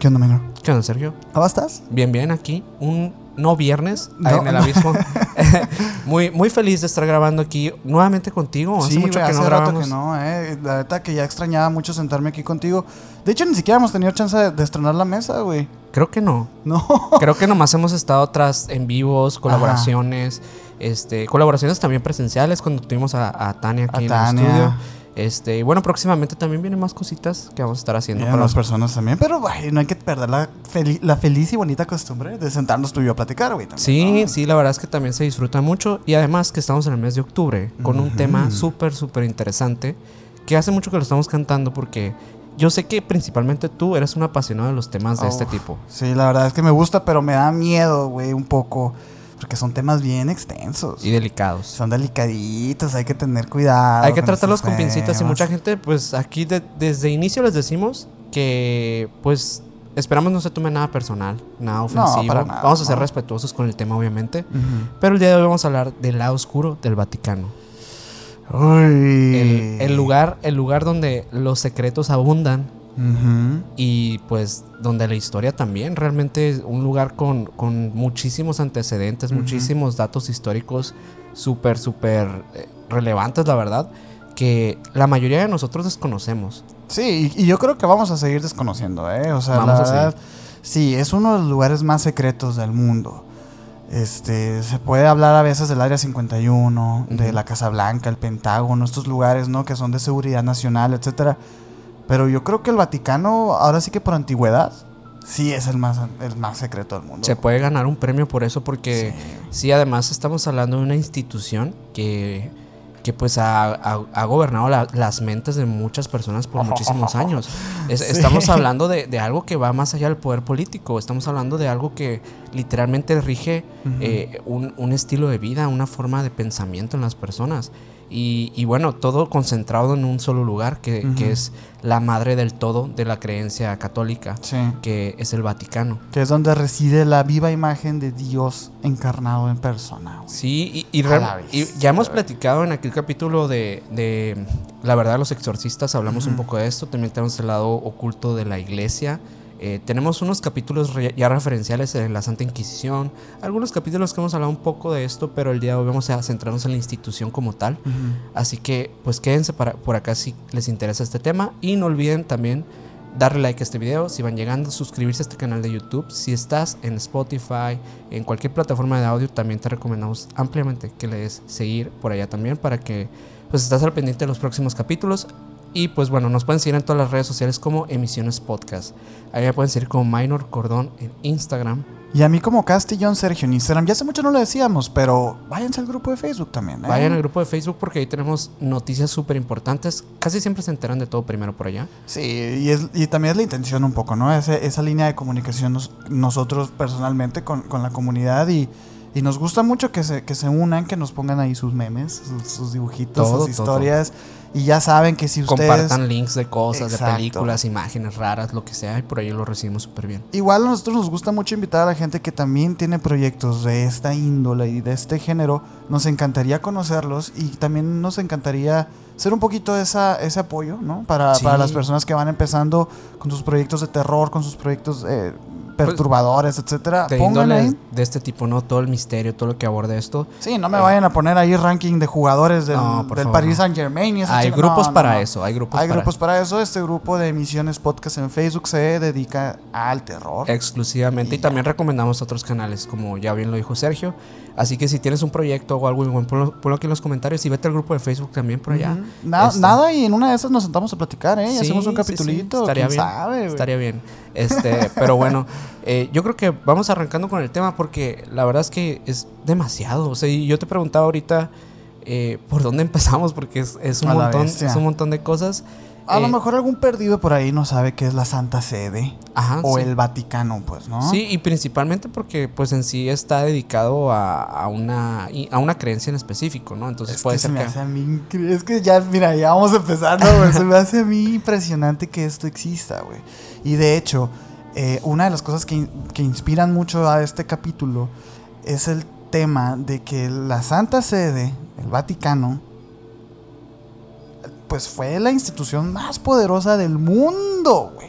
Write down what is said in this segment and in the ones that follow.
onda, menor? ¿Qué onda, Sergio? ¿Cómo estás? Bien, bien, aquí. No viernes, No. en el abismo. Muy feliz de estar grabando aquí nuevamente contigo. Hace Sí, mucho güey, que no hace rato grabamos. que no, La verdad que ya extrañaba mucho sentarme aquí contigo. De hecho, ni siquiera hemos tenido chance de estrenar la mesa, güey. Creo que no. No. Creo que nomás hemos estado tras en vivos, colaboraciones, colaboraciones también presenciales cuando tuvimos a Tania aquí en el estudio. Y bueno, próximamente también vienen más cositas que vamos a estar haciendo Con las personas también, pero güey, no hay que perder la feliz y bonita costumbre de sentarnos tú y yo a platicar, güey. Sí, sí, la verdad es que también se disfruta mucho y además que estamos en el mes de octubre con un tema súper interesante que hace mucho que lo estamos cantando porque yo sé que principalmente tú eres un apasionado de los temas de este tipo. Sí, la verdad es que me gusta, pero me da miedo, güey, un poco. Porque son temas bien extensos. Y delicados. Son delicaditos, hay que tener cuidado. Hay que tratarlos con pincitas y mucha gente, pues aquí desde inicio les decimos que pues esperamos no se tome nada personal, nada ofensivo. No, para nada, vamos a ser respetuosos con el tema, obviamente. Pero el día de hoy vamos a hablar del lado oscuro del Vaticano. Uy. El lugar donde los secretos abundan. Y pues donde la historia también realmente es un lugar con muchísimos antecedentes, muchísimos datos históricos súper relevantes, la verdad, que la mayoría de nosotros desconocemos. Sí, y yo creo que vamos a seguir desconociendo, o sea, vamos la verdad, sí, es uno de los lugares más secretos del mundo. Se puede hablar a veces del Área 51, de la Casa Blanca, el Pentágono, estos lugares, ¿no? Que son de seguridad nacional, etcétera. Pero yo creo que el Vaticano, ahora sí que por antigüedad, sí es el más secreto del mundo. Se puede ganar un premio por eso porque sí además estamos hablando de una institución que pues ha gobernado las mentes de muchas personas por muchísimos años. Estamos hablando de algo que va más allá del poder político. Estamos hablando de algo que literalmente rige un estilo de vida, una forma de pensamiento en las personas. Y bueno, todo concentrado en un solo lugar que es la madre del todo de la creencia católica, que es el Vaticano. Que es donde reside la viva imagen de Dios encarnado en persona. Sí, y ya hemos platicado en aquel capítulo de la verdad de los exorcistas, hablamos un poco de esto, también tenemos el lado oculto de la iglesia. Tenemos unos capítulos ya referenciales en la Santa Inquisición, algunos capítulos que hemos hablado un poco de esto, pero el día de hoy vamos a centrarnos en la institución como tal. Así que pues quédense por acá si les interesa este tema y no olviden también darle like a este video, si van llegando, suscribirse a este canal de YouTube. Si estás en Spotify, en cualquier plataforma de audio, también te recomendamos ampliamente que le des seguir por allá también para que pues estás al pendiente de los próximos capítulos. Y pues bueno, nos pueden seguir en todas las redes sociales como Emisiones Podcast. Ahí me pueden seguir como Minor Cordón en Instagram. Y a mí como Castillón Sergio en Instagram. Ya hace mucho no lo decíamos, pero váyanse al grupo de Facebook también. Vayan al grupo de Facebook porque ahí tenemos noticias súper importantes. Casi siempre se enteran de todo primero por allá. Sí, y también es la intención un poco, ¿no? Esa línea de comunicación nosotros personalmente con la comunidad y nos gusta mucho que se unan, que nos pongan ahí sus memes, sus dibujitos, sus historias. Todo. Y ya saben que si ustedes compartan links de cosas, de películas, imágenes raras, lo que sea, y por ahí lo recibimos súper bien. Igual a nosotros nos gusta mucho invitar a la gente que también tiene proyectos de esta índole y de este género. Nos encantaría conocerlos y también nos encantaría ser un poquito ese apoyo, ¿no? Para las personas que van empezando con sus proyectos de terror, con sus proyectos perturbadores, etcétera. De índole de este tipo, ¿no? Todo el misterio, todo lo que aborda esto. Sí, no me vayan a poner ahí ranking de jugadores del Paris Saint-Germain y hay grupos para eso. Hay grupos para eso. Este grupo de Emisiones Podcast en Facebook se dedica al terror. Exclusivamente. Y también recomendamos otros canales, como ya bien lo dijo Sergio. Así que si tienes un proyecto o algo, ponlo aquí en los comentarios y vete al grupo de Facebook también por allá. Nada, y en una de esas nos sentamos a platicar, y hacemos un capitulito. Estaría bien. Estaría bien. Pero bueno, yo creo que vamos arrancando con el tema porque la verdad es que es demasiado. O sea, yo te preguntaba ahorita por dónde empezamos porque es un montón de cosas. A lo mejor algún perdido por ahí no sabe qué es la Santa Sede el Vaticano, pues, ¿no? Sí, y principalmente porque pues en sí está dedicado a una creencia en específico, ¿no? Entonces puede ser que... Es que ya, mira, ya vamos a empezar, ¿no? Güey? Se me hace a mí impresionante que esto exista, güey. Y de hecho, una de las cosas que inspiran mucho a este capítulo es el tema de que la Santa Sede, el Vaticano, pues fue la institución más poderosa del mundo, güey.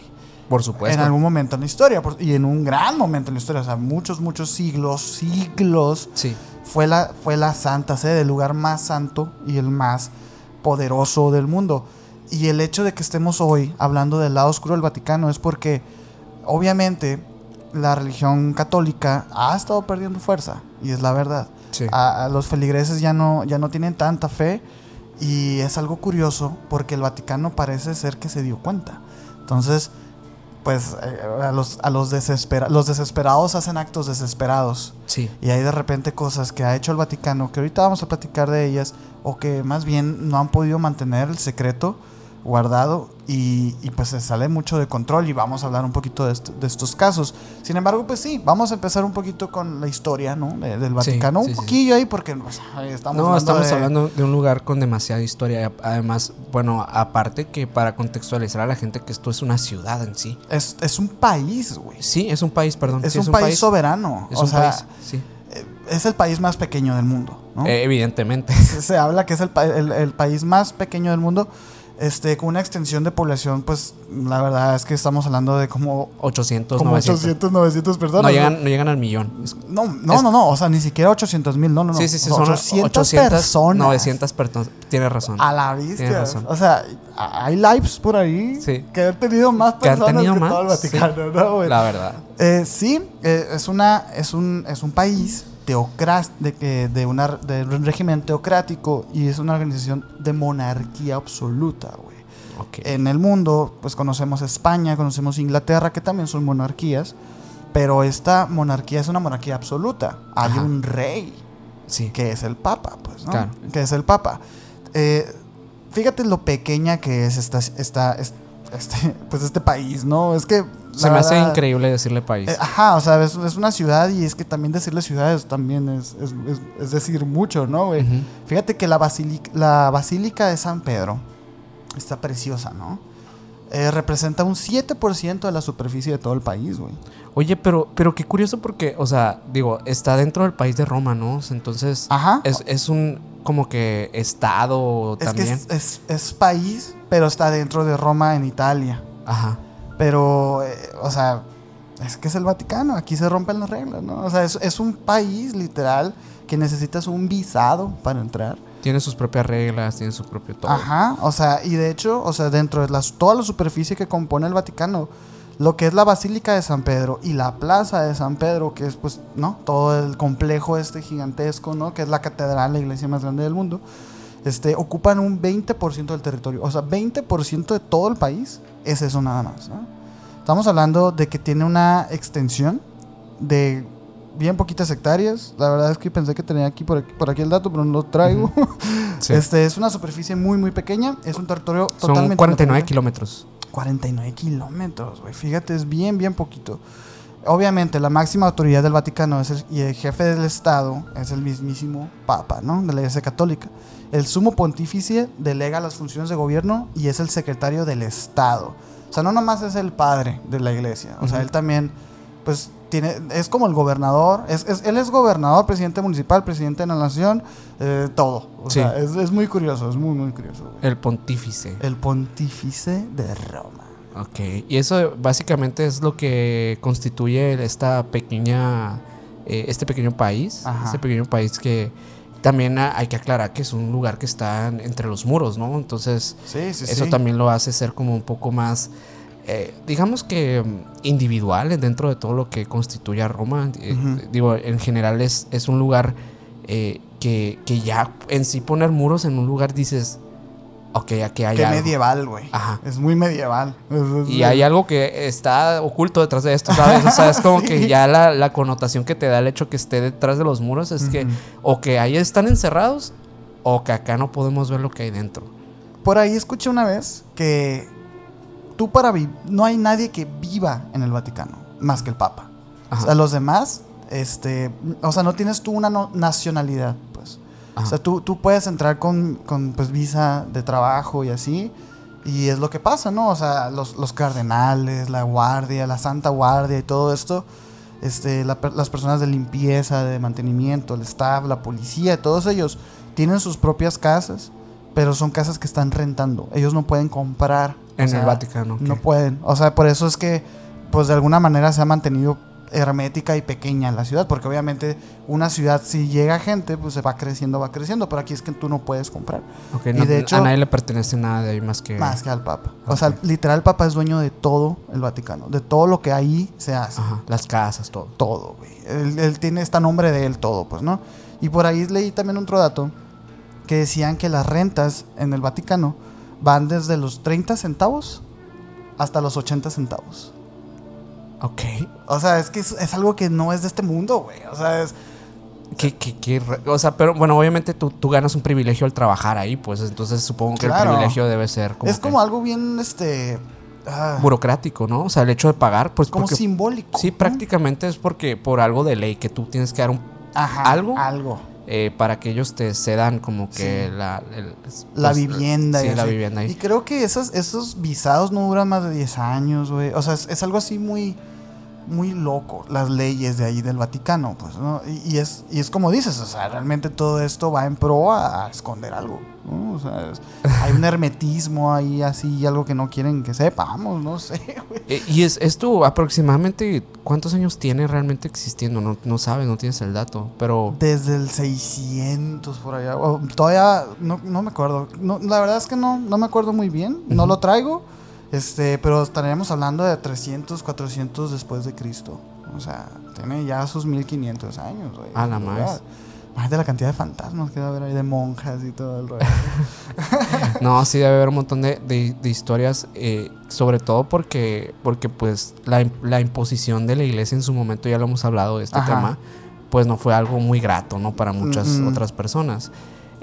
Por supuesto. En algún momento en la historia, y en un gran momento en la historia, o sea, muchos siglos, sí. fue la santa sede, el lugar más santo y el más poderoso del mundo. Y el hecho de que estemos hoy hablando del lado oscuro del Vaticano es porque, obviamente, la religión católica ha estado perdiendo fuerza, y es la verdad. Sí. A los feligreses ya no tienen tanta fe, y es algo curioso porque el Vaticano parece ser que se dio cuenta. Entonces, pues los desesperados hacen actos desesperados. Sí. Y hay de repente cosas que ha hecho el Vaticano, que ahorita vamos a platicar de ellas, o que más bien no han podido mantener el secreto guardado, y pues se sale mucho de control, y vamos a hablar un poquito de estos casos. Sin embargo, pues sí, vamos a empezar un poquito con la historia, ¿no? Del Vaticano, un poquillo ahí, porque pues, estamos hablando de un lugar con demasiada historia. Además, bueno, aparte que para contextualizar a la gente que esto es una ciudad en sí. Es un país, güey. Sí, es un país, perdón. Es un país soberano. País, sí. Es el país más pequeño del mundo, ¿no? Evidentemente. Se habla que es el país más pequeño del mundo. Con una extensión de población, pues la verdad es que estamos hablando de como 900 personas. No llegan al millón. No, o sea, ni siquiera 800,000, no. Sí, son 800 personas. 900 personas, tienes razón. A la vista. O sea, hay lives por ahí que han tenido más personas que todo el Vaticano, sí. ¿No, güey? La verdad. Es un país de un régimen teocrático, y es una organización de monarquía absoluta, güey. Okay. En el mundo, pues conocemos España, conocemos Inglaterra, que también son monarquías, pero esta monarquía es una monarquía absoluta. Hay un rey, que es el Papa, pues, ¿no? Claro. Que es el Papa. Fíjate lo pequeña que es este país, ¿no? Es que se me hace increíble decirle país. O sea, es una ciudad, y es que también decirle ciudades también es decir mucho, ¿no, güey? Uh-huh. Fíjate que la Basílica de San Pedro está preciosa, ¿no? Representa un 7% de la superficie de todo el país, güey. Oye, pero qué curioso porque, o sea, digo, está dentro del país de Roma, ¿no? Entonces, es un como que estado también. Es que es país, pero está dentro de Roma, en Italia. Ajá. Pero, o sea, es que es el Vaticano, aquí se rompen las reglas, ¿no? O sea, es un país, literal, que necesitas un visado para entrar. Tiene sus propias reglas, tiene su propio todo. O sea, y de hecho, o sea, dentro de toda la superficie que compone el Vaticano, lo que es la Basílica de San Pedro y la Plaza de San Pedro, que es, pues, ¿no? Todo el complejo gigantesco, ¿no? Que es la catedral, la iglesia más grande del mundo, ocupan un 20% del territorio. O sea, 20% de todo el país es eso nada más, ¿no? Estamos hablando de que tiene una extensión de bien poquitas hectáreas. La verdad es que pensé que tenía por aquí el dato, pero no lo traigo. Uh-huh. Sí. Es una superficie muy, muy pequeña. Es un territorio totalmente... Son 49 kilómetros. 49 kilómetros, güey. Fíjate, es bien, bien poquito. Obviamente, la máxima autoridad del Vaticano y el jefe del Estado es el mismísimo Papa, ¿no? De la Iglesia Católica. El sumo pontífice delega las funciones de gobierno y es el secretario del Estado. O sea, no nomás es el padre de la iglesia. O sea, él también, pues, es como el gobernador. Él es gobernador, presidente municipal, presidente de la nación, todo. O sea, es muy curioso, es muy, muy curioso, güey. El pontífice. El pontífice de Roma. Ok, y eso básicamente es lo que constituye este pequeño país. Ajá. Este pequeño país que también hay que aclarar que es un lugar que está entre los muros, ¿no? Entonces, eso también lo hace ser como un poco más, digamos que individual dentro de todo lo que constituye a Roma. Uh-huh. Digo, en general es un lugar que ya en sí poner muros en un lugar dices... Ok, aquí hay algo. Qué medieval, güey. Ajá. Es muy medieval. Y hay algo que está oculto detrás de esto, ¿sabes? O sea, es como que ya la connotación que te da el hecho que esté detrás de los muros es que o que ahí están encerrados o que acá no podemos ver lo que hay dentro. Por ahí escuché una vez que no hay nadie que viva en el Vaticano más que el Papa. Ajá. O sea, los demás, o sea, no tienes tú una nacionalidad, pues. Ajá. O sea, tú puedes entrar con pues, visa de trabajo y así, y es lo que pasa, ¿no? O sea, los cardenales, la guardia, la santa guardia y todo esto, las personas de limpieza, de mantenimiento, el staff, la policía, todos ellos tienen sus propias casas, pero son casas que están rentando. Ellos no pueden comprar En el Vaticano. No pueden. O sea, por eso es que, pues de alguna manera se ha mantenido hermética y pequeña la ciudad, porque obviamente una ciudad, si llega gente, pues se va creciendo, pero aquí es que tú no puedes comprar. Okay, y de hecho, a nadie le pertenece nada de ahí más que al Papa. Okay. O sea, literal el Papa es dueño de todo el Vaticano, de todo lo que ahí se hace. Ajá, las casas, todo. Todo, güey. Él tiene este nombre de él todo, pues, ¿no? Y por ahí leí también otro dato que decían que las rentas en el Vaticano van desde los 30 centavos hasta los 80 centavos. Ok. O sea, es que es algo que no es de este mundo, güey. O sea, es... O sea, pero bueno, obviamente tú ganas un privilegio al trabajar ahí, pues entonces supongo que el privilegio debe ser como... Es como algo bien, burocrático, ¿no? O sea, el hecho de pagar, pues... Como simbólico. Sí, ¿no? Prácticamente es porque por algo de ley que tú tienes que dar algo. Para que ellos te cedan como que la vivienda. Sí, la vivienda ahí. Y creo que esos visados no duran más de 10 años, güey. O sea, es algo así muy, muy loco, las leyes de ahí del Vaticano, pues, ¿no? Y es como dices, o sea, realmente todo esto va en pro a esconder algo, ¿no? O sea, hay un hermetismo ahí así, algo que no quieren que sepamos, no sé, güey. ¿Y esto aproximadamente cuántos años tiene realmente existiendo? No sabes, no tienes el dato, pero... Desde el 600 por allá, todavía no me acuerdo, la verdad es que no me acuerdo muy bien, no lo traigo. Pero estaríamos hablando de 300, 400 después de Cristo. O sea, tiene ya sus 1500 años, güey. Ah, la más. Más de la cantidad de fantasmas que debe haber ahí, de monjas y todo el rollo. No, sí debe haber un montón de historias, sobre todo porque pues la imposición de la iglesia en su momento, ya lo hemos hablado de este tema, pues no fue algo muy grato, ¿no? Para muchas otras personas.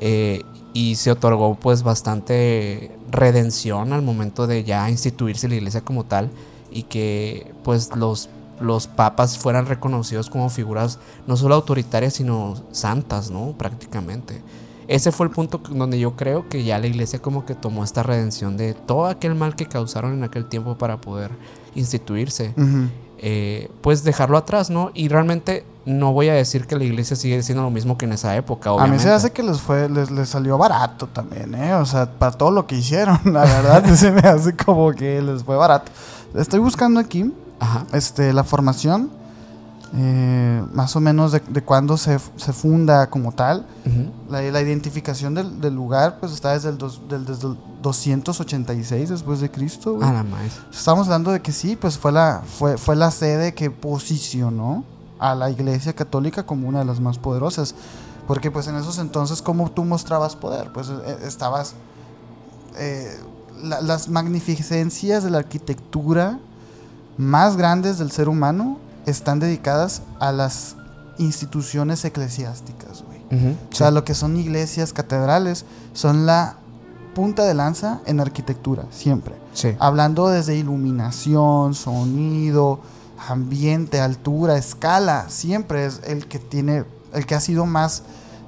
Y se otorgó pues bastante redención al momento de ya instituirse la iglesia como tal, y que pues los papas fueran reconocidos como figuras no solo autoritarias sino santas, ¿no? Prácticamente. Ese fue el punto donde yo creo que ya la iglesia como que tomó esta redención de todo aquel mal que causaron en aquel tiempo para poder instituirse. Pues dejarlo atrás, ¿no? Y realmente no voy a decir que la iglesia sigue siendo lo mismo que en esa época, obviamente. A mí se hace que les salió barato también, ¿eh? O sea, para todo lo que hicieron, la verdad, se me hace como que les fue barato. Estoy buscando aquí la formación, más o menos de cuándo se funda como tal. La identificación del lugar, pues está desde el 286 después de Cristo, güey. La más. Estamos hablando de que sí, pues fue la sede que posicionó a la iglesia católica como una de las más poderosas, porque pues en esos entonces, ¿cómo tú mostrabas poder? Pues estabas las magnificencias de la arquitectura más grandes del ser humano están dedicadas a las instituciones eclesiásticas, güey. O sea, lo que son iglesias, catedrales, son la punta de lanza en arquitectura, siempre. Sí. Hablando desde iluminación, sonido, ambiente, altura, escala, siempre es el que ha sido más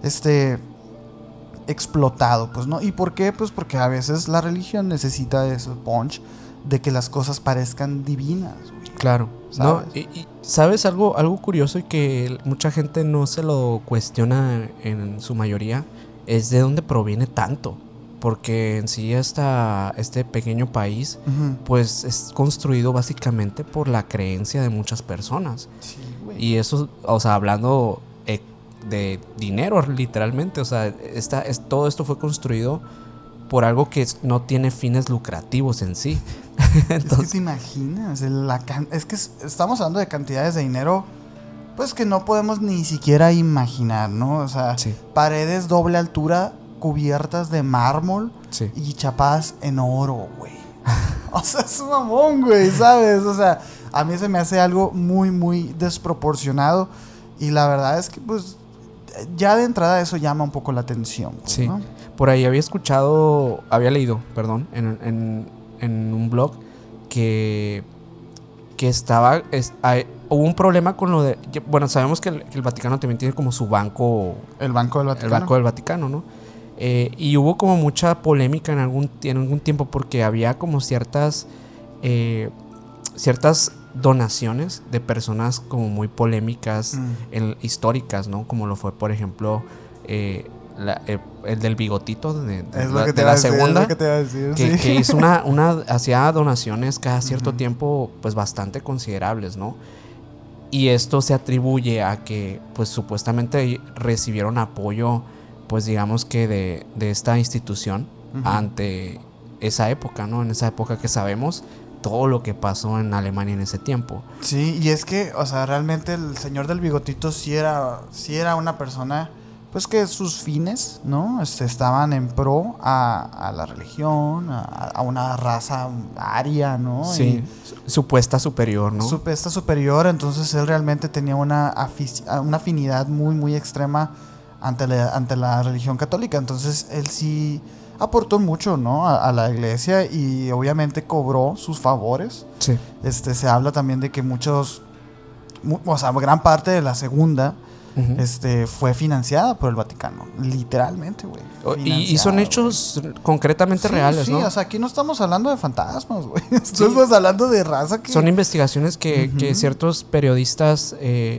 explotado, pues, ¿no? ¿Y por qué? Pues porque a veces la religión necesita ese punch de que las cosas parezcan divinas, güey. Claro. ¿Sabes? No, y ¿sabes algo curioso y que mucha gente no se lo cuestiona en su mayoría? Es de dónde proviene tanto. Porque en sí este pequeño país, pues es construido básicamente por la creencia de muchas personas. Sí, güey. Y eso, o sea, hablando de dinero, literalmente. O sea, todo esto fue construido por algo que no tiene fines lucrativos en sí. Entonces, es que te imaginas, es que estamos hablando de cantidades de dinero, pues que no podemos ni siquiera imaginar, ¿no? O sea, paredes doble altura cubiertas de mármol y chapadas en oro, güey. O sea, es un mamón, güey, ¿sabes? O sea, a mí se me hace algo muy, muy desproporcionado. Y la verdad es que, pues, ya de entrada eso llama un poco la atención, pues, sí, ¿no? Por ahí había leído, perdón, en un blog que hubo un problema con lo de... Bueno, sabemos que el Vaticano también tiene como su banco... El Banco del Vaticano. El Banco del Vaticano, ¿no? Y hubo como mucha polémica en algún tiempo porque había como ciertas donaciones de personas como muy polémicas históricas, ¿no? Como lo fue, por ejemplo, el del bigotito de la segunda, decir, que hizo hacía donaciones cada cierto tiempo, pues bastante considerables, ¿no? Y esto se atribuye a que, pues supuestamente recibieron apoyo, pues digamos que de esta institución ante esa época, ¿no? En esa época que sabemos todo lo que pasó en Alemania en ese tiempo. Sí, y es que, o sea, realmente el señor del bigotito sí era una persona, pues que sus fines, ¿no? Estaban en pro a la religión, a una raza aria, ¿no? Sí, supuesta superior, ¿no? Supuesta superior, entonces él realmente tenía una afinidad muy, muy extrema ante la religión católica, entonces él sí aportó mucho, ¿no? a la iglesia y obviamente cobró sus favores. Sí. Se habla también de que gran parte de la segunda fue financiada por el Vaticano, literalmente, güey. Y son hechos concretamente reales, ¿no? Sí, o sea, aquí no estamos hablando de fantasmas, güey. Estamos hablando de raza que... Son investigaciones que ciertos periodistas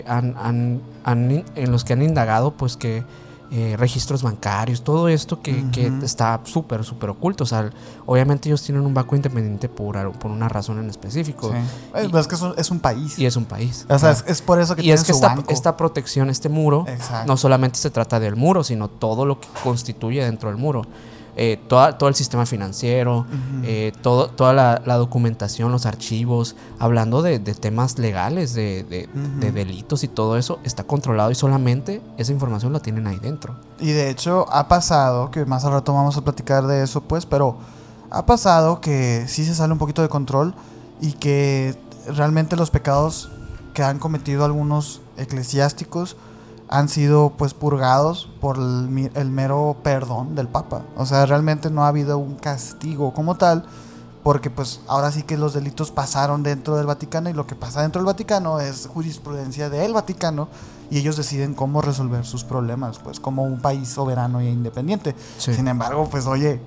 en los que han indagado, pues que registros bancarios, todo esto que está súper, súper oculto. O sea, obviamente ellos tienen un banco independiente por una razón en específico. Sí. Es que es un país. Y es un país. O sea, es por eso que tienen su banco. Esta protección, este muro, no solamente se trata del muro, sino todo lo que constituye dentro del muro. Todo el sistema financiero, toda la documentación, los archivos, hablando de temas legales, de delitos y todo eso, está controlado y solamente esa información la tienen ahí dentro. Y de hecho ha pasado, que más al rato vamos a platicar de eso, pues, pero ha pasado que sí se sale un poquito de control y que realmente los pecados que han cometido algunos eclesiásticos han sido pues purgados por el mero perdón del Papa. O sea, realmente no ha habido un castigo como tal, porque pues ahora sí que los delitos pasaron dentro del Vaticano y lo que pasa dentro del Vaticano es jurisprudencia del Vaticano y ellos deciden cómo resolver sus problemas, pues como un país soberano e independiente. Sí. Sin embargo, pues oye,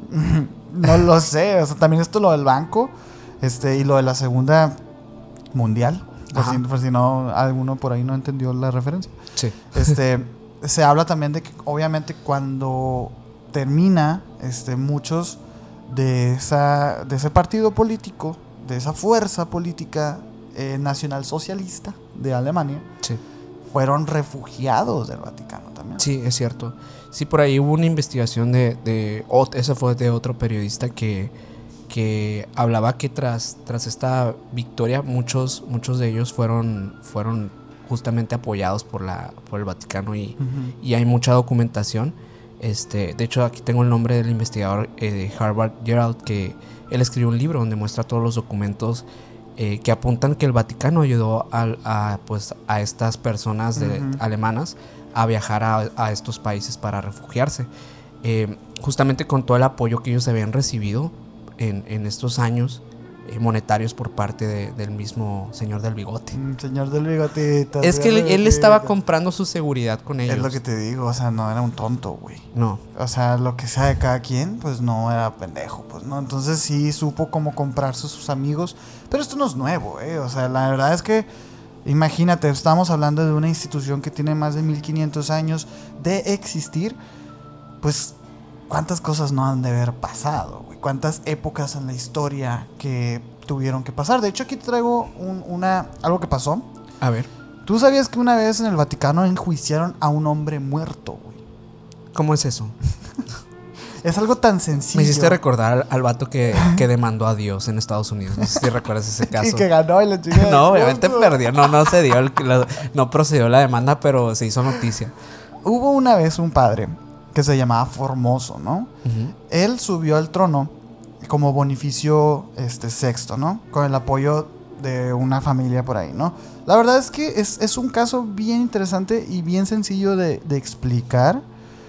no lo sé, o sea, también esto lo del banco, y lo de la Segunda Mundial. Por si no, alguno por ahí no entendió la referencia. Sí. Se habla también de que obviamente cuando termina muchos de ese partido político, de esa fuerza política nacionalsocialista de Alemania, fueron refugiados del Vaticano también. Sí, es cierto. Sí, por ahí hubo una investigación esa fue de otro periodista que hablaba que tras esta victoria muchos de ellos fueron justamente apoyados por el Vaticano y hay mucha documentación. De hecho, aquí tengo el nombre del investigador de Harvard, Gerald, que él escribió un libro donde muestra todos los documentos que apuntan que el Vaticano ayudó a estas personas alemanas a viajar a estos países para refugiarse, justamente con todo el apoyo que ellos habían recibido en estos años monetarios por parte del mismo señor del bigote. Señor del bigotito. Es que él estaba comprando su seguridad con ellos. Es lo que te digo, o sea, no era un tonto, güey. No. O sea, lo que sea de cada quien, pues no era pendejo, pues no. Entonces sí supo cómo comprarse sus amigos. Pero esto no es nuevo, O sea, la verdad es que, imagínate, estamos hablando de una institución que tiene más de 1500 años de existir. Pues, ¿cuántas cosas no han de haber pasado, güey? ¿Cuántas épocas en la historia que tuvieron que pasar? De hecho, aquí te traigo algo que pasó. A ver. ¿Tú sabías que una vez en el Vaticano enjuiciaron a un hombre muerto, güey? ¿Cómo es eso? Es algo tan sencillo. Me hiciste recordar al vato que demandó a Dios en Estados Unidos. No sé si recuerdas ese caso. Y que ganó y la chica. No, obviamente perdió. No se dio. No procedió la demanda, pero se hizo noticia. Hubo una vez un padre que se llamaba Formoso, ¿no? Él subió al trono como Bonifacio VI, ¿no? Con el apoyo de una familia por ahí, ¿no? La verdad es que es un caso bien interesante y bien sencillo de explicar.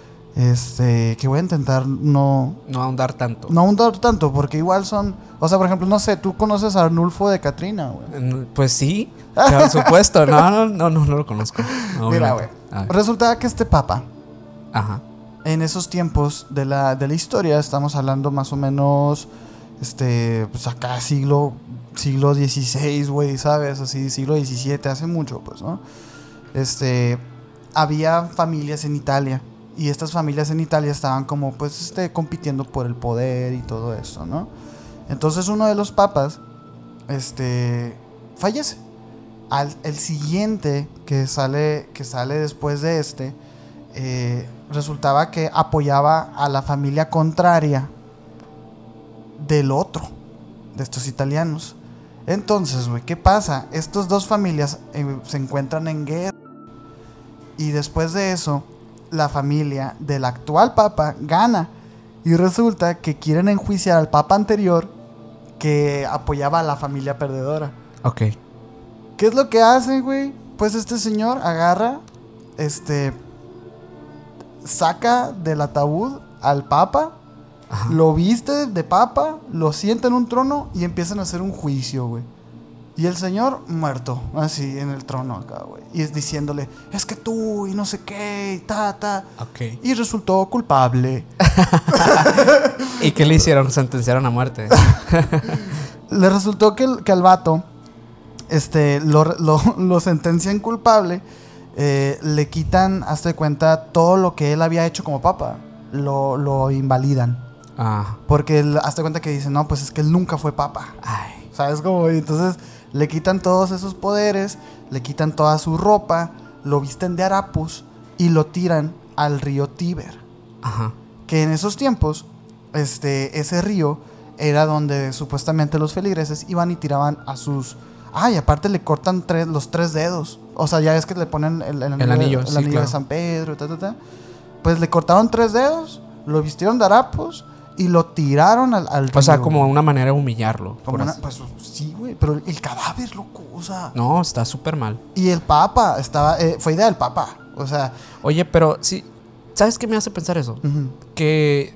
Que voy a intentar no ahondar tanto. No ahondar tanto, porque igual son... O sea, por ejemplo, no sé, ¿tú conoces a Arnulfo de Catrina, güey? Pues sí, por supuesto. No lo conozco. Mira, güey. Resulta que este papa... Ajá. En esos tiempos de la historia, estamos hablando más o menos, pues acá siglo XVI, güey, ¿sabes? Así, siglo XVII, hace mucho, pues, ¿no? Había familias en Italia y estas familias en Italia estaban como pues compitiendo por el poder y todo eso, ¿no? Entonces uno de los papas fallece. El siguiente que sale después de resultaba que apoyaba a la familia contraria del otro, de estos italianos. Entonces, güey, ¿qué pasa? Estas dos familias se encuentran en guerra. Y después de eso, la familia del actual papa gana. Y resulta que quieren enjuiciar al papa anterior que apoyaba a la familia perdedora. Ok. ¿Qué es lo que hacen, güey? Pues este señor agarra, saca del ataúd al papa, ajá, lo viste de papa, lo sienta en un trono y empiezan a hacer un juicio, güey. Y el señor muerto, así en el trono acá, güey. Y es diciéndole, es que tú y no sé qué, y ta. Okay. Y resultó culpable. ¿Y qué le hicieron? Sentenciaron a muerte. Le resultó que al vato lo sentencian culpable. Le quitan, hazte de cuenta, todo lo que él había hecho como papa. Lo invalidan. Ah. Porque hazte cuenta que dicen, no, pues es que él nunca fue papa. Ay. ¿Sabes cómo? Y entonces le quitan todos esos poderes, le quitan toda su ropa, lo visten de harapos y lo tiran al río Tíber. Ajá. Que en esos tiempos, ese río era donde supuestamente los feligreses iban y tiraban a sus... y aparte le cortan los 3 dedos. O sea, ya ves que le ponen el anillo claro, de San Pedro, Pues le cortaron 3 dedos, lo vistieron de harapos y lo tiraron al río. O sea, como una manera de humillarlo. Pues sí, güey, pero el cadáver, loco, o sea... No, está súper mal. Y el papa fue idea del papa, o sea... Oye, pero sí, ¿sabes qué me hace pensar eso? Uh-huh. Que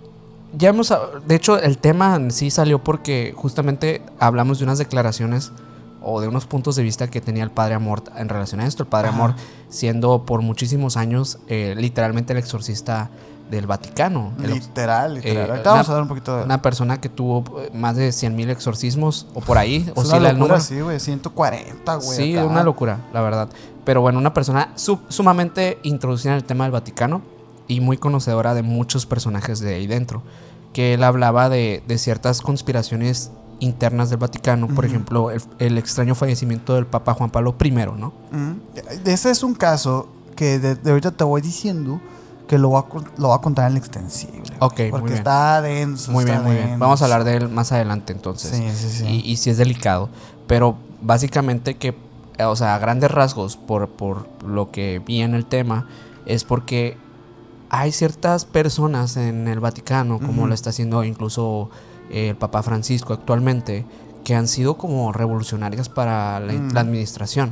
ya de hecho, el tema en sí salió porque justamente hablamos de unas declaraciones o de unos puntos de vista que tenía el Padre Amor en relación a esto. El Padre Amor siendo por muchísimos años literalmente el exorcista del Vaticano. Literal. Ahorita vamos a dar un poquito de... Una persona que tuvo más de 100,000 exorcismos o por ahí. Es una locura, sí, güey. 140, güey. Sí, acá. Una locura, la verdad. Pero bueno, una persona sumamente introducida en el tema del Vaticano y muy conocedora de muchos personajes de ahí dentro. Que él hablaba de ciertas conspiraciones internas del Vaticano. Uh-huh. Por ejemplo, el extraño fallecimiento del Papa Juan Pablo I, ¿no? Uh-huh. Ese es un caso que de ahorita te voy diciendo que lo voy a contar en el extensible. Ok, porque muy bien. Está denso. Muy bien. Vamos a hablar de él más adelante entonces. Sí. Y sí es delicado. Pero básicamente o sea, a grandes rasgos, por lo que vi en el tema, es porque hay ciertas personas en el Vaticano, como lo está haciendo incluso el Papa Francisco actualmente, que han sido como revolucionarias para la administración.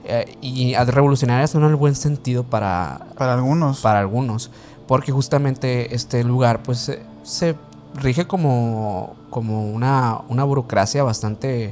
Y revolucionarias no en el buen sentido para algunos. Porque justamente este lugar pues se rige como una burocracia bastante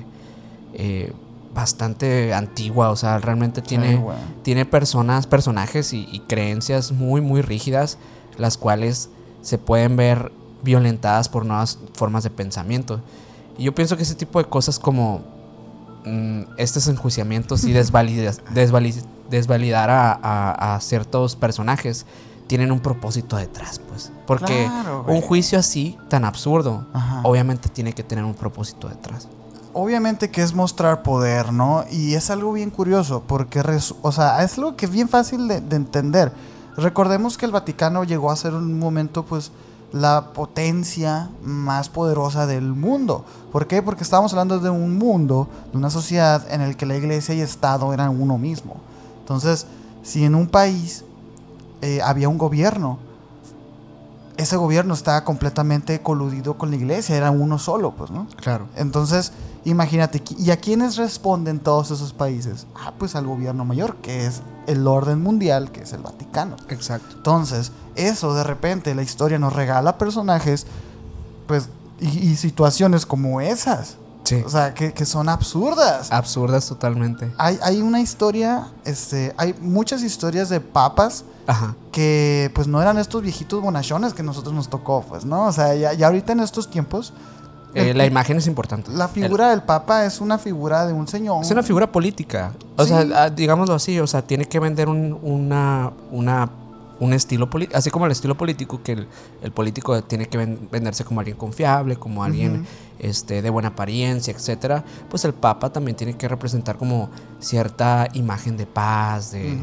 antigua. O sea, realmente tiene personajes y creencias muy, muy rígidas, las cuales se pueden ver violentadas por nuevas formas de pensamiento. Y yo pienso que ese tipo de cosas como estos enjuiciamientos y desvalidar a ciertos personajes tienen un propósito detrás, pues. Porque un juicio así, tan absurdo, obviamente tiene que tener un propósito detrás. Obviamente que es mostrar poder, ¿no? Y es algo bien curioso, porque, o sea, es algo que es bien fácil de entender. Recordemos que el Vaticano llegó a ser en un momento, pues, la potencia más poderosa del mundo. ¿Por qué? Porque estábamos hablando de un mundo, de una sociedad en el que la iglesia y Estado eran uno mismo. Entonces, si en un país había un gobierno, ese gobierno estaba completamente coludido con la iglesia, era uno solo, pues, ¿no? Claro. Entonces, imagínate, ¿y a quiénes responden todos esos países? Pues al gobierno mayor, que es el orden mundial, que es el Vaticano. Exacto. Entonces, eso de repente la historia nos regala personajes, pues, y situaciones como esas. Sí. O sea, que son absurdas. Absurdas totalmente. Hay una historia, hay muchas historias de papas que pues no eran estos viejitos bonachones que nosotros nos tocó, pues, ¿no? O sea, ya ahorita en estos tiempos... la imagen es importante. La figura del papa es una figura de un señor. Es una figura política. O sea, digámoslo así, o sea, tiene que vender una un estilo político, así como el estilo político, que el político tiene que venderse como alguien confiable, como alguien de buena apariencia, etcétera. Pues el Papa también tiene que representar como cierta imagen de paz, de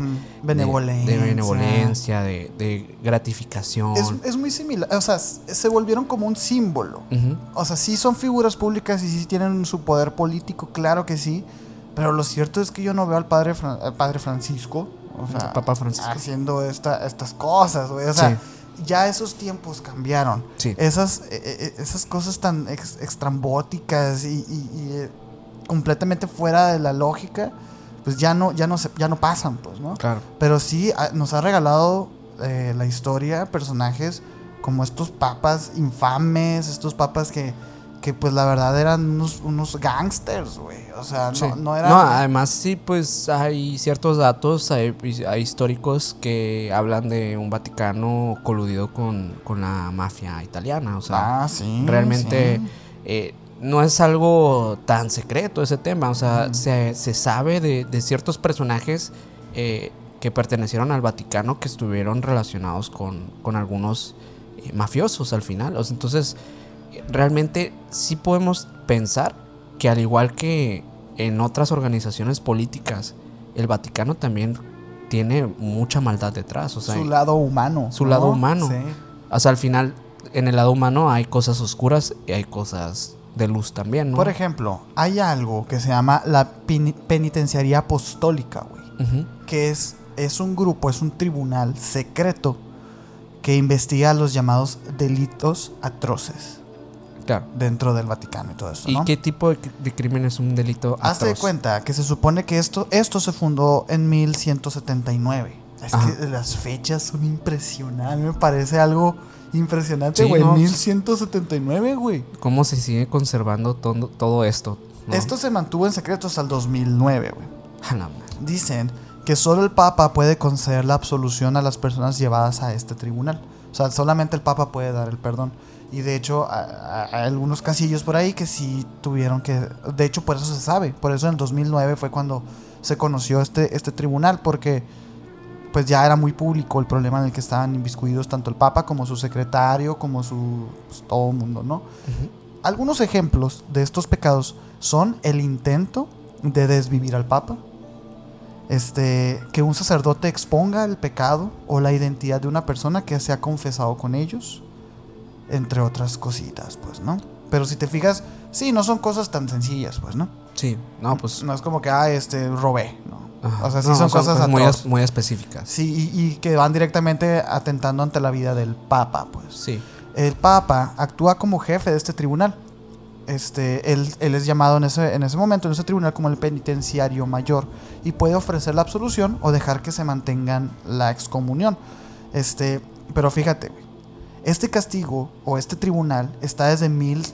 benevolencia, de gratificación. Es muy similar, o sea, se volvieron como un símbolo. O sea, sí son figuras públicas y sí tienen su poder político, claro que sí, pero lo cierto es que yo no veo al padre Francisco, o sea, Papa Francisco, haciendo estas cosas, güey. O sea, ya esos tiempos cambiaron. Sí. Esas cosas tan extrambóticas y completamente fuera de la lógica, pues ya no pasan, pues, ¿no? Claro. Pero sí nos ha regalado la historia personajes como estos papas infames, estos papas que pues la verdad eran unos gangsters, güey. O sea, no eran... No, además sí, pues hay ciertos datos, hay históricos que hablan de un Vaticano coludido con la mafia italiana. O sea, realmente no es algo tan secreto ese tema. O sea, se sabe de ciertos personajes que pertenecieron al Vaticano que estuvieron relacionados con algunos mafiosos al final. O sea, entonces... realmente sí podemos pensar que al igual que en otras organizaciones políticas, el Vaticano también tiene mucha maldad detrás. O sea, su lado humano. Su lado humano. Sí. O sea, al final, en el lado humano hay cosas oscuras y hay cosas de luz también, ¿no? Por ejemplo, hay algo que se llama la penitenciaría apostólica, güey. Que es un grupo, es un tribunal secreto que investiga los llamados delitos atroces. Claro. Dentro del Vaticano y todo eso, ¿Y ¿no? qué tipo de crimen es un delito atroz? Hazte de cuenta que se supone que esto se fundó en 1179. Es que las fechas son impresionantes. Me parece algo impresionante, güey. Sí, 1179, güey. ¿Cómo se sigue conservando todo esto? ¿No? Esto se mantuvo en secreto hasta el 2009, güey. No. Dicen que solo el Papa puede conceder la absolución a las personas llevadas a este tribunal. O sea, solamente el Papa puede dar el perdón. Y de hecho hay algunos casillos por ahí que sí tuvieron que... De hecho, por eso se sabe. Por eso en el 2009 fue cuando se conoció este tribunal. Porque pues ya era muy público el problema en el que estaban inmiscuidos tanto el Papa como su secretario, como pues, todo el mundo, ¿no? Algunos ejemplos de estos pecados son el intento de desvivir al Papa, que un sacerdote exponga el pecado o la identidad de una persona que se ha confesado con ellos, entre otras cositas, pues, ¿no? Pero si te fijas, sí, no son cosas tan sencillas, pues, ¿no? Sí, no, pues... No es como que, robé, ¿no? Ajá. O sea, sí son cosas muy específicas. Sí, y que van directamente atentando ante la vida del Papa, pues. Sí. El Papa actúa como jefe de este tribunal. Él es llamado en ese momento, en ese tribunal, como el penitenciario mayor, y puede ofrecer la absolución o dejar que se mantengan la excomunión. Pero fíjate, güey. Este castigo o este tribunal está desde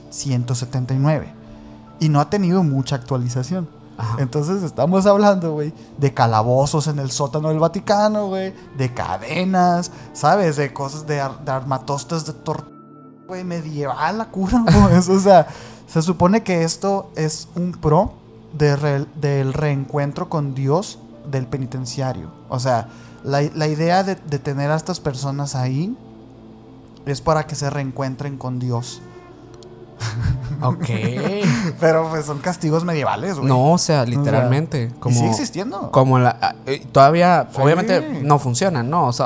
1179 y no ha tenido mucha actualización. Ajá. Entonces estamos hablando, güey, de calabozos en el sótano del Vaticano, güey, de cadenas, ¿sabes? De cosas de armatostes de güey, medieval la cura, pues. O sea, se supone que esto es un pro del reencuentro con Dios del penitenciario. O sea, la idea de tener a estas personas ahí es para que se reencuentren con Dios. Ok. Pero pues son castigos medievales, güey. No, o sea, literalmente. O sea, como, ¿y sigue existiendo? Como todavía, sí. Obviamente no funcionan, ¿no? O sea,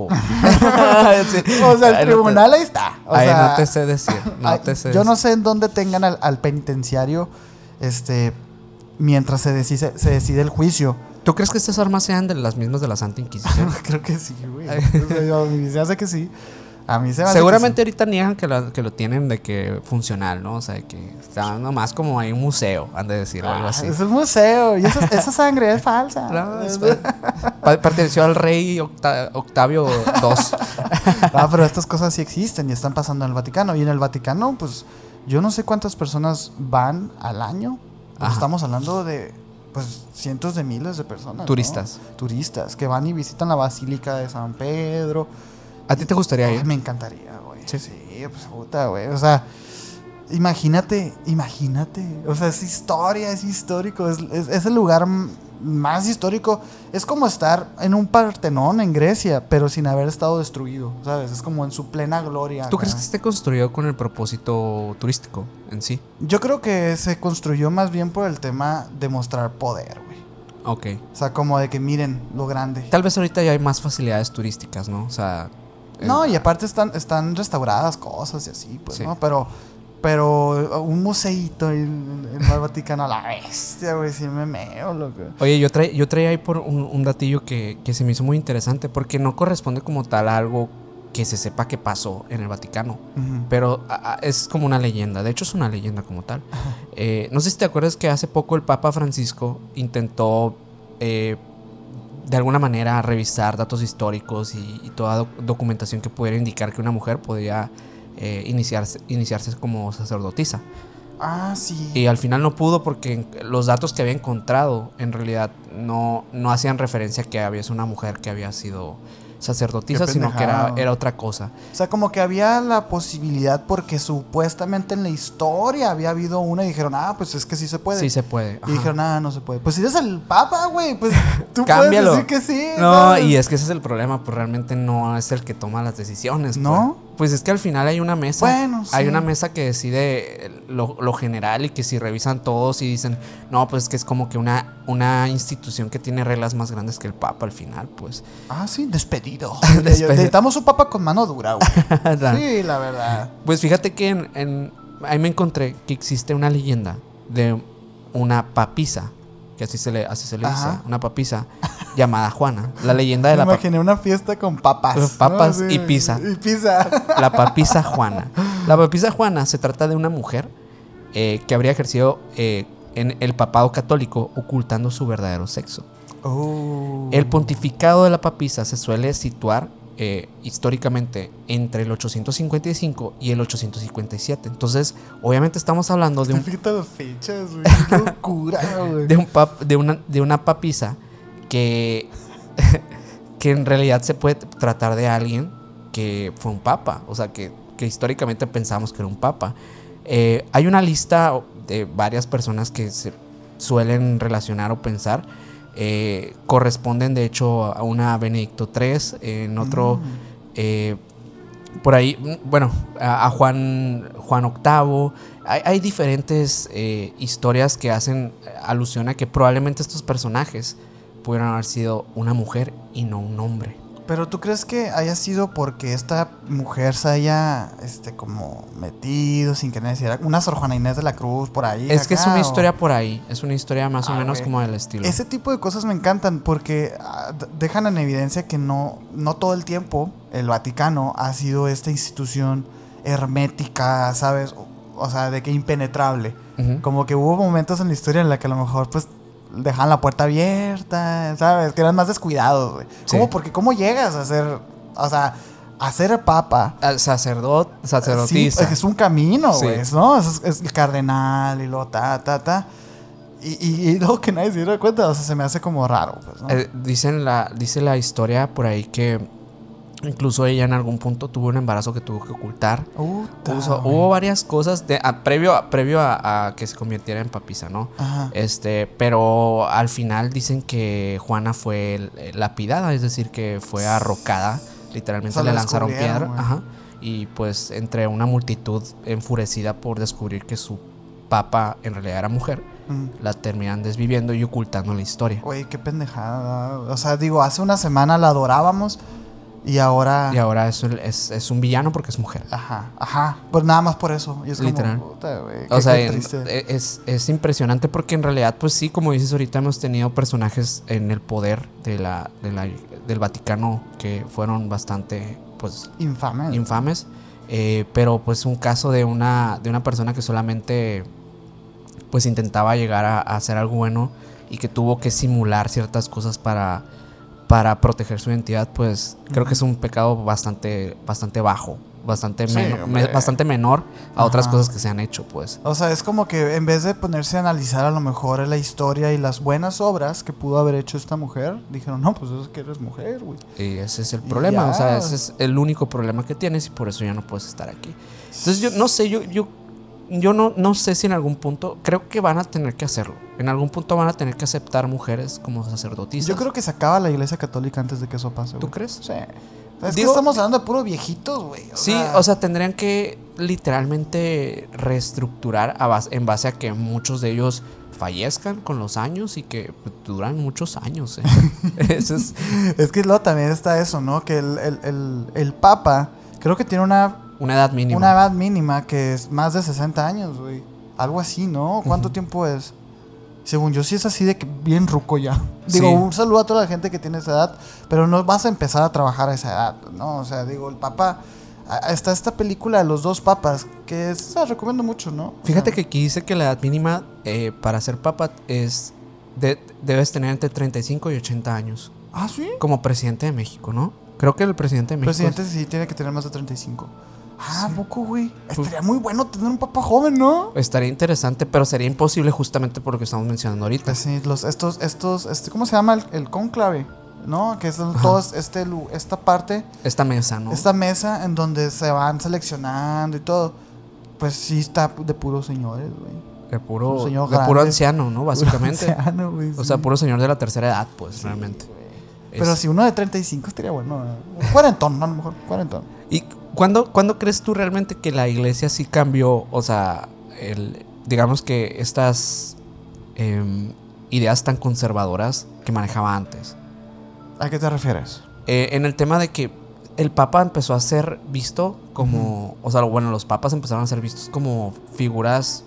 sí. O sea, el tribunal ahí está. No te sé decir. Yo no sé en dónde tengan al penitenciario mientras se decide el juicio. ¿Tú crees que estas armas sean de las mismas de la Santa Inquisición? Creo que sí, güey. O sea, se hace que sí. A mí se me hace seguramente ahorita niegan que lo tienen de que funcional, ¿no? O sea, que está nomás como hay un museo, han de decir algo así. Es un museo y esa sangre es falsa. No, perteneció al rey Octavio II. Pero estas cosas sí existen y están pasando en el Vaticano. Y en el Vaticano, pues, yo no sé cuántas personas van al año. Pues estamos hablando de, pues, cientos de miles de personas. Turistas. ¿no? Turistas que van y visitan la Basílica de San Pedro. ¿A ti te gustaría ir? Me encantaría, güey. Sí, pues puta, güey. O sea, imagínate. O sea, es historia, es histórico. Es el lugar más histórico. Es como estar en un Partenón en Grecia, pero sin haber estado destruido, ¿sabes? Es como en su plena gloria. ¿Tú crees que esté construido con el propósito turístico en sí? Yo creo que se construyó más bien por el tema de mostrar poder, güey. Ok. O sea, como de que miren lo grande. Tal vez ahorita ya hay más facilidades turísticas, ¿no? O sea... No, y aparte están restauradas cosas y así, pues, sí. ¿no? Pero un museíto en el Vaticano a la bestia, güey, sí me meo, loco. Oye, yo traía ahí por un datillo que se me hizo muy interesante, porque no corresponde como tal a algo que se sepa que pasó en el Vaticano, pero es como una leyenda. De hecho, es una leyenda como tal. No sé si te acuerdas que hace poco el Papa Francisco intentó de alguna manera revisar datos históricos y toda documentación que pudiera indicar que una mujer podía iniciarse como sacerdotisa. Ah, sí. Y al final no pudo porque los datos que había encontrado en realidad no hacían referencia a que había sido una mujer que había sido sacerdotisa, sino que era otra cosa. O sea, como que había la posibilidad porque supuestamente en la historia había habido una y dijeron, pues es que sí se puede. Sí se puede. Y dijeron, no se puede. Pues si eres el Papa, güey, pues tú cámbialo. Puedes decir que sí. No, ¿sabes? Y es que ese es el problema, pues realmente no es el que toma las decisiones. ¿No? Pues es que al final hay una mesa. Bueno, sí. Hay una mesa que decide lo general y que si revisan todos y dicen, no, pues es que es como que una institución que tiene reglas más grandes que el Papa al final, pues. Sí, despedido. Necesitamos un Papa con mano dura, güey. Sí, la verdad. Pues fíjate que ahí me encontré que existe una leyenda de una papisa, que así se le dice, una papisa llamada Juana. La leyenda de Me imaginé una fiesta con papas. Papas, ¿no? y pizza. Y pizza. La papisa Juana. La papisa Juana se trata de una mujer que habría ejercido en el papado católico ocultando su verdadero sexo. El pontificado de la papisa se suele situar históricamente entre el 855 y el 857. Entonces, obviamente estamos hablando de Fíjate las fechas, güey. Qué locura, güey. de una papisa que en realidad se puede tratar de alguien que fue un papa. O sea, que históricamente pensamos que era un papa. Hay una lista de varias personas que se suelen relacionar o pensar. Corresponden de hecho a una Benedicto III, en otro por ahí, bueno, a Juan VIII. Hay diferentes historias que hacen alusión a que probablemente estos personajes pudieran haber sido una mujer y no un hombre. Pero ¿tú crees que haya sido porque esta mujer se haya como metido sin que nadie una Sor Juana Inés de la Cruz por ahí? Es que es una historia por ahí. Es una historia más o menos como del estilo. Ese tipo de cosas me encantan porque dejan en evidencia que no todo el tiempo el Vaticano ha sido esta institución hermética, ¿sabes? O sea, de que impenetrable. Como que hubo momentos en la historia en la que a lo mejor pues dejaban la puerta abierta, ¿sabes? Que eran más descuidados, güey. Sí. ¿Cómo llegas a ser, a ser papa? Sacerdotisa. Sí, es un camino, güey, Sí. ¿no? Es el cardenal y luego Y luego que nadie se diera cuenta, o sea, se me hace como raro, pues, ¿no? Dice la historia por ahí que incluso ella en algún punto tuvo un embarazo que tuvo que ocultar. Hubo varias cosas previo a que se convirtiera en papisa, ¿no? Ajá. Pero al final dicen que Juana fue lapidada, es decir, que fue arrocada. Literalmente, o sea, le lanzaron piedra. Ajá. Y pues entre una multitud enfurecida por descubrir que su papa en realidad era mujer, la terminan desviviendo y ocultando la historia. Güey, qué pendejada. O sea, digo, hace una semana la adorábamos. Y ahora es un villano porque es mujer. Ajá. Pues nada más por eso. Y es literal. Como, puta, güey, o sea, triste. Es impresionante porque en realidad, pues sí, como dices ahorita, hemos tenido personajes en el poder del Vaticano que fueron bastante, pues, infames. Pero pues un caso de una persona que solamente pues intentaba llegar a hacer algo bueno y que tuvo que simular ciertas cosas para proteger su identidad, pues creo que es un pecado bastante bajo, bastante menor a otras cosas que se han hecho, pues. O sea, es como que en vez de ponerse a analizar a lo mejor la historia y las buenas obras que pudo haber hecho esta mujer, dijeron, no, pues es que eres mujer, güey. Y ese es el problema, o sea, ese es el único problema que tienes y por eso ya no puedes estar aquí. Entonces yo no sé, yo yo no sé si en algún punto, creo que van a tener que hacerlo. En algún punto van a tener que aceptar mujeres como sacerdotisas. Yo creo que se acaba la iglesia católica antes de que eso pase, güey. ¿Tú crees? Sí. Es que estamos hablando de puro viejitos, güey. O sea, tendrían que literalmente reestructurar en base a que muchos de ellos fallezcan con los años y que duran muchos años. Eso es que luego también está eso, ¿no? Que el Papa creo que tiene una edad mínima. Una edad mínima que es más de 60 años, güey. Algo así, ¿no? ¿Cuánto tiempo es? Según yo sí es así de que bien ruco ya. Digo, un saludo a toda la gente que tiene esa edad, pero no vas a empezar a trabajar a esa edad, ¿no? O sea, digo, el Papa... Está esta película de los dos papas, que la recomiendo mucho, ¿no? Fíjate que aquí dice que la edad mínima para ser papa es... debes tener entre 35 y 80 años. ¿Ah, sí? Como presidente de México, ¿no? Creo que el presidente de México... Presidente sí tiene que tener más de 35. Ah, ¿a poco, güey? Estaría muy bueno tener un papa joven, ¿no? Estaría interesante, pero sería imposible justamente por lo que estamos mencionando ahorita. Pues sí, ¿cómo se llama? El cónclave, ¿no? Que es todo esta parte. Esta mesa, ¿no? Esta mesa en donde se van seleccionando y todo. Pues sí está de puros señores, güey. De puro anciano, ¿no? Básicamente. Puro anciano, güey. O sea, puro señor de la tercera edad, pues, sí, realmente. Pero si uno de 35 estaría bueno. Cuarentón, ¿no? A lo mejor, cuarentón. ¿Y cuándo crees tú realmente que la iglesia sí cambió? O sea, digamos que estas ideas tan conservadoras que manejaba antes. ¿A qué te refieres? En el tema de que el Papa empezó a ser visto como... O sea, bueno, los papas empezaron a ser vistos como figuras,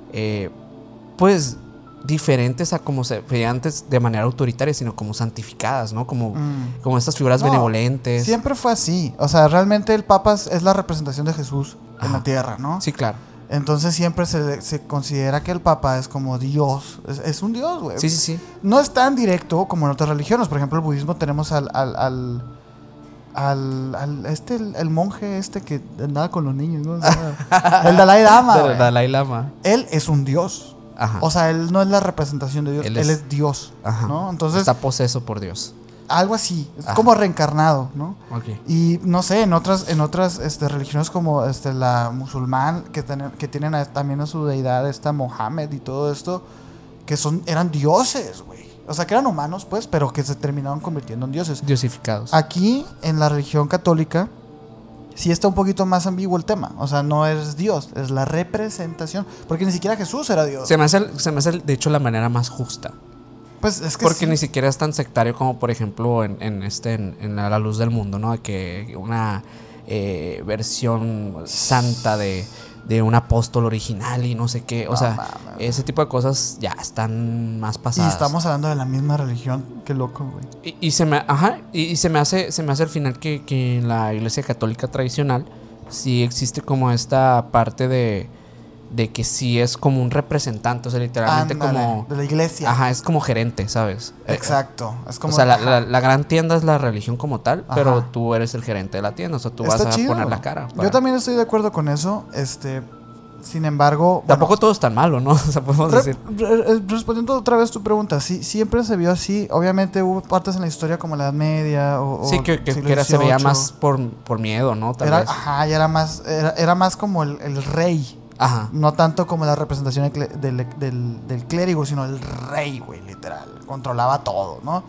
pues, diferentes a como se veía antes de manera autoritaria, sino como santificadas, ¿no? Como estas figuras benevolentes. Siempre fue así. O sea, realmente el Papa es la representación de Jesús en la tierra, ¿no? Sí, claro. Entonces siempre se considera que el Papa es como Dios. Es un Dios, güey. Sí. No es tan directo como en otras religiones. Por ejemplo, el budismo tenemos el monje que andaba con los niños, ¿no? O sea, el Dalai Lama. El Dalai Lama. Él es un Dios. Ajá. O sea, él no es la representación de Dios. Él es Dios. Ajá. ¿No? Entonces, está poseso por Dios. Algo así, es como reencarnado, ¿no? Okay. Y no sé, en otras religiones como la musulmán, que tienen también a su deidad, Mohammed y todo esto, que eran dioses, güey. O sea, que eran humanos, pues, pero que se terminaron convirtiendo en dioses. Diosificados. Aquí, en la religión católica, sí está un poquito más ambiguo el tema. O sea, no es Dios, es la representación. Porque ni siquiera Jesús era Dios. Se me hace, de hecho, la manera más justa. Pues es que porque ni siquiera es tan sectario como, por ejemplo, en La Luz del Mundo, ¿no? Que una versión santa de un apóstol original y no sé qué. O sea, ese tipo de cosas ya están más pasadas. Y estamos hablando de la misma religión. Qué loco, güey. Y se me hace al final que en la iglesia católica tradicional sí existe como esta parte de que sí es como un representante, o sea, literalmente como... de la iglesia. Ajá, es como gerente, ¿sabes? Exacto. Es como, o sea, la gran tienda es la religión como tal, pero tú eres el gerente de la tienda, o sea, tú vas a poner la cara. Yo también estoy de acuerdo con eso, sin embargo... Tampoco todo es tan malo, ¿no? O sea, podemos decir... Respondiendo otra vez tu pregunta, sí, siempre se vio así. Obviamente hubo partes en la historia como la Edad Media sí, que se veía más por miedo, ¿no? Tal vez. Ajá, y era más como el rey. Ajá. No tanto como la representación del clérigo, sino el rey, güey, literal. Controlaba todo, ¿no?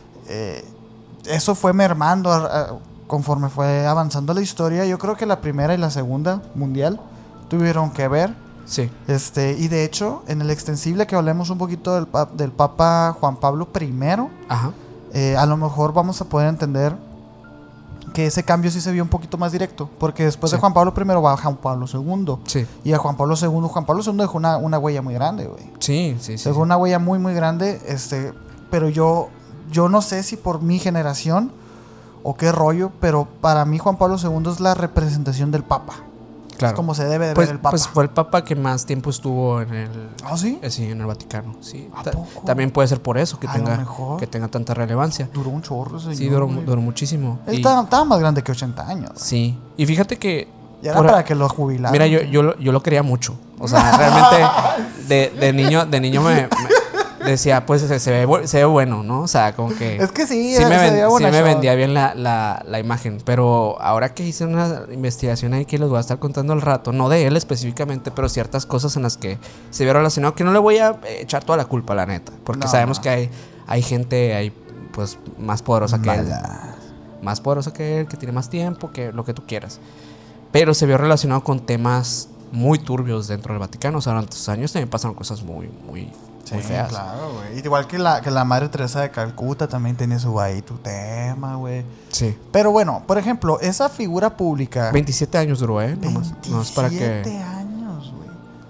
Eso fue mermando conforme fue avanzando la historia. Yo creo que la Primera y la Segunda Mundial tuvieron que ver. Sí. Y de hecho, en el extensible que hablemos un poquito del Papa Juan Pablo I, ajá, a lo mejor vamos a poder entender que ese cambio sí se vio un poquito más directo, porque después de Juan Pablo I va Juan Pablo II. Sí. Y a Juan Pablo II dejó una huella muy grande, güey. Sí. Dejó una huella muy, muy grande, pero yo no sé si por mi generación o qué rollo, pero para mí Juan Pablo II es la representación del Papa. Claro. Es como se debe de ver el Papa. Pues fue el Papa que más tiempo estuvo en el... ¿Ah, sí? Sí, en el Vaticano. Sí. ¿A poco? También puede ser por eso que tenga tanta relevancia. Duró un chorro, señor. Sí, duró muchísimo. Él estaba más grande que 80 años. Sí. Y fíjate que... Ya era para que lo jubilaran. Mira, yo lo quería mucho. O sea, realmente de niño decía, pues se ve bueno, ¿no? O sea, como que... Es que sí, sí me me vendía bien la imagen. Pero ahora que hice una investigación ahí que les voy a estar contando al rato, no de él específicamente, pero ciertas cosas en las que se vio relacionado, que no le voy a echar toda la culpa, la neta. Porque sabemos que hay gente pues más poderosa que él. Más poderosa que él, que tiene más tiempo, que lo que tú quieras. Pero se vio relacionado con temas muy turbios dentro del Vaticano. O sea, durante esos años también pasaron cosas muy feas. Claro, güey. Igual que la Madre Teresa de Calcuta también tiene tu tema, güey. Sí. Pero bueno, por ejemplo, esa figura pública... 27 años duró, ¿eh? 27 no es para que... años, güey.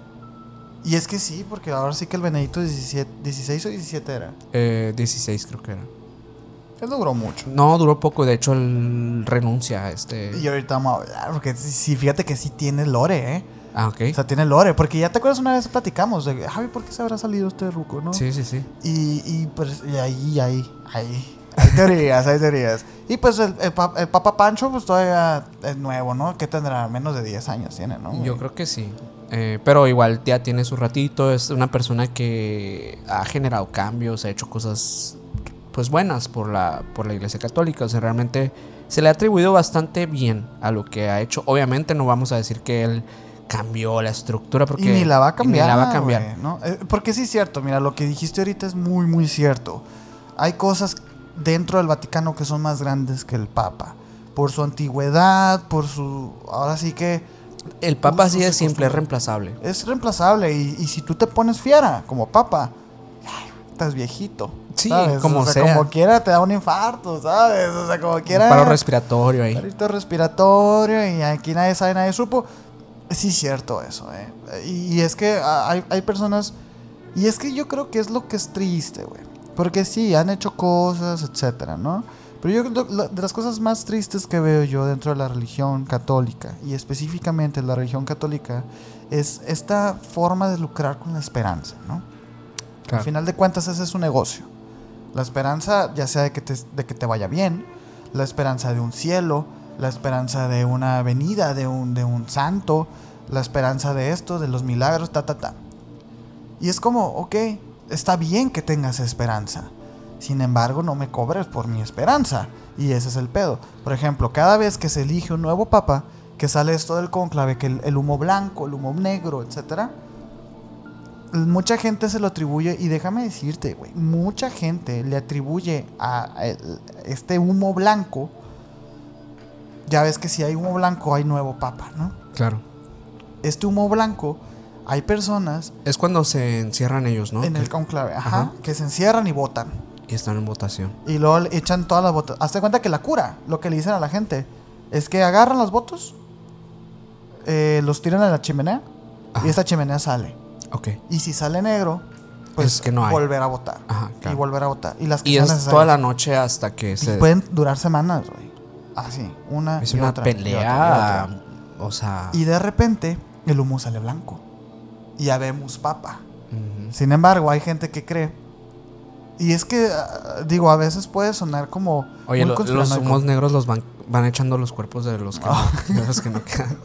Y es que sí, porque ahora sí que el Benedicto 16 o 17 era. 16 creo que era. Él duró mucho. No, duró poco. De hecho, él renuncia a Y ahorita vamos a hablar, porque sí, fíjate que sí tiene lore, ¿eh? Ah, ok. O sea, tiene lore, porque ya te acuerdas una vez platicamos de, Javi, ¿por qué se habrá salido este ruco, no? Sí. Y pues, hay teorías. Y pues el Papa Pancho, pues todavía es nuevo, ¿no? ¿Qué tendrá? Menos de 10 años tiene, ¿no? Yo creo que sí. Pero igual ya tiene su ratito. Es una persona que ha generado cambios, ha hecho cosas pues buenas por la Iglesia Católica. O sea, realmente se le ha atribuido bastante bien a lo que ha hecho. Obviamente no vamos a decir que él cambió la estructura, porque y ni la va a cambiar, güey, ¿no? Porque sí es cierto, mira, lo que dijiste ahorita es muy, muy cierto. Hay cosas dentro del Vaticano que son más grandes que el Papa. Por su antigüedad, por su... Ahora sí que... El Papa así de simple, es reemplazable. Es reemplazable, y si tú te pones fiera como Papa, estás viejito. Sí, ¿sabes? como o sea, sea. como quiera te da un infarto, ¿sabes? O sea, como quiera... Un paro respiratorio ahí. Parito respiratorio, y aquí nadie sabe, nadie supo. Sí, es cierto eso, Y es que hay personas... Y es que yo creo que es lo que es triste, güey. Porque sí, han hecho cosas, etcétera, ¿no? Pero yo creo que de las cosas más tristes que veo yo dentro de la religión católica, y específicamente la religión católica, es esta forma de lucrar con la esperanza, ¿no? Claro. Al final de cuentas ese es un negocio. La esperanza, ya sea de que te vaya bien, la esperanza de un cielo, la esperanza de una venida de un santo, la esperanza de esto, de los milagros, Y es como, ok, está bien que tengas esperanza. Sin embargo, no me cobres por mi esperanza. Y ese es el pedo. Por ejemplo, cada vez que se elige un nuevo papa, que sale esto del cónclave, que el humo blanco, el humo negro, etcétera, mucha gente se lo atribuye, y déjame decirte, güey, mucha gente le atribuye a este humo blanco. Ya ves que si hay humo blanco hay nuevo papa, ¿no? Claro. Este humo blanco, hay personas... Es cuando se encierran ellos, ¿no? En el conclave, ajá. Que se encierran y votan. Y están en votación. Y luego le echan todas las votos. Hazte cuenta que la cura, lo que le dicen a la gente, es que agarran los votos, los tiran a la chimenea, y esa chimenea sale. Ok. Y si sale negro, pues es que no hay. Volver a votar. Ajá, claro. Y volver a votar. Y las que y es toda la noche hasta que se... pueden durar semanas, güey. Así, es una otra, pelea, otra. O sea... Y de repente, el humo sale blanco. Y ya vemos papa. Sin embargo, hay gente que cree. Y es que, digo, a veces puede sonar como... Oye, los humos negros los van echando los cuerpos de los que, de los que no quedan.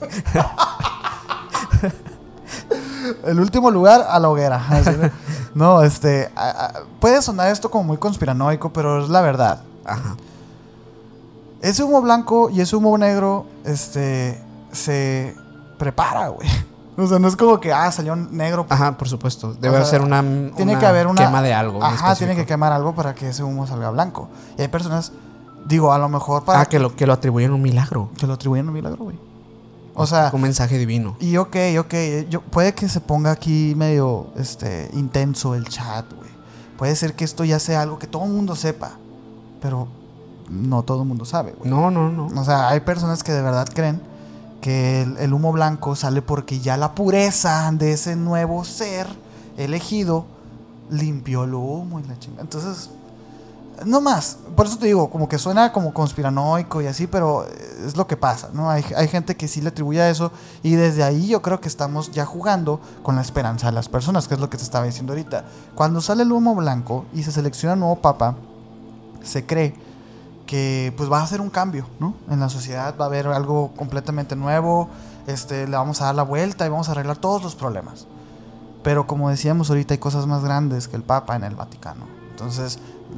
El último lugar, a la hoguera. No, puede sonar esto como muy conspiranoico, pero es la verdad. Ajá. Ese humo blanco y ese humo negro, se prepara, güey. O sea, no es como que, salió negro. Ajá, por supuesto. Debe ser tiene que haber una quema de algo. Ajá, tiene que quemar algo para que ese humo salga blanco. Y hay personas, digo, a lo mejor para... que lo atribuyen a un milagro. Que lo atribuyen a un milagro, güey. O sea... Un mensaje divino. Y ok. Puede que se ponga aquí medio, intenso el chat, güey. Puede ser que esto ya sea algo que todo el mundo sepa. Pero no todo el mundo sabe, güey. No. O sea, hay personas que de verdad creen que el humo blanco sale porque ya la pureza de ese nuevo ser elegido limpió el humo y la chingada. Entonces, no más. Por eso te digo, como que suena como conspiranoico y así, pero es lo que pasa, ¿no? Hay gente que sí le atribuye a eso, y desde ahí yo creo que estamos ya jugando con la esperanza de las personas, que es lo que te estaba diciendo ahorita. Cuando sale el humo blanco y se selecciona un nuevo papa, se cree que pues va a ser un cambio, ¿no? En la sociedad va a haber algo completamente nuevo, le vamos a dar la vuelta y vamos a arreglar todos los problemas. Pero como decíamos ahorita, hay cosas más grandes que el Papa en el Vaticano. Entonces,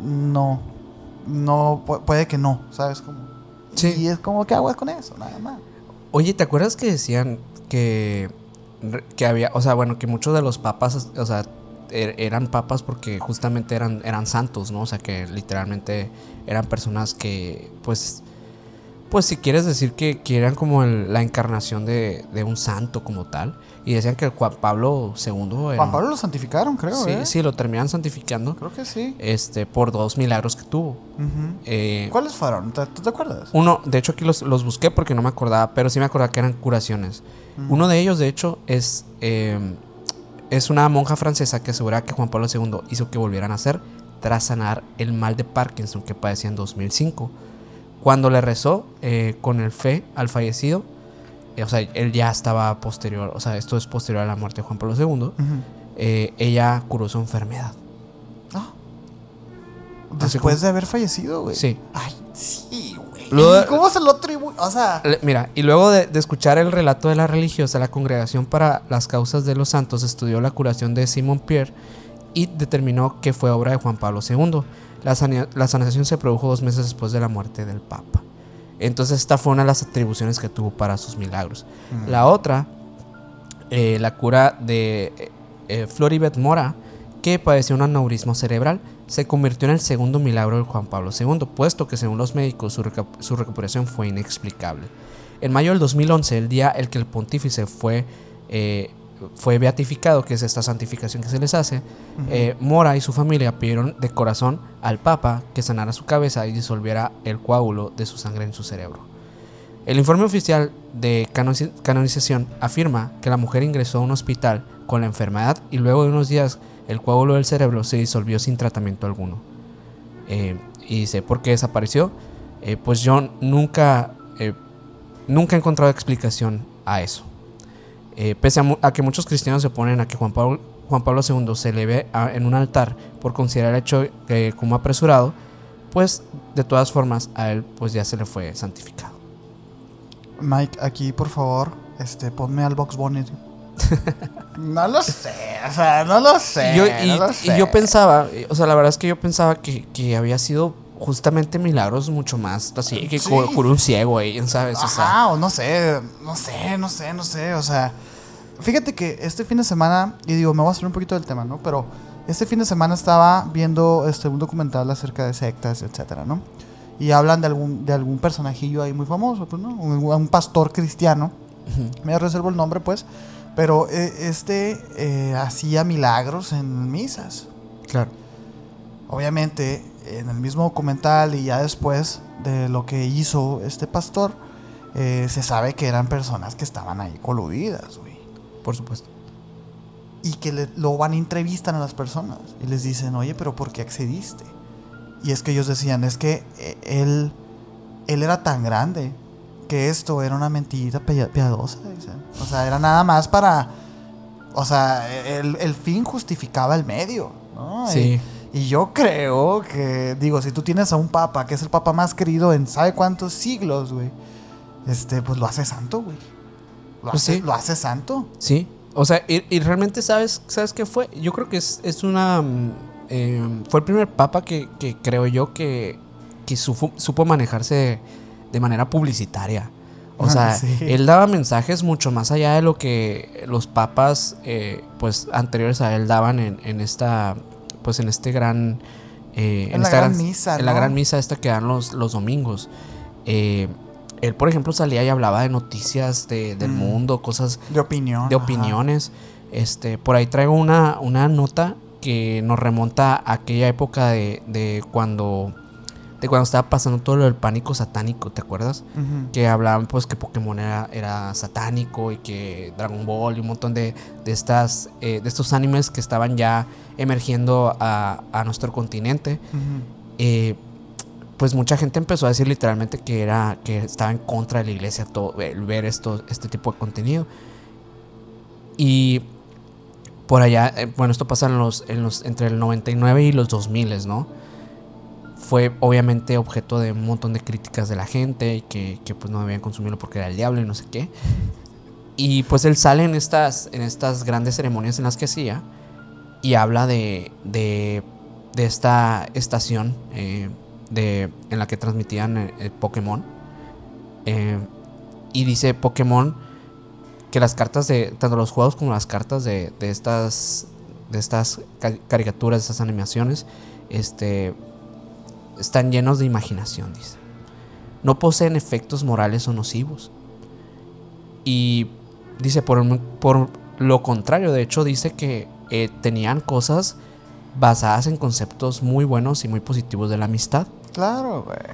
puede que no, ¿sabes cómo? Sí. Y es como que aguas con eso, nada más. Oye, ¿te acuerdas que decían que había, o sea, bueno, que muchos de los papas, o sea, eran papas porque justamente eran santos, ¿no? O sea, que literalmente eran personas que, pues si quieres decir que eran como la encarnación de un santo como tal. Y decían que Juan Pablo II era... Juan Pablo lo santificaron, creo, Sí, sí, lo terminan santificando. Creo que sí. Por 2 milagros que tuvo. ¿Cuáles fueron? ¿Tú te acuerdas? Uno, de hecho aquí los busqué porque no me acordaba, pero sí me acordaba que eran curaciones. Uno de ellos, de hecho, es una monja francesa que asegura que Juan Pablo II hizo que volvieran a nacer tras sanar el mal de Parkinson que padecía en 2005. Cuando le rezó con el fe al fallecido, o sea, él ya estaba posterior, o sea, esto es posterior a la muerte de Juan Pablo II, ella curó su enfermedad. Después de haber fallecido, güey. Sí. Ay, sí, güey. ¿Cómo se lo atribuye? O sea... Mira, y luego de escuchar el relato de la religiosa, la Congregación para las Causas de los Santos estudió la curación de Simon Pierre y determinó que fue obra de Juan Pablo II. La sanación se produjo 2 meses después de la muerte del Papa. Entonces esta fue una de las atribuciones que tuvo para sus milagros. La otra, la cura de Floribet Mora, que padeció un aneurisma cerebral, se convirtió en el segundo milagro de Juan Pablo II, puesto que según los médicos su recuperación fue inexplicable. En mayo del 2011, el día en que el pontífice fue beatificado, que es esta santificación que se les hace, Mora y su familia pidieron de corazón al Papa que sanara su cabeza y disolviera el coágulo de su sangre en su cerebro. El informe oficial de canonización afirma que la mujer ingresó a un hospital con la enfermedad y luego de unos días el coágulo del cerebro se disolvió sin tratamiento alguno. Y dice, ¿por qué desapareció? Pues yo nunca he encontrado explicación a eso. Pese a que muchos cristianos se oponen a que Juan Pablo II se eleve en un altar por considerar el hecho como apresurado, pues de todas formas a él pues ya se le fue santificado. Mike, aquí por favor, ponme al Bugs Bunny. No lo sé, o sea, no lo sé. Y yo pensaba, o sea, la verdad es que yo pensaba que había sido justamente milagros mucho más así, que curó un ciego ahí, ¿sabes? Ajá, o sea, no sé, o sea, fíjate que este fin de semana, y digo, me voy a salir un poquito del tema, ¿no? Pero este fin de semana estaba viendo un documental acerca de sectas, etcétera, ¿no? Y hablan de algún personajillo ahí muy famoso, pues, ¿no? Un pastor cristiano. Me reservo el nombre, pues. Pero hacía milagros en misas. Claro. Obviamente, en el mismo documental y ya después de lo que hizo este pastor, se sabe que eran personas que estaban ahí coludidas, güey. Por supuesto. Y que lo van a entrevistar a las personas y les dicen, oye, pero ¿por qué accediste? Y es que ellos decían, es que él era tan grande que esto era una mentirita piadosa, dicen. O sea, era nada más para... O sea, el fin justificaba el medio, ¿no? Sí. Y yo creo que, digo, si tú tienes a un papa, que es el papa más querido en sabe cuántos siglos, güey, pues lo hace santo, güey. Lo hace santo. Sí. O sea, y realmente ¿sabes qué fue? Yo creo que es una... fue el primer papa que creo yo que supo manejarse de manera publicitaria. O sea, sí. Él daba mensajes mucho más allá de lo que los papas pues anteriores a él daban en esta pues en este gran en la gran misa, en la gran misa esta que dan los domingos. Él, por ejemplo, salía y hablaba de noticias del mundo, cosas de opiniones. Por ahí traigo una nota que nos remonta a aquella época de cuando estaba pasando todo lo del pánico satánico, ¿te acuerdas? Que hablaban pues que Pokémon era satánico y que Dragon Ball y un montón de estos animes que estaban ya emergiendo a nuestro continente. Pues mucha gente empezó a decir literalmente que estaba en contra de la iglesia el ver este tipo de contenido. Y por allá, bueno, esto pasa entre el 99 y los 2000, ¿no? Fue obviamente objeto de un montón de críticas de la gente y que pues no debían consumirlo porque era el diablo y no sé qué. Y pues él sale en estas grandes ceremonias en las que hacía y habla de esta estación en la que transmitían el Pokémon. Y dice Pokémon que las cartas tanto los juegos como las cartas de estas caricaturas, de estas animaciones, están llenos de imaginación, dice. No poseen efectos morales o nocivos. Y dice, por lo contrario, de hecho, dice que tenían cosas basadas en conceptos muy buenos y muy positivos de la amistad. Claro, güey.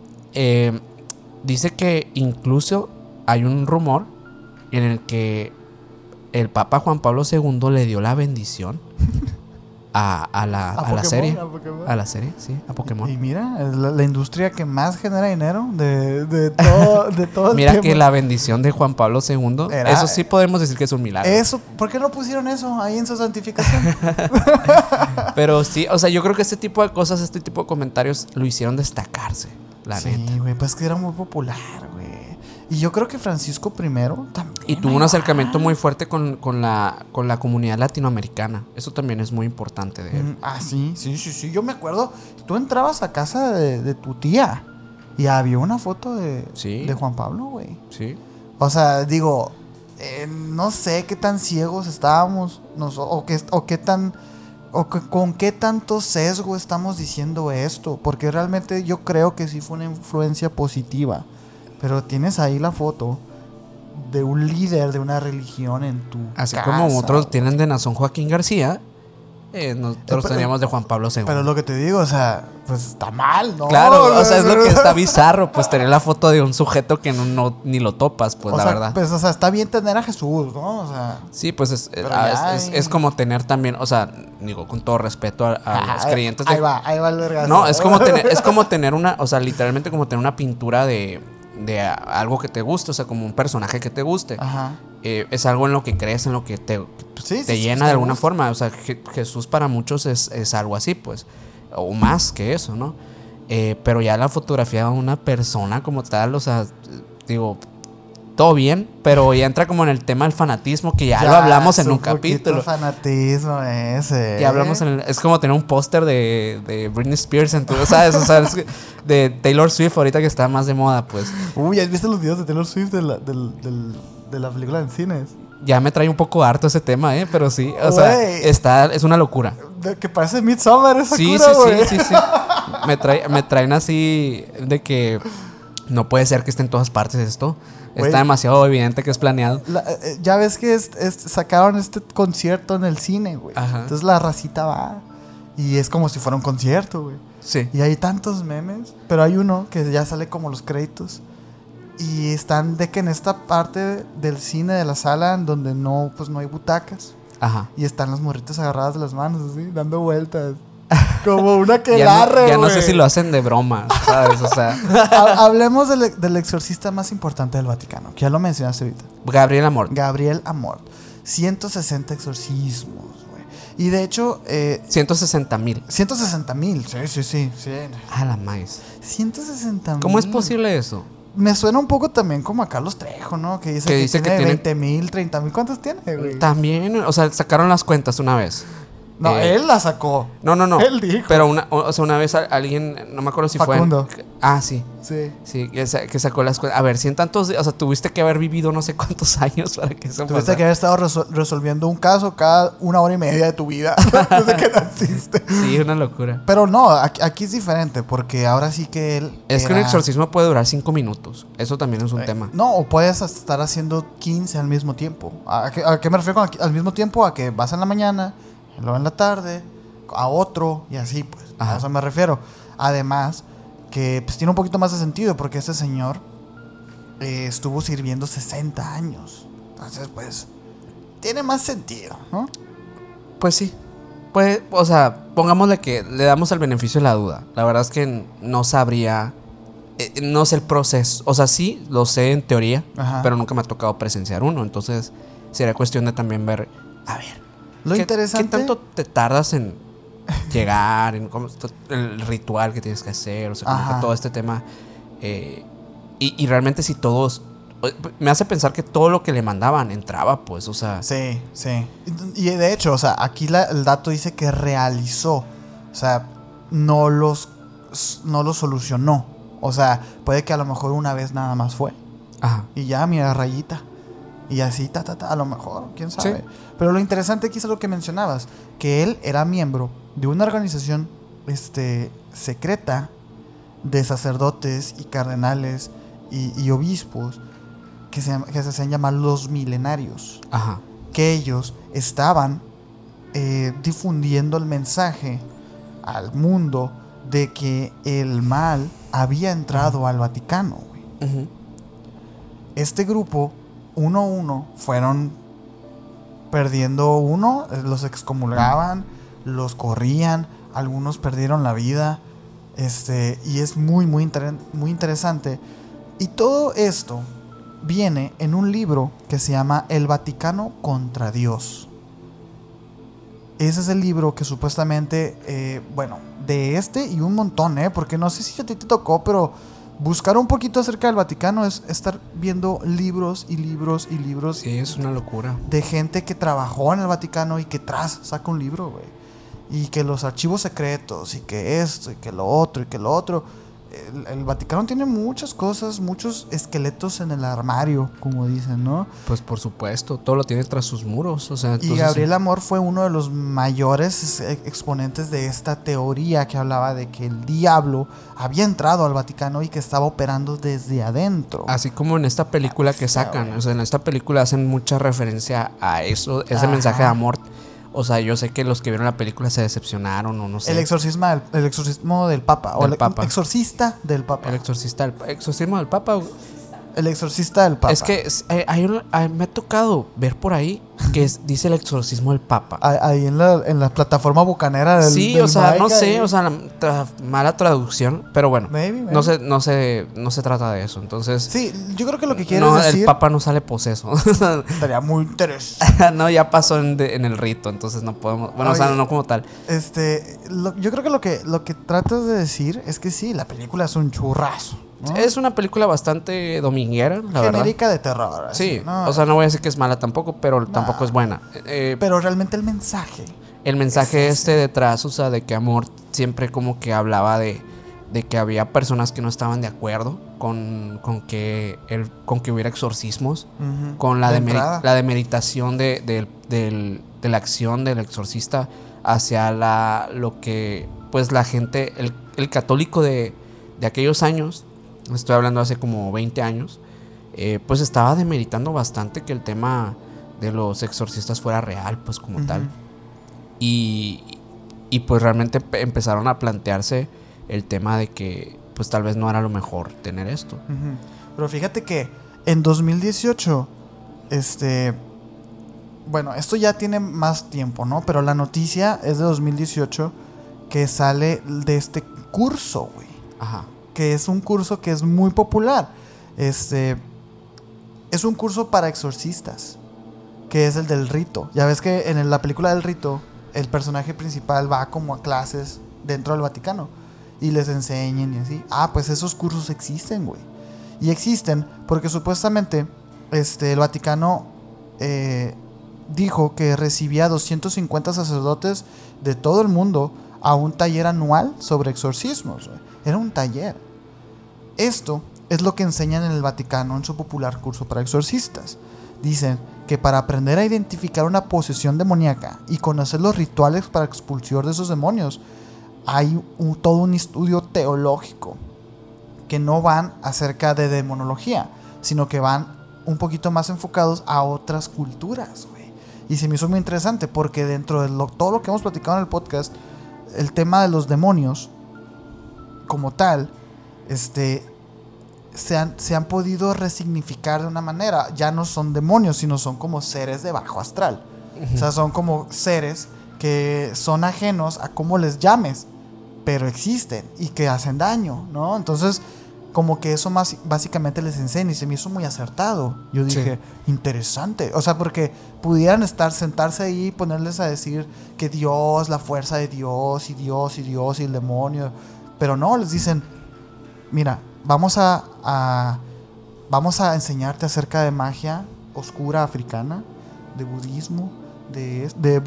Dice que incluso hay un rumor en el que el Papa Juan Pablo II le dio la bendición a la serie. A la serie, sí, a Pokémon. Y mira, es la industria que más genera dinero de todo el Mira tema. que la bendición de Juan Pablo II, eso sí podemos decir que es un milagro. Eso, ¿por qué no pusieron eso ahí en su santificación? Pero sí, o sea, yo creo que este tipo de cosas, este tipo de comentarios lo hicieron destacarse, la neta. Sí, güey, pues que era muy popular, güey. Y yo creo que Francisco I también. Y tuvo un acercamiento muy fuerte con la comunidad latinoamericana. Eso también es muy importante de él. Sí. Yo me acuerdo, tú entrabas a casa de tu tía y había una foto de Juan Pablo, güey. Sí. O sea, digo, no sé qué tan ciegos estábamos, con qué tanto sesgo estamos diciendo esto, porque realmente yo creo que sí fue una influencia positiva. Pero tienes ahí la foto de un líder de una religión en tu Así casa, como otros tienen de Nazón Joaquín García, nosotros teníamos de Juan Pablo II. Pero es lo que te digo, o sea, pues está mal, ¿no? Claro, o sea, es lo que está bizarro, pues tener la foto de un sujeto que ni lo topas, pues la verdad. Pues, o sea, está bien tener a Jesús, ¿no? O sea, sí, pues es como tener también, o sea, digo, con todo respeto a los creyentes. Ahí va el vergazo. No, es como tener una, o sea, literalmente como tener una pintura de algo que te guste, o sea, como un personaje que te guste. Ajá. Es algo en lo que crees, en lo que te llena de alguna forma. O sea, Jesús para muchos es algo así, pues, o más que eso, ¿no? Pero ya la fotografía de una persona como tal, o sea, digo, todo bien, pero ya entra como en el tema del fanatismo, que ya lo hablamos en un capítulo. Fanatismo ese. Ya hablamos es como tener un póster de Britney Spears, entonces, ¿sabes? O sea, de Taylor Swift ahorita que está más de moda, pues. Uy, ¿has visto los videos de Taylor Swift de la película en cines? Ya me trae un poco harto ese tema, pero sí, o sea, es una locura. Que parece Midsommar esa sí, cura, sí. Me traen así de que no puede ser que esté en todas partes esto. Está demasiado evidente que es planeado. Ya ves que sacaron este concierto en el cine, güey. Entonces la racita va y es como si fuera un concierto, güey. Sí. Y hay tantos memes, pero hay uno que ya sale como los créditos. Y están de que en esta parte del cine, de la sala, en donde no hay butacas. Ajá. Y están las morritas agarradas de las manos, así, dando vueltas. Como una aquelarre, güey. Ya no sé si lo hacen de broma, ¿sabes? O sea. Hablemos del exorcista más importante del Vaticano, que ya lo mencionaste ahorita. Gabriel Amort. 160 exorcismos, güey. Y de hecho... 160,000. 160,000, sí. A la maíz. 160,000. ¿Cómo es posible eso? Me suena un poco también como a Carlos Trejo, ¿no? Que dice que tiene 20,000, 30,000. ¿Cuántos tiene, güey? También, o sea, sacaron las cuentas una vez. No, él la sacó. No. Él dijo. Pero una vez alguien, no me acuerdo si Facundo. fue. Sí. Sí, que sacó las cuentas. A ver, si en tantos, o sea, tuviste que haber vivido no sé cuántos años para que eso Tuviste que haber estado resolviendo un caso cada 1 hora y media de tu vida desde que naciste. Sí, una locura. Pero no, aquí es diferente porque ahora sí que él... Es que un exorcismo puede durar 5 minutos. Eso también es un tema. No, o puedes estar haciendo 15 al mismo tiempo. ¿A qué me refiero con al mismo tiempo? A que vas en la mañana, luego en la tarde, a otro y así, pues. Ajá. A eso me refiero. Además, que pues tiene un poquito más de sentido porque este señor estuvo sirviendo 60 años. Entonces, pues, tiene más sentido, ¿no? Pues sí. Pues, o sea, pongámosle que le damos el beneficio de la duda. La verdad es que no sabría, no sé el proceso. O sea, sí, lo sé en teoría, pero nunca me ha tocado presenciar uno. Entonces, sería cuestión de también ver, a ver, lo interesante... ¿qué tanto te tardas en llegar, en el ritual que tienes que hacer? O sea, como que todo este tema. Y realmente si todos, me hace pensar que todo lo que le mandaban entraba, pues, o sea. Sí, sí. Y de hecho, o sea, aquí el dato dice que realizó. O sea, no los solucionó. O sea, puede que a lo mejor una vez nada más fue. Ajá. Y ya, mira, rayita. Y así, a lo mejor, quién sabe. Sí. Pero lo interesante aquí es lo que mencionabas, que él era miembro de una organización secreta de sacerdotes y cardenales y obispos que se hacían llamar los milenarios. Ajá. Que ellos estaban difundiendo el mensaje al mundo de que el mal había entrado al Vaticano, güey. Uh-huh. Este grupo, uno a uno, fueron perdiendo uno, los excomulgaban, los corrían, algunos perdieron la vida, y es muy interesante. Y todo esto viene en un libro que se llama El Vaticano contra Dios. Ese es el libro que supuestamente, de y un montón, porque no sé si a ti te tocó, pero buscar un poquito acerca del Vaticano es estar viendo libros y libros y libros. Sí, es una locura. De gente que trabajó en el Vaticano y que saca un libro, güey. Y que los archivos secretos, y que esto, y que lo otro, y que lo otro. El Vaticano tiene muchas cosas, muchos esqueletos en el armario, como dicen, ¿no? Pues por supuesto, todo lo tiene tras sus muros, o sea. Y Gabriel Amor fue uno de los mayores exponentes de esta teoría que hablaba de que el diablo había entrado al Vaticano y que estaba operando desde adentro. Así como en esta película que sacan, o sea, en esta película hacen mucha referencia a eso, ese mensaje de amor. O sea, yo sé que los que vieron la película se decepcionaron o no sé. El exorcismo del Papa. Exorcista del Papa. El exorcismo del Papa. El exorcista del Papa. Es que me ha tocado ver por ahí que dice el exorcismo del Papa. Ahí en la plataforma bucanera del sí, del o sea, no sé, ahí. o sea, mala traducción, pero bueno, Maybe. no se trata de eso, entonces. Sí, yo creo que lo que quieres decir. El Papa no sale poseso. Estaría muy interesante. No, ya pasó en el rito, entonces no podemos. Bueno, oye, o sea, no como tal. Yo creo que lo que tratas de decir es que sí, la película es un churrazo, ¿no? Es una película bastante dominguera, la genérica verdad. De terror. Sí, o sea, no voy a decir que es mala tampoco, pero tampoco es buena. Pero realmente el mensaje. El mensaje detrás, o sea, de que Amor siempre como que hablaba de que había personas que no estaban de acuerdo con que hubiera exorcismos, uh-huh, con la demeritación de la acción del exorcista hacia lo que pues la gente, el católico de aquellos años, estoy hablando hace como 20 años, pues estaba demeritando bastante que el tema de los exorcistas fuera real, pues como, uh-huh, tal. Y pues realmente empezaron a plantearse el tema de que pues tal vez no era lo mejor tener esto. Uh-huh. Pero fíjate que en 2018, bueno, esto ya tiene más tiempo, ¿no? Pero la noticia es de 2018 que sale de este curso, güey. Ajá. Que es un curso que es muy popular. Es un curso para exorcistas, que es el del rito. Ya ves que en la película del rito, el personaje principal va como a clases dentro del Vaticano y les enseñan y así. Pues esos cursos existen, güey. Y existen porque supuestamente el Vaticano dijo que recibía 250 sacerdotes de todo el mundo a un taller anual sobre exorcismos, güey. Era un taller. Esto es lo que enseñan en el Vaticano en su popular curso para exorcistas. Dicen que para aprender a identificar una posesión demoníaca y conocer los rituales para expulsión de esos demonios, hay todo un estudio teológico que no van acerca de demonología, sino que van un poquito más enfocados a otras culturas, güey. Y se me hizo muy interesante porque dentro de todo lo que hemos platicado en el podcast, el tema de los demonios como tal, se han podido resignificar de una manera. Ya no son demonios, sino son como seres de bajo astral. Uh-huh. O sea, son como seres que son ajenos a cómo les llames, pero existen y que hacen daño, ¿no? Entonces, como que eso más básicamente les enseña y se me hizo muy acertado. Yo dije, sí, interesante. O sea, porque pudieran sentarse ahí y ponerles a decir que Dios, la fuerza de Dios y Dios y Dios y el demonio. Pero no, les dicen, mira, vamos a vamos a enseñarte acerca de magia oscura africana, de budismo, de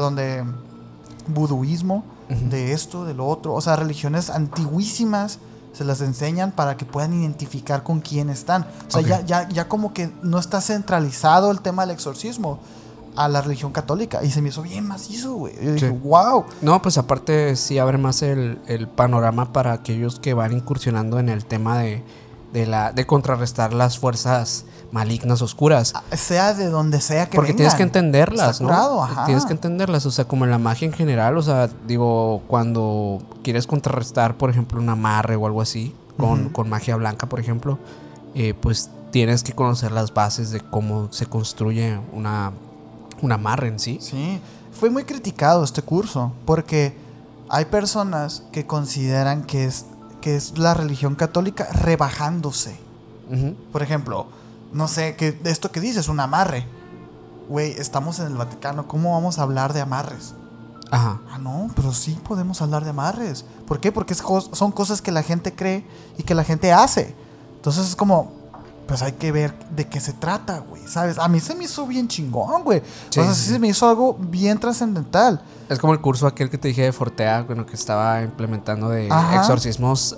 buduismo, de esto, de lo otro. O sea, religiones antiguísimas se las enseñan para que puedan identificar con quién están. O sea, ya como que no está centralizado el tema del exorcismo a la religión católica. Y se me hizo bien macizo, güey. Yo dije, wow. No, pues aparte sí abre más el panorama para aquellos que van incursionando en el tema de contrarrestar las fuerzas malignas, oscuras. Sea de donde sea que porque vengan. tienes que entenderlas, ¿no? Ajá. Tienes que entenderlas, o sea, como en la magia en general, o sea, digo, cuando quieres contrarrestar, por ejemplo, un amarre o algo así, con magia blanca, por ejemplo, pues tienes que conocer las bases de cómo se construye un amarre en sí. Sí, fue muy criticado este curso, porque hay personas que consideran que es la religión católica rebajándose. Por ejemplo, no sé, esto que dices, un amarre. Güey, estamos en el Vaticano, ¿cómo vamos a hablar de amarres? Ajá. Ah, no, pero sí podemos hablar de amarres. ¿Por qué? Porque son cosas que la gente cree y que la gente hace. Entonces es como, pues hay que ver de qué se trata, güey, ¿sabes? A mí se me hizo bien chingón, güey. Sí, o sea, sí se me hizo algo bien trascendental. Es como el curso aquel que te dije de Fortea, bueno, que estaba implementando de exorcismos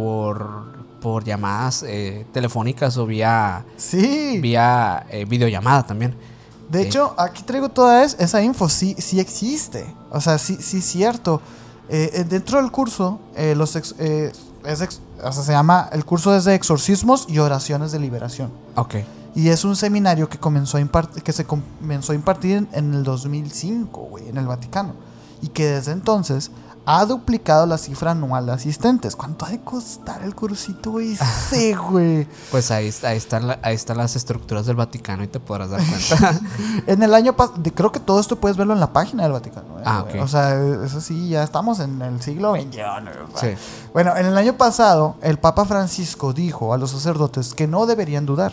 por llamadas telefónicas o vía videollamada también. De hecho, aquí traigo toda esa info, sí existe. O sea, sí es cierto. Dentro del curso, se llama, el curso es de exorcismos y oraciones de liberación. Ok. Y es un seminario que se comenzó a impartir en el 2005, güey, en el Vaticano. Y que desde entonces ha duplicado la cifra anual de asistentes. ¿Cuánto ha de costar el cursito, güey? Sí, güey. Pues ahí están las estructuras del Vaticano y te podrás dar cuenta. En el año pasado, creo que todo esto puedes verlo en la página del Vaticano. Ok. O sea, eso sí, ya estamos en el siglo XXI. Sí. Bueno, en el año pasado, el Papa Francisco dijo a los sacerdotes que no deberían dudar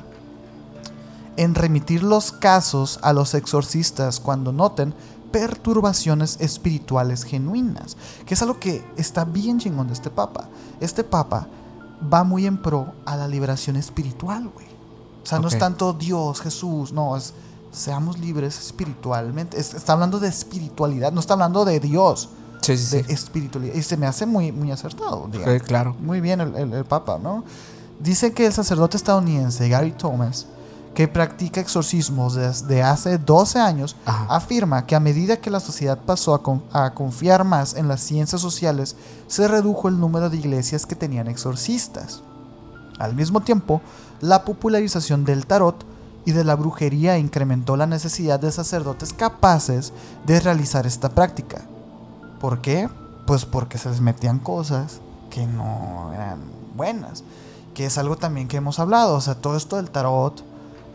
en remitir los casos a los exorcistas cuando noten perturbaciones espirituales genuinas, que es algo que está bien chingón de este papa. Este papa va muy en pro a la liberación espiritual, güey. O sea, no es tanto Dios, Jesús, no, es seamos libres espiritualmente. Está hablando de espiritualidad, no está hablando de Dios. Sí. De espiritualidad. Y se me hace muy, muy acertado, digamos. Sí, claro. Muy bien el papa, ¿no? Dice que el sacerdote estadounidense Gary Thomas, que practica exorcismos desde hace 12 años, afirma que a medida que la sociedad pasó a confiar más en las ciencias sociales, se redujo el número de iglesias que tenían exorcistas. Al mismo tiempo, la popularización del tarot y de la brujería incrementó la necesidad de sacerdotes capaces de realizar esta práctica. ¿Por qué? Pues porque se les metían cosas que no eran buenas, que es algo también que hemos hablado. O sea, todo esto del tarot,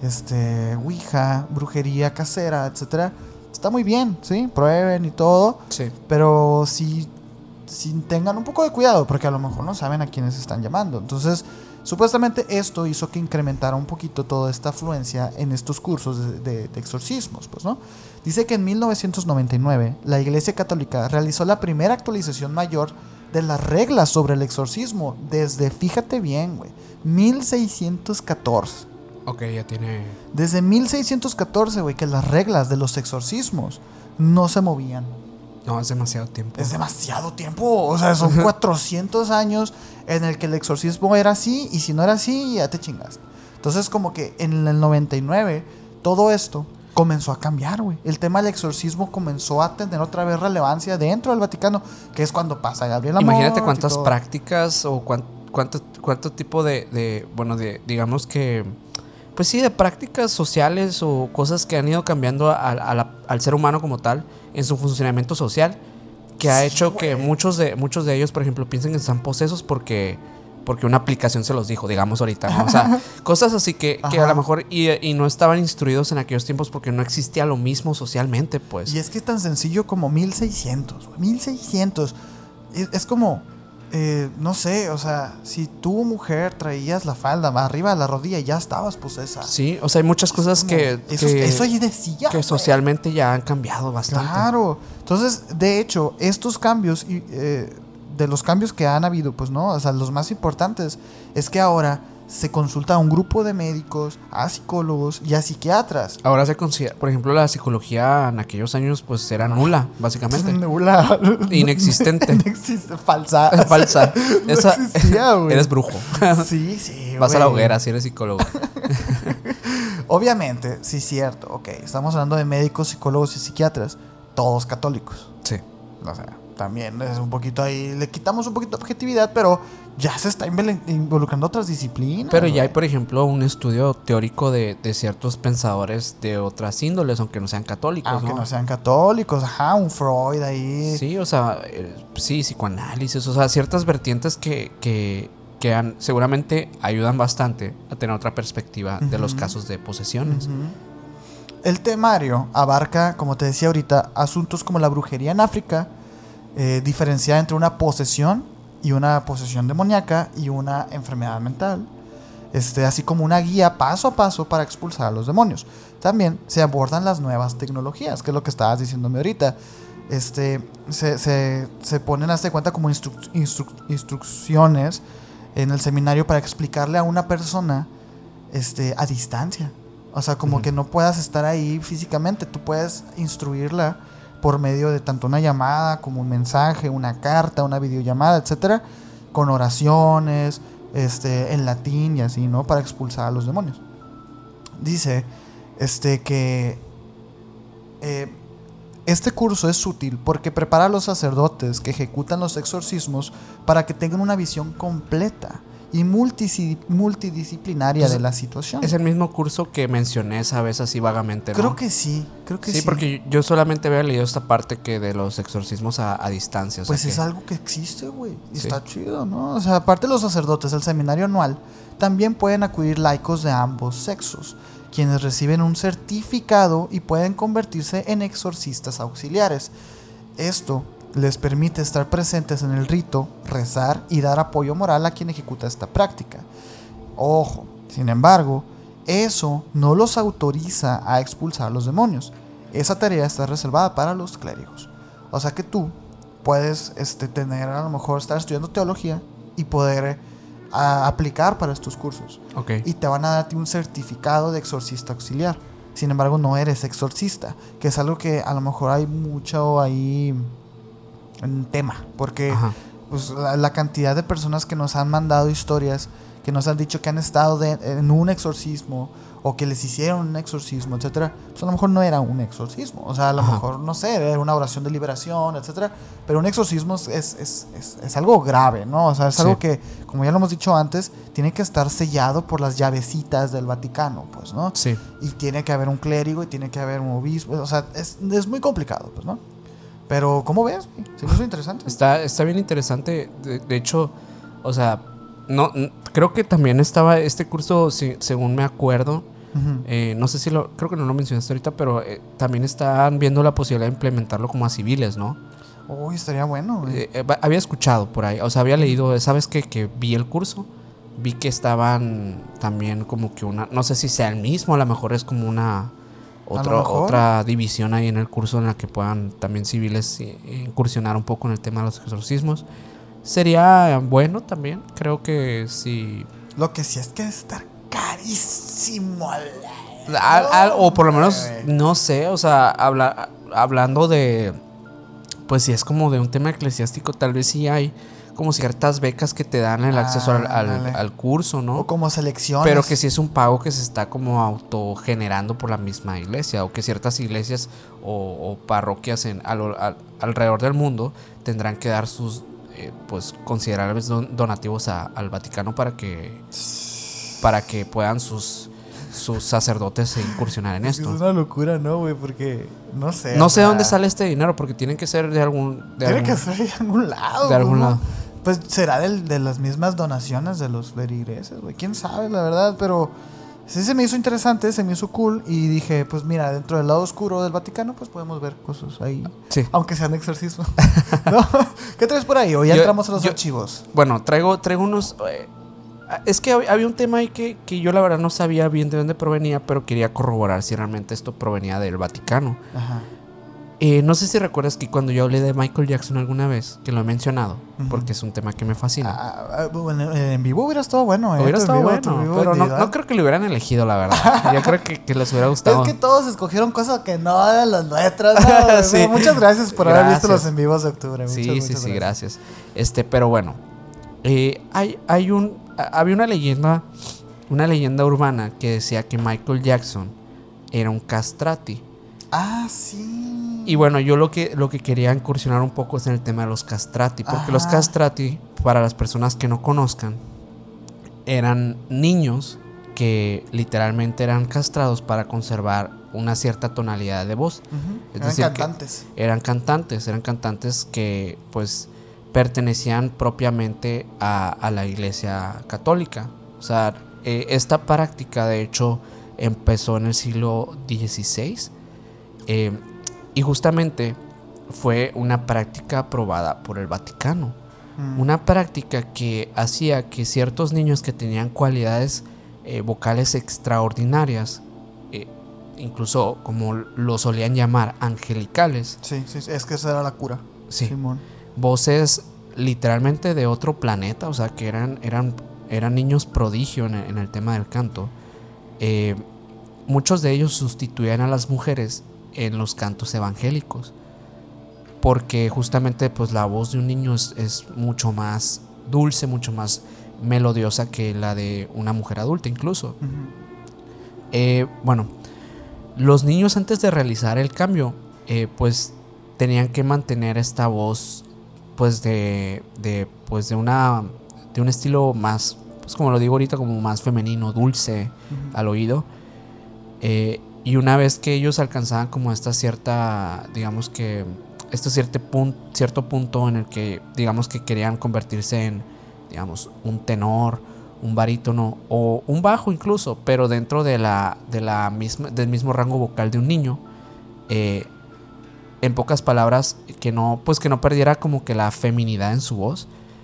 Ouija, brujería casera, etcétera, está muy bien, ¿sí? Prueben y todo. Sí. Pero sí tengan un poco de cuidado, porque a lo mejor no saben a quiénes están llamando. Entonces, supuestamente esto hizo que incrementara un poquito toda esta afluencia en estos cursos de exorcismos, pues, ¿no? Dice que en 1999 la Iglesia Católica realizó la primera actualización mayor de las reglas sobre el exorcismo desde, fíjate bien, güey, 1614. Ok, ya tiene... Desde 1614, güey, que las reglas de los exorcismos no se movían. No, es demasiado tiempo. Es demasiado tiempo. O sea, son 400 años en el que el exorcismo era así, y si no era así, ya te chingaste. Entonces, como que en el 99, todo esto comenzó a cambiar, güey. El tema del exorcismo comenzó a tener otra vez relevancia dentro del Vaticano, que es cuando pasa Gabriel Amor. Imagínate cuántas prácticas o cuánto tipo digamos que... Pues sí, de prácticas sociales o cosas que han ido cambiando al ser humano como tal en su funcionamiento social, que ha hecho que muchos de ellos, por ejemplo, piensen que están posesos porque una aplicación se los dijo, digamos ahorita, ¿no? O sea, cosas así que a lo mejor y no estaban instruidos en aquellos tiempos porque no existía lo mismo socialmente, pues. Y es que es tan sencillo como 1600, güey, 1600. Es como... no sé, o sea, si tú, mujer, traías la falda arriba de la rodilla, ya estabas posesa. Sí, o sea, hay muchas cosas eso ahí decía, que socialmente ya han cambiado bastante. Claro. Entonces, de hecho, estos cambios, de los cambios que han habido, pues no, o sea, los más importantes es que ahora se consulta a un grupo de médicos, a psicólogos y a psiquiatras. Ahora se considera, por ejemplo, la psicología en aquellos años pues era nula, básicamente. Nula. Inexistente. Falsa. Falsa. No existía, güey. Eres brujo. Sí, Vas a la hoguera si eres psicólogo. Obviamente, sí, cierto. Ok, estamos hablando de médicos, psicólogos y psiquiatras, todos católicos. Sí. O sea, también es un poquito ahí, le quitamos un poquito de objetividad, pero ya se está involucrando otras disciplinas. Pero ya hay, por ejemplo, un estudio teórico de ciertos pensadores de otras índoles, aunque no sean católicos. Aunque no sean católicos, ajá, un Freud ahí. Sí, o sea, sí, psicoanálisis, o sea, ciertas vertientes que seguramente ayudan bastante a tener otra perspectiva de los casos de posesiones. El temario abarca, como te decía ahorita, asuntos como la brujería en África, diferenciada entre una posesión y una posesión demoníaca y una enfermedad mental, así como una guía paso a paso para expulsar a los demonios. También se abordan las nuevas tecnologías, que es lo que estabas diciéndome ahorita. Se ponen, hazte cuenta, como instrucciones en el seminario para explicarle a una persona a distancia. O sea, como que no puedas estar ahí físicamente. Tú puedes instruirla por medio de tanto una llamada como un mensaje, una carta, una videollamada, etcétera, con oraciones, en latín y así, ¿no? Para expulsar a los demonios. Dice, que este curso es útil porque prepara a los sacerdotes que ejecutan los exorcismos para que tengan una visión completa y multidisciplinaria de la situación. Es el mismo curso que mencioné esa vez así vagamente, ¿no? Creo que sí. Sí, porque yo solamente había leído esta parte que de los exorcismos a distancia. O sea, pues es algo que existe, güey. Y está chido, ¿no? O sea, aparte de los sacerdotes, el seminario anual, también pueden acudir laicos de ambos sexos, quienes reciben un certificado y pueden convertirse en exorcistas auxiliares. Esto les permite estar presentes en el rito, rezar y dar apoyo moral a quien ejecuta esta práctica. Ojo, sin embargo, eso no los autoriza a expulsar a los demonios. Esa tarea está reservada para los clérigos. O sea que tú puedes tener, a lo mejor estar estudiando teología y poder aplicar para estos cursos. Okay. Y te van a darte un certificado de exorcista auxiliar. Sin embargo, no eres exorcista, que es algo que a lo mejor hay mucho ahí en tema, porque pues, la cantidad de personas que nos han mandado historias, que nos han dicho que han estado en un exorcismo o que les hicieron un exorcismo, etcétera, pues a lo mejor no era un exorcismo, o sea, a lo mejor, no sé, era una oración de liberación, etcétera, pero un exorcismo es algo grave, ¿no? O sea, es algo que, como ya lo hemos dicho antes, tiene que estar sellado por las llavecitas del Vaticano, pues, ¿no? Sí. Y tiene que haber un clérigo y tiene que haber un obispo, o sea, es muy complicado, pues, ¿no? Pero, ¿cómo ves? ¿Sí es interesante? Está bien interesante. De hecho, o sea, no creo que también estaba este curso, según me acuerdo. No sé si creo que no lo mencionaste ahorita, pero también están viendo la posibilidad de implementarlo como a civiles, ¿no? Uy, estaría bueno, güey. Había escuchado por ahí, o sea, había leído, ¿sabes qué? Que vi el curso, vi que estaban también como que no sé si sea el mismo, a lo mejor es como otra división ahí en el curso en la que puedan también civiles incursionar un poco en el tema de los exorcismos. Sería bueno también, creo que sí. Lo que sí es que estar carísimo. O por lo menos, no sé, o sea, hablando de, pues si es como de un tema eclesiástico, tal vez sí hay como ciertas becas que te dan el acceso al curso, ¿no? O como selecciones. Pero que sí es un pago que se está como autogenerando por la misma iglesia, o que ciertas iglesias o parroquias alrededor del mundo tendrán que dar sus pues considerables donativos al Vaticano para que puedan sus sacerdotes incursionar en esto. Es una locura, ¿no, güey? Porque no sé. No sé dónde sale este dinero, porque tienen que ser de algún... Tiene que ser de algún lado. De algún lado. Pues será de las mismas donaciones de los feligreses, güey. Quién sabe, la verdad, pero sí se me hizo interesante, se me hizo cool. Y dije, pues mira, dentro del lado oscuro del Vaticano, pues podemos ver cosas ahí. Sí. Aunque sean exorcismos. ¿No? ¿Qué traes por ahí? O ya entramos a los archivos. Bueno, traigo unos... es que había un tema ahí que yo la verdad no sabía bien de dónde provenía, pero quería corroborar si realmente esto provenía del Vaticano. Ajá. No sé si recuerdas que cuando yo hablé de Michael Jackson alguna vez, que lo he mencionado, porque es un tema que me fascina. Bueno, en vivo hubiera estado bueno. Hubiera estado bueno, pero no creo que lo hubieran elegido, la verdad. Yo creo que les hubiera gustado. Es que todos escogieron cosas que no eran las nuestras, ¿no? Sí. Muchas gracias por haber visto los en vivos de octubre. Muchas gracias. Pero bueno, había una leyenda urbana que decía que Michael Jackson era un castrati. Ah, sí. Y bueno, yo lo que quería incursionar un poco es en el tema de los castrati. Porque los castrati, para las personas que no conozcan, eran niños que literalmente eran castrados para conservar una cierta tonalidad de voz. Es decir, cantantes. Eran cantantes que pues pertenecían propiamente a la Iglesia Católica. O sea, esta práctica de hecho empezó en el siglo XVI. Y justamente fue una práctica aprobada por el Vaticano. Una práctica que hacía que ciertos niños que tenían cualidades vocales extraordinarias, incluso como lo solían llamar, angelicales. Sí, es que esa era la cura. Sí. Simón. Voces literalmente de otro planeta, o sea, que eran niños prodigio en el tema del canto. Muchos de ellos sustituían a las mujeres en los cantos evangélicos, porque justamente pues la voz de un niño es mucho más dulce, mucho más melodiosa que la de una mujer adulta incluso. Bueno, los niños antes de realizar el cambio pues tenían que mantener esta voz pues de un estilo más, pues como lo digo ahorita, como más femenino, dulce al oído. Y una vez que ellos alcanzaban como esta cierta, digamos que cierto punto en el que digamos que querían convertirse en, digamos, un tenor, un barítono o un bajo incluso, pero dentro del mismo rango vocal de un niño, en pocas palabras, que no perdiera como que la feminidad en su voz,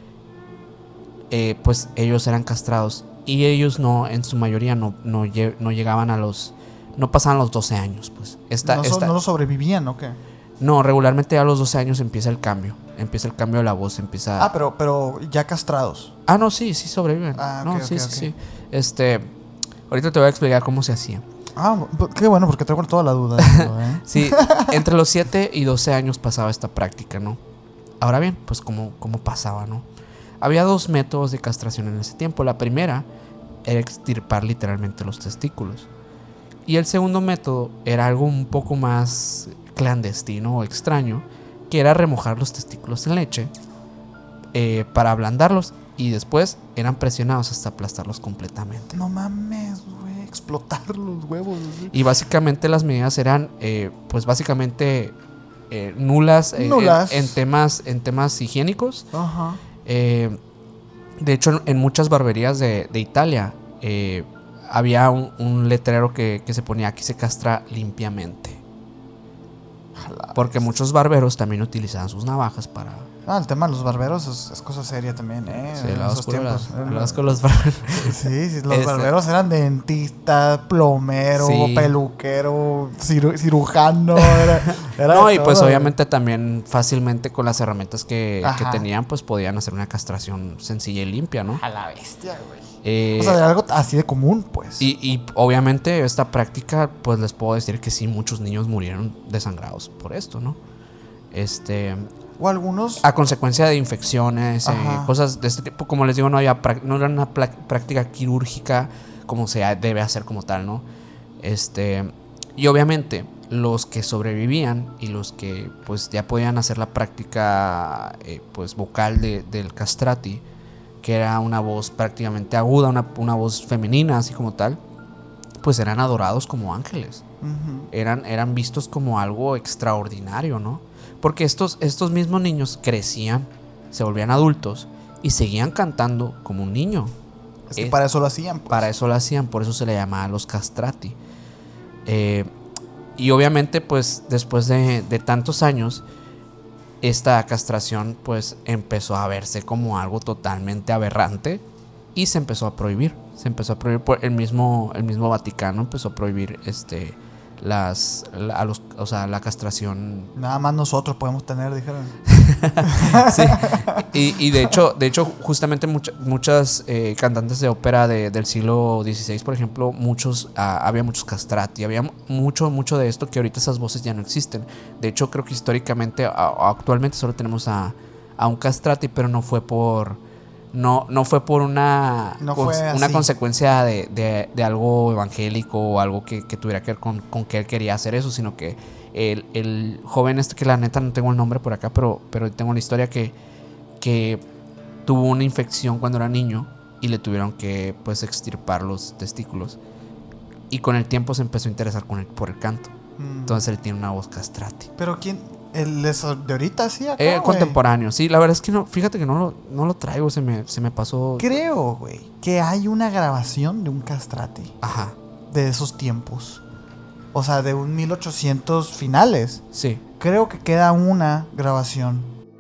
pues ellos eran castrados y ellos en su mayoría no llegaban no pasaban los 12 años, pues. ¿No lo sobrevivían o qué? No, regularmente a los 12 años empieza el cambio de la voz, pero ya castrados. No, sí sobreviven. Okay. Sí. Ahorita te voy a explicar cómo se hacía. Qué bueno, porque tengo toda la duda. Sí, entre los 7 y 12 años pasaba esta práctica, ¿no? Ahora bien, pues ¿cómo pasaba, no? Había 2 métodos de castración en ese tiempo. La primera era extirpar literalmente los testículos. Y el segundo método era algo un poco más clandestino o extraño, que era remojar los testículos en leche para ablandarlos, y después eran presionados hasta aplastarlos completamente. No mames, güey, explotar los huevos. Y básicamente las medidas eran pues básicamente nulas en temas higiénicos. Ajá. De hecho, en muchas barberías de Italia había un letrero que se ponía: aquí se castra limpiamente. Porque muchos barberos también utilizaban sus navajas para... El tema de los barberos es cosa seria también, Sí, el los barberos. Sí, los barberos eran dentista, plomero, peluquero, cirujano. Era y pues obviamente también fácilmente con las herramientas que tenían, pues podían hacer una castración sencilla y limpia, ¿no? A la bestia, güey. O sea, de algo así de común, pues. Y obviamente esta práctica, pues les puedo decir que sí, muchos niños murieron desangrados por esto, ¿no? O algunos... A consecuencia de infecciones, cosas de este tipo. Como les digo, no era una práctica quirúrgica como se debe hacer como tal, ¿no? Y obviamente los que sobrevivían y los que pues ya podían hacer la práctica pues vocal del castrati, que era una voz prácticamente aguda, una voz femenina así como tal, pues eran adorados como ángeles. Eran vistos como algo extraordinario, ¿no? Porque estos mismos niños crecían, se volvían adultos y seguían cantando como un niño. Es que para eso lo hacían, pues. Para eso lo hacían, por eso se le llamaba los castrati. Y obviamente pues después de tantos años, esta castración pues empezó a verse como algo totalmente aberrante y se empezó a prohibir. Por el mismo Vaticano empezó a prohibir la castración. Nada más nosotros podemos tener, dijeron. Sí. Y de hecho justamente muchas cantantes de ópera del siglo XVI, por ejemplo, había muchos castrati, había mucho de esto que ahorita esas voces ya no existen. De hecho, creo que históricamente, actualmente solo tenemos a un castrati, pero no fue por una consecuencia de algo evangélico o algo que tuviera que ver con que él quería hacer eso, sino que el joven que la neta no tengo el nombre por acá, pero tengo la historia que tuvo una infección cuando era niño y le tuvieron que pues extirpar los testículos, y con el tiempo se empezó a interesar por el canto. Entonces él tiene una voz castrati. ¿Pero quién? ¿El de ahorita sí acá, contemporáneo, sí. La verdad es que no, fíjate que no lo traigo, se me pasó. Creo, güey, que hay una grabación de un castrati. Ajá. De esos tiempos. O sea, de un 1800 finales. Sí. Creo que queda una grabación.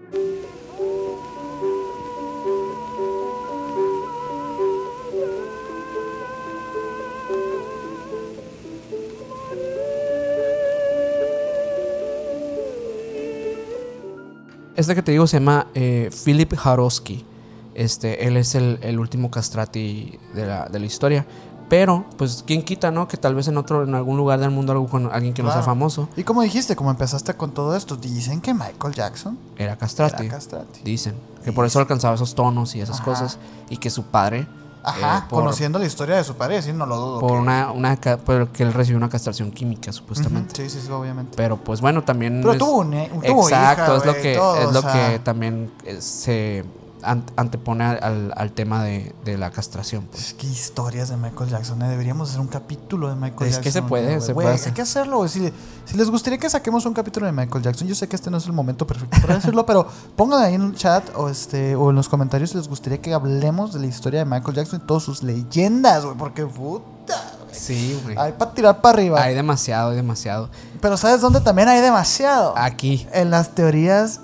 Este que te digo se llama Philip Jaroski. Él es el último castrati de la historia. Pero, pues, ¿quién quita, no? Que tal vez en algún lugar del mundo alguien que no sea famoso. Y como dijiste, como empezaste con todo esto, dicen que Michael Jackson era castrati. Dicen. Que por eso alcanzaba esos tonos y esas cosas. Y que su padre... conociendo la historia de su padre, sí, no lo dudo. Porque él recibió una castración química, supuestamente. Sí, obviamente. Pero, pues, bueno, también... Pero tuvo exacto, hija, es lo que también se... antepone al tema de la castración, pues. Qué historias de Michael Jackson, deberíamos hacer un capítulo de Michael Jackson. Es que se puede hacer. Hay que hacerlo, güey. Si les gustaría que saquemos un capítulo de Michael Jackson, yo sé que este no es el momento perfecto para decirlo, pero pongan ahí en el chat o en los comentarios si les gustaría que hablemos de la historia de Michael Jackson y todas sus leyendas, güey, porque puta, güey. Sí, güey. Hay para tirar para arriba. Hay demasiado. Pero ¿sabes dónde también hay demasiado? Aquí. En las teorías,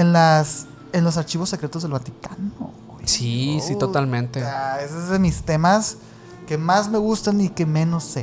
en los archivos secretos del Vaticano. Güey. Sí, totalmente. Ese es de mis temas que más me gustan y que menos sé.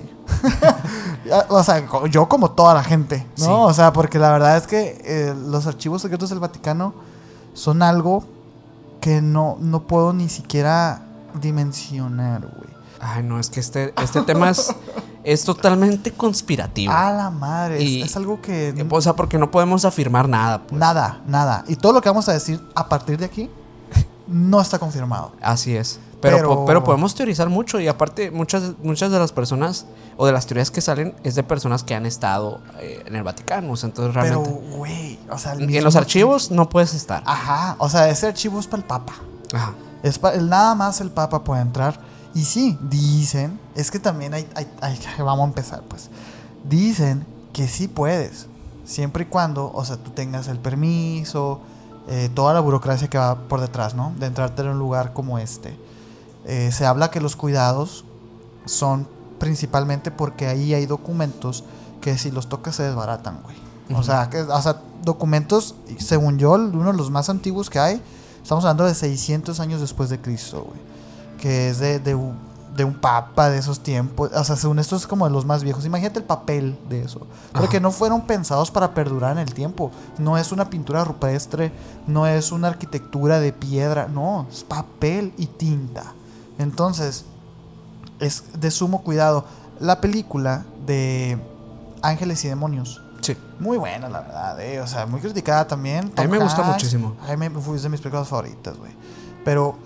O sea, yo como toda la gente, ¿no? Sí. O sea, porque la verdad es que los archivos secretos del Vaticano son algo que no puedo ni siquiera dimensionar, güey. Ay, no, es que este tema es totalmente conspirativo. A la madre, es algo que... O sea, porque no podemos afirmar nada, pues. Nada. Y todo lo que vamos a decir a partir de aquí no está confirmado. Así es. Pero podemos teorizar mucho. Y aparte, muchas de las personas o de las teorías que salen es de personas que han estado en el Vaticano. O sea, entonces realmente... Pero, güey, o sea... En los archivos no puedes estar. Ajá, o sea, ese archivo es para el Papa. Ajá. Nada más el Papa puede entrar. Y sí, dicen, es que también vamos a empezar, pues. Dicen que sí puedes, siempre y cuando, o sea, tú tengas el permiso, toda la burocracia que va por detrás, ¿no? De entrarte en un lugar como este. Se habla que los cuidados son principalmente porque ahí hay documentos que si los tocas se desbaratan, güey. Uh-huh. O sea, documentos, según yo, uno de los más antiguos que hay, estamos hablando de 600 años después de Cristo, güey. Que es de un papa de esos tiempos. O sea, según esto es como de los más viejos. Imagínate el papel de eso. Porque no fueron pensados para perdurar en el tiempo. No es una pintura rupestre, no es una arquitectura de piedra. No, es papel y tinta. Entonces, es de sumo cuidado. La película de Ángeles y Demonios. Sí. Muy buena, la verdad. O sea, muy criticada también. A mí me gusta muchísimo. A mí fue de mis películas favoritas, güey. Pero...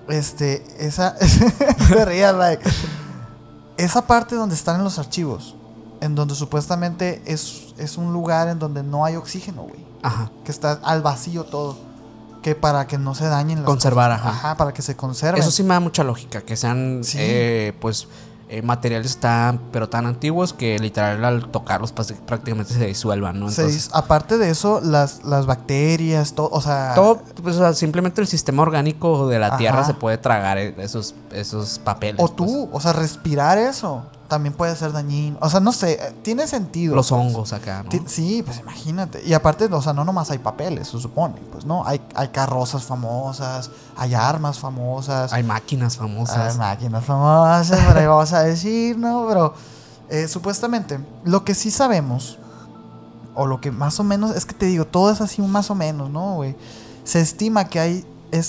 te rías, like. Esa parte donde están en los archivos, en donde supuestamente es un lugar en donde no hay oxígeno, güey. Ajá. Que está al vacío todo. Que para que no se dañen las conservar, cosas. Ajá, para que se conserven. Eso sí me da mucha lógica, que sean materiales tan antiguos que literal al tocarlos prácticamente se disuelvan, ¿no? Entonces, aparte de eso, las bacterias, todo, o sea... Todo, pues, o sea, simplemente el sistema orgánico de la tierra se puede tragar esos papeles. O tú, o sea, respirar eso también puede ser dañino. O sea, no sé, tiene sentido. Los hongos acá, ¿no? Sí, pues imagínate. Y aparte, o sea, no nomás hay papeles, se supone. Pues no, hay carrozas famosas, hay armas famosas. Hay máquinas famosas. Por ahí vamos a decir, ¿no? Pero Supuestamente, lo que sí sabemos, o lo que más o menos, es que te digo, todo es así más o menos, ¿no, güey? Se estima que hay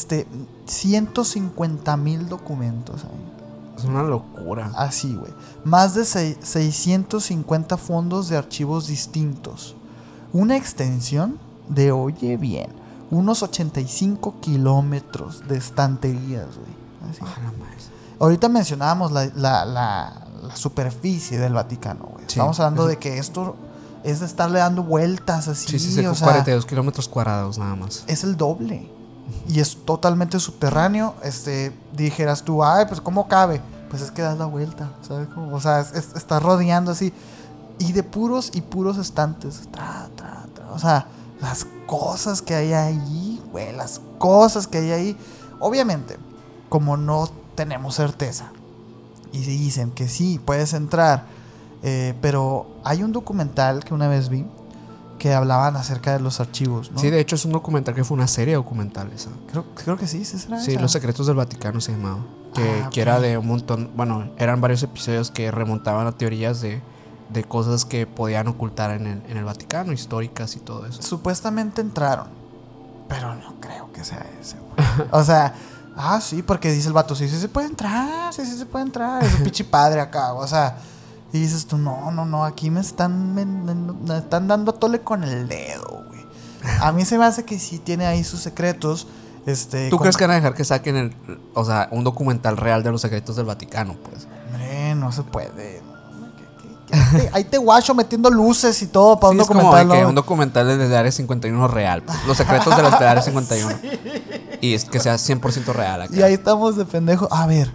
150,000 documentos ahí. Es una locura. Así, güey. Más de 650 fondos de archivos distintos. Una extensión de, oye bien, unos 85 kilómetros de estanterías, güey. Así. Ahorita mencionábamos la superficie del Vaticano, güey. Sí, estamos hablando de que esto es de estarle dando vueltas así. Sí, o sea, 42 kilómetros cuadrados nada más. Es el doble. Y es totalmente subterráneo. Dijeras tú, ay, pues ¿cómo cabe? Pues es que das la vuelta, ¿sabes cómo? O sea, está rodeando así. Y de puros estantes. O sea, las cosas que hay ahí, güey, las cosas que hay ahí. Obviamente, como no tenemos certeza, y dicen que sí, puedes entrar, pero hay un documental que una vez vi que hablaban acerca de los archivos, ¿no? Sí, de hecho es un documental que fue una serie documental esa. Creo que sí será Sí, esa. Los secretos del Vaticano se llamaba. Que era de un montón, bueno, eran varios episodios que remontaban a teorías de cosas que podían ocultar en el Vaticano, históricas y todo eso. Supuestamente entraron, pero no creo que sea ese, güey. O sea, sí, porque dice el vato, sí se puede entrar, sí se puede entrar. Es un pinche padre acá, o sea. Y dices tú, no, aquí me están dando tole con el dedo, güey. A mí se me hace que sí tiene ahí sus secretos. ¿Tú crees que van a dejar que saquen un documental real de los secretos del Vaticano, pues? Hombre, no se puede. Ahí te guacho metiendo luces y todo para un documental. Es como que un documental del Área 51 real, pues. Los secretos del Área 51. Sí. Y es que sea 100% real acá. Y ahí estamos de pendejo. A ver.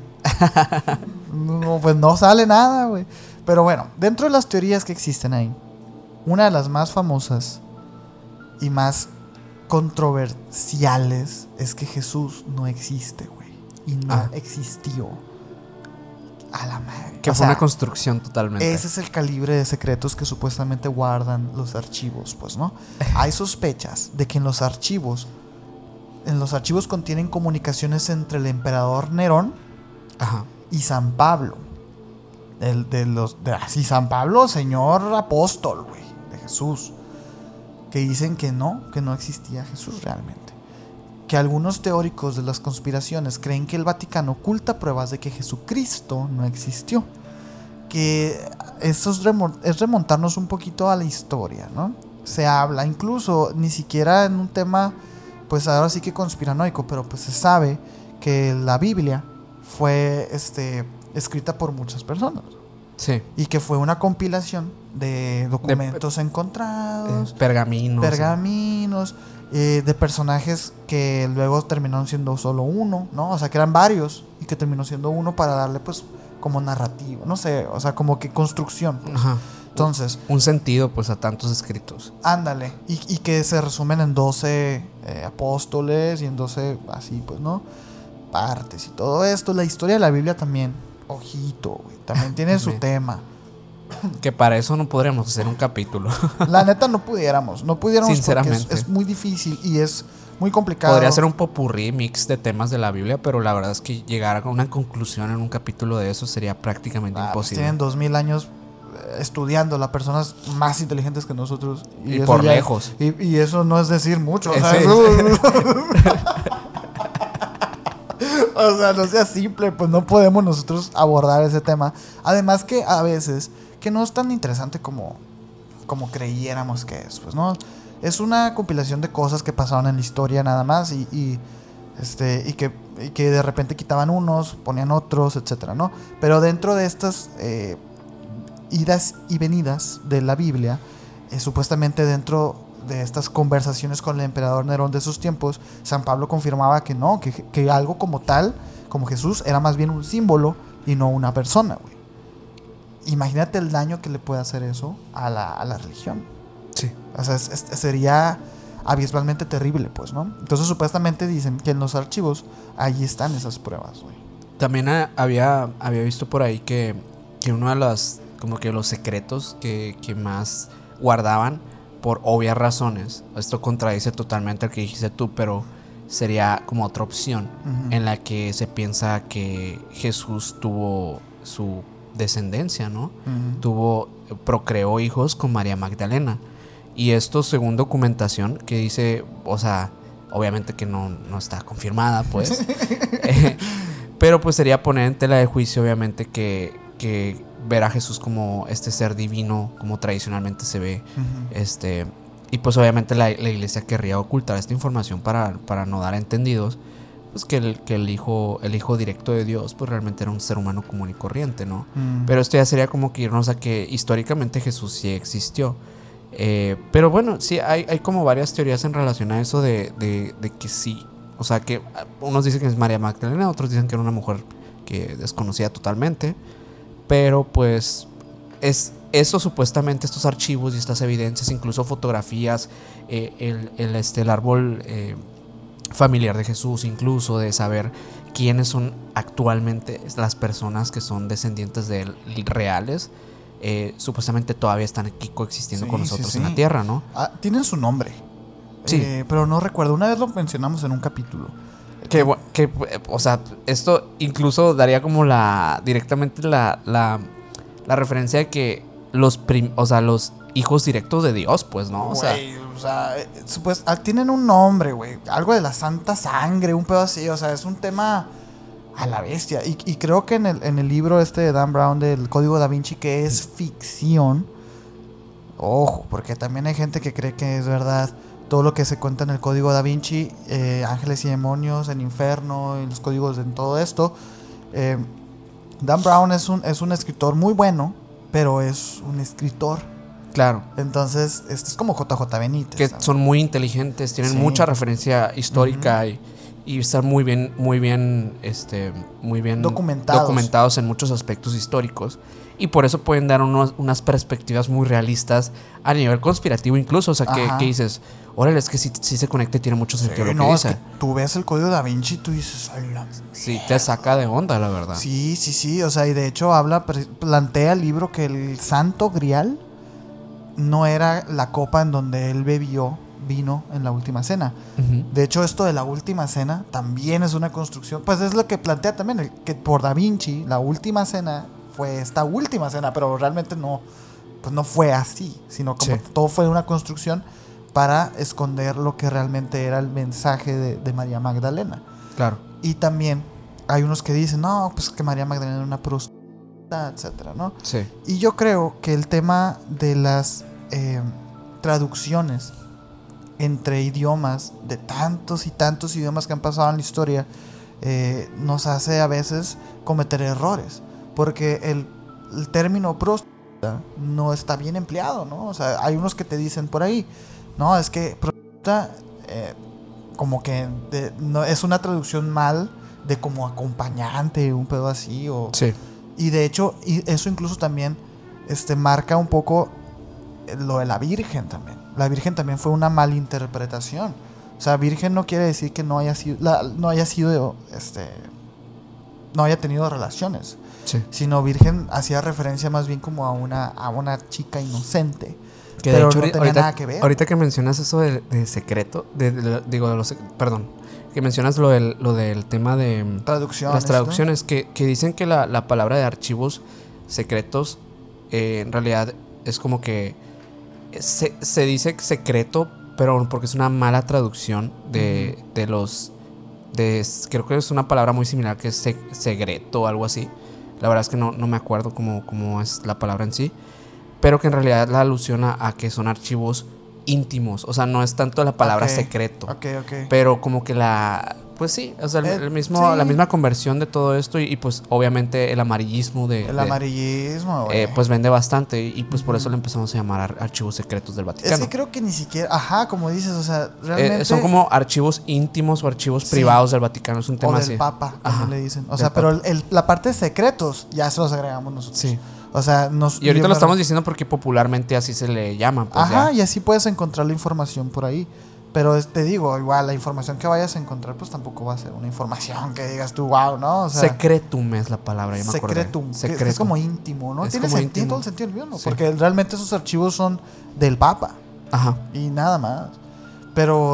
No, pues no sale nada, güey. Pero bueno, dentro de las teorías que existen ahí, una de las más famosas y más controversiales es que Jesús no existe, güey. Y no existió. A la madre. Que fue una construcción totalmente. Ese es el calibre de secretos que supuestamente guardan los archivos, pues, ¿no? Hay sospechas de que en los archivos contienen comunicaciones entre el emperador Nerón y San Pablo. San Pablo, señor apóstol, güey, de Jesús. Que dicen que no existía Jesús realmente. Que algunos teóricos de las conspiraciones creen que el Vaticano oculta pruebas de que Jesucristo no existió. Que eso es remontarnos un poquito a la historia, ¿no? Se habla, incluso ni siquiera en un tema, pues ahora sí que conspiranoico, pero pues se sabe que la Biblia fue escrita por muchas personas. Sí. Y que fue una compilación de documentos encontrados. Pergaminos. De personajes que luego terminaron siendo solo uno, ¿no? O sea, que eran varios y que terminó siendo uno para darle, pues, como narrativo, no sé, o sea, como que construcción. Pues. Ajá. Entonces, un sentido, pues, a tantos escritos. Ándale. Y que se resumen en 12 apóstoles y en 12, así, pues, ¿no? Partes y todo esto. La historia de la Biblia también, ojito, güey, también tiene su tema. Que para eso no podríamos hacer un capítulo. La neta no pudiéramos sinceramente. Porque es muy difícil y es muy complicado. Podría ser un popurrí mix de temas de la Biblia, pero la verdad es que llegar a una conclusión en un capítulo de eso sería prácticamente imposible. Tienen 2000 años estudiando, las personas más inteligentes que nosotros. Y por lejos. Y eso no es decir mucho. O sea, no sea simple, pues no podemos nosotros abordar ese tema. Además que a veces, que no es tan interesante como creyéramos que es, pues, ¿no? Es una compilación de cosas que pasaron en la historia nada más y que de repente quitaban unos, ponían otros, etcétera, ¿no? Pero dentro de estas idas y venidas de la Biblia, supuestamente dentro de estas conversaciones con el emperador Nerón de esos tiempos, San Pablo confirmaba que no, que algo como tal, como Jesús, era más bien un símbolo y no una persona, güey. Imagínate el daño que le puede hacer eso a la religión. Sí. O sea, sería abismalmente terrible, pues, ¿no? Entonces, supuestamente dicen que en los archivos allí están esas pruebas, güey. También había visto por ahí que uno de los, como que los secretos que más guardaban por obvias razones, esto contradice totalmente al que dijiste tú, pero sería como otra opción en la que se piensa que Jesús tuvo su descendencia, ¿no? Procreó hijos con María Magdalena. Y esto según documentación que dice, o sea, obviamente que no está confirmada, pues. Pero pues sería poner en tela de juicio, obviamente, que ver a Jesús como este ser divino, como tradicionalmente se ve. Y pues obviamente la iglesia querría ocultar esta información para no dar entendidos, pues que el hijo directo de Dios pues realmente era un ser humano común y corriente, ¿no? Pero esto ya sería como que irnos a que históricamente Jesús sí existió. Pero bueno, sí hay como varias teorías en relación a eso de que sí. O sea, que unos dicen que es María Magdalena, otros dicen que era una mujer que desconocía totalmente. Pero pues eso supuestamente, estos archivos y estas evidencias, incluso fotografías, el árbol familiar de Jesús, incluso de saber quiénes son actualmente las personas que son descendientes de él reales, supuestamente todavía están aquí coexistiendo con nosotros en la tierra, ¿no? Tienen su nombre. Sí. Pero no recuerdo. Una vez lo mencionamos en un capítulo. O sea, esto incluso daría como directamente la referencia de que los hijos directos de Dios, pues, ¿no? Pues tienen un nombre, güey. Algo de la santa sangre, un pedo así. O sea, es un tema a la bestia. Y creo que en el libro de Dan Brown del Código Da Vinci, que es ficción, ojo, porque también hay gente que cree que es verdad todo lo que se cuenta en el Código Da Vinci, ángeles y demonios, el infierno, y los códigos en todo esto. Dan Brown es un escritor muy bueno, pero es un escritor. Claro. Entonces, esto es como JJ Benítez. Que son muy inteligentes, tienen mucha referencia histórica y están muy bien documentados en muchos aspectos históricos. Y por eso pueden dar unas perspectivas muy realistas a nivel conspirativo incluso. O sea, que dices, órale, es que sí se conecta y tiene mucho sentido lo que dice. Es que tú ves el Código Da Vinci y tú dices, ay, sí, te saca de onda, la verdad. Sí. O sea, y de hecho plantea el libro que el Santo Grial no era la copa en donde él bebió vino en la última cena. De hecho, esto de la última cena también es una construcción. Pues es lo que plantea también, que por Da Vinci, la última cena fue esta última cena, pero realmente no fue así, sino como todo fue una construcción para esconder lo que realmente era el mensaje de María Magdalena. Claro. Y también hay unos que dicen, no, pues que María Magdalena era una prostituta, etcétera, ¿no? Sí. Y yo creo que el tema de las traducciones entre idiomas, de tantos y tantos idiomas que han pasado en la historia, nos hace a veces cometer errores, porque el término prostituta no está bien empleado, ¿no? O sea, hay unos que te dicen por ahí, no, es que prostituta como que no, es una traducción mal de como acompañante, un pedo así, sí. Y de hecho, eso incluso también marca un poco lo de la Virgen también. La Virgen también fue una malinterpretación. O sea, Virgen no quiere decir que no haya tenido relaciones. Sí. Sino Virgen hacía referencia más bien como a una chica inocente. Que pero de hecho, no tenía nada que ver. Ahorita que mencionas eso de secreto, que mencionas lo del tema de traducciones, las traducciones, ¿no? que dicen que la palabra de archivos secretos en realidad es como que se dice secreto, pero porque es una mala traducción creo que es una palabra muy similar que es segreto o algo así. La verdad es que no me acuerdo cómo es la palabra en sí, pero que en realidad la alusión a que son archivos íntimos. O sea, no es tanto la palabra secreto. Okay. Pero como que pues sí, o sea, la misma conversión de todo esto y pues obviamente el amarillismo amarillismo, güey. Pues vende bastante y pues por eso le empezamos a llamar archivos secretos del Vaticano. Es que creo que ni siquiera, como dices, o sea, realmente son como archivos íntimos o archivos privados del Vaticano, es un tema o del así. Papa, como le dicen. O sea, pero la parte de secretos ya se los agregamos nosotros. Sí. O sea, y ahorita lo estamos diciendo porque popularmente así se le llama. Pues y así puedes encontrar la información por ahí. Pero te digo, igual, la información que vayas a encontrar, pues tampoco va a ser una información que digas tú, wow, ¿no? O sea, secretum es la palabra, yo me acuerdo. Secretum, es como íntimo, ¿no? Tiene todo el sentido del mundo, sí. Porque realmente esos archivos son del Papa. Ajá. Y nada más. Pero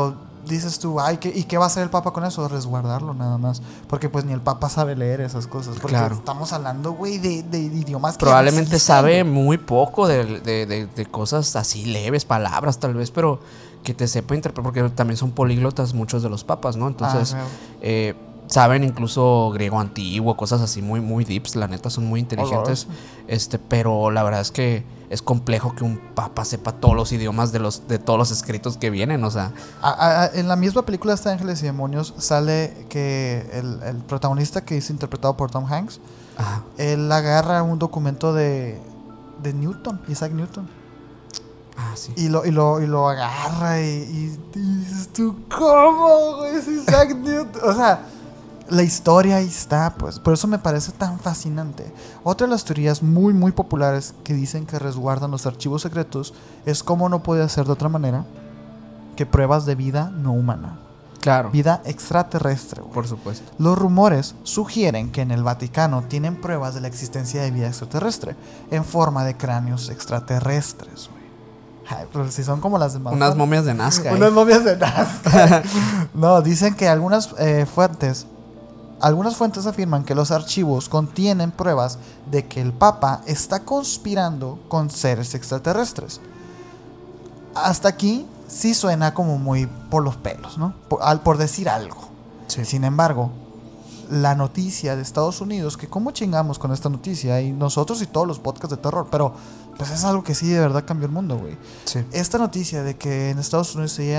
dices tú, ay, ¿y qué va a hacer el Papa con eso? Resguardarlo nada más. Porque pues ni el Papa sabe leer esas cosas. Porque estamos hablando, güey, de idiomas que probablemente sabe muy poco de cosas así leves, palabras tal vez, pero que te sepa interpretar, porque también son políglotas muchos de los papas, ¿no? Entonces, saben incluso griego antiguo, cosas así muy, muy deeps, la neta, son muy inteligentes. Pero la verdad es que es complejo que un papa sepa todos los idiomas de todos los escritos que vienen, o sea. En la misma película de Ángeles y Demonios sale que el protagonista, que es interpretado por Tom Hanks, él agarra un documento de Newton, Isaac Newton. Sí. Y lo agarra y dices tú, ¿cómo, güey? Es Isaac Newton. O sea, la historia ahí está, pues. Por eso me parece tan fascinante. Otra de las teorías muy, muy populares que dicen que resguardan los archivos secretos es cómo no puede ser de otra manera que pruebas de vida no humana. Claro. Vida extraterrestre, güey. Por supuesto. Los rumores sugieren que en el Vaticano tienen pruebas de la existencia de vida extraterrestre en forma de cráneos extraterrestres, güey. Ay, pero si son como las de Manhattan. Unas momias de Nazca. Unas momias de Nazca. No, dicen que algunas fuentes afirman que los archivos contienen pruebas de que el Papa está conspirando con seres extraterrestres. Hasta aquí sí suena como muy por los pelos, ¿no? Por decir algo. Sí. Sin embargo, la noticia de Estados Unidos, que cómo chingamos con esta noticia, y nosotros y todos los podcasts de terror, pero pues es algo que sí de verdad cambió el mundo, güey. Sí. Esta noticia de que en Estados Unidos se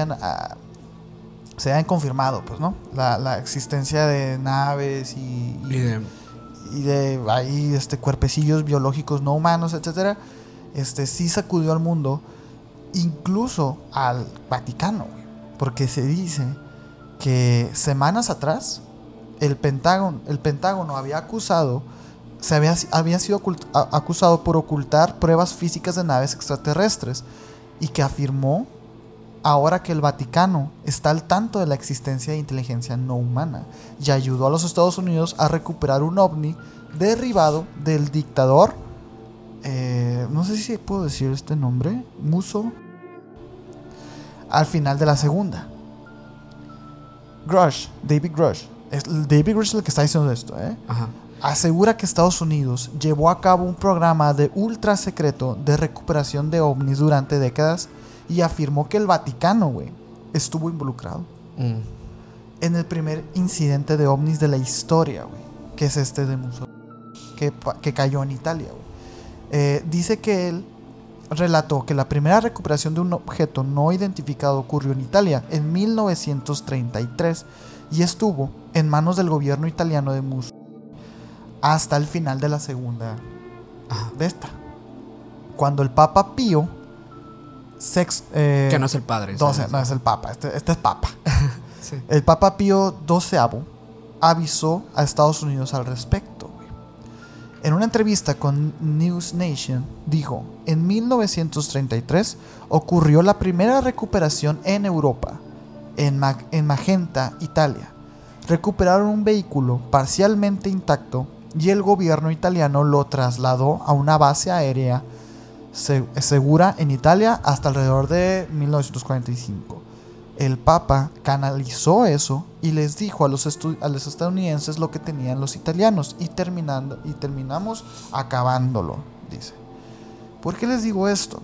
hayan confirmado, pues, ¿no? La existencia de naves y de ahí cuerpecillos biológicos no humanos, etcétera, sí sacudió al mundo, incluso al Vaticano, güey, porque se dice que semanas atrás el Pentágono había sido acusado por ocultar pruebas físicas de naves extraterrestres, y que afirmó ahora que el Vaticano está al tanto de la existencia de inteligencia no humana y ayudó a los Estados Unidos a recuperar un ovni derribado del dictador, no sé si puedo decir este nombre, Musso, al final de la segunda. David Grush es el que está diciendo esto, Ajá. Asegura que Estados Unidos llevó a cabo un programa de ultra secreto de recuperación de ovnis durante décadas, y afirmó que el Vaticano, güey, estuvo involucrado en el primer incidente de ovnis de la historia, güey, que es de Mussolini, que cayó en Italia, güey. Dice que él relató que la primera recuperación de un objeto no identificado ocurrió en Italia en 1933 y estuvo en manos del gobierno italiano de Mussolini hasta el final de la segunda de esta, cuando el Papa Pío que no es el padre. No es el Papa, este es Papa. Sí. El Papa Pío XII avisó a Estados Unidos al respecto, güey. En una entrevista con News Nation dijo: en 1933 ocurrió la primera recuperación en Europa, en Magenta, Italia. Recuperaron un vehículo parcialmente intacto y el gobierno italiano lo trasladó a una base aérea segura en Italia hasta alrededor de 1945. El Papa canalizó eso y les dijo a los estadounidenses lo que tenían los italianos, y terminamos acabándolo, dice. ¿Por qué les digo esto?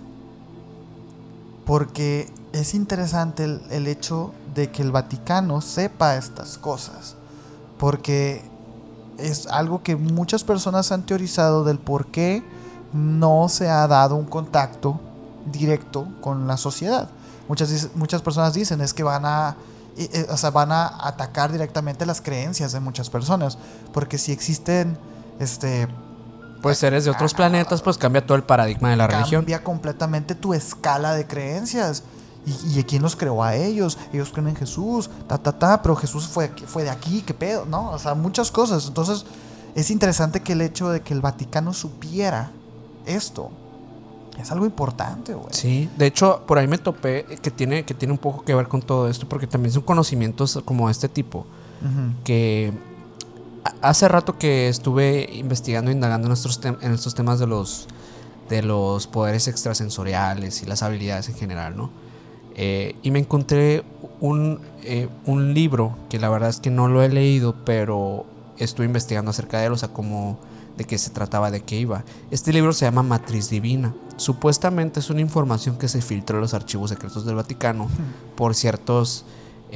Porque es interesante el hecho de que el Vaticano sepa estas cosas, porque es algo que muchas personas han teorizado del por qué no se ha dado un contacto directo con la sociedad. Muchas personas dicen es que van a atacar directamente las creencias de muchas personas, porque si existen pues seres de otros planetas, pues cambia todo el paradigma de la religión. Cambia completamente tu escala de creencias. ¿Y quién los creó a ellos? Ellos creen en Jesús, pero Jesús fue de aquí, ¿qué pedo? ¿No? O sea, muchas cosas. Entonces, es interesante que el hecho de que el Vaticano supiera esto es algo importante, güey. Sí, de hecho, por ahí me topé que tiene un poco que ver con todo esto, porque también son conocimientos como este tipo, que hace rato que estuve investigando, indagando en estos temas de los poderes extrasensoriales y las habilidades en general, ¿no? Y me encontré un libro que la verdad es que no lo he leído, pero estuve investigando acerca de él, o sea, como de qué se trataba, de qué iba. Este libro se llama Matriz Divina. Supuestamente es una información que se filtró en los archivos secretos del Vaticano por ciertas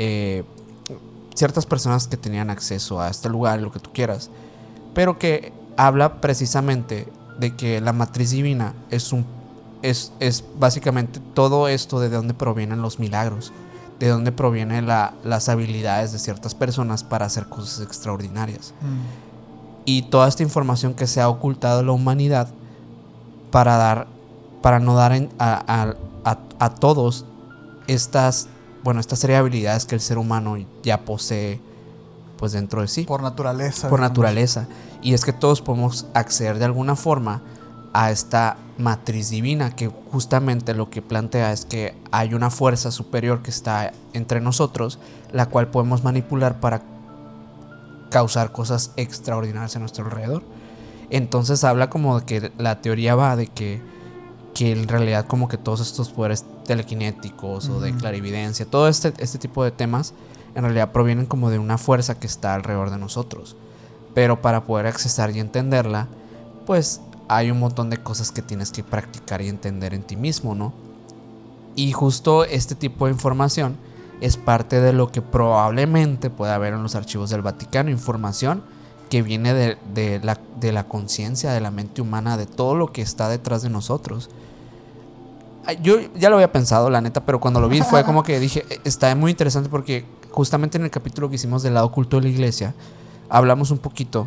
personas que tenían acceso a este lugar, lo que tú quieras, pero que habla precisamente de que la Matriz Divina es básicamente todo esto de dónde provienen los milagros, de dónde provienen las habilidades de ciertas personas para hacer cosas extraordinarias. Y toda esta información que se ha ocultado a la humanidad para no dar a todos esta serie de habilidades que el ser humano ya posee, pues, dentro de sí. Por naturaleza. Por naturaleza. Y es que todos podemos acceder de alguna forma a esta matriz divina, que justamente lo que plantea es que hay una fuerza superior que está entre nosotros, la cual podemos manipular para causar cosas extraordinarias a nuestro alrededor. Entonces habla como de que la teoría va de que en realidad como que todos estos poderes telequinéticos o de clarividencia, todo este tipo de temas en realidad provienen como de una fuerza que está alrededor de nosotros. Pero para poder accesar y entenderla, pues hay un montón de cosas que tienes que practicar y entender en ti mismo, ¿no? Y justo este tipo de información es parte de lo que probablemente pueda haber en los archivos del Vaticano, información que viene de la conciencia, de la mente humana, de todo lo que está detrás de nosotros. Yo ya lo había pensado, la neta, pero cuando lo vi fue como que dije, está muy interesante porque justamente en el capítulo que hicimos del lado oculto de la iglesia, hablamos un poquito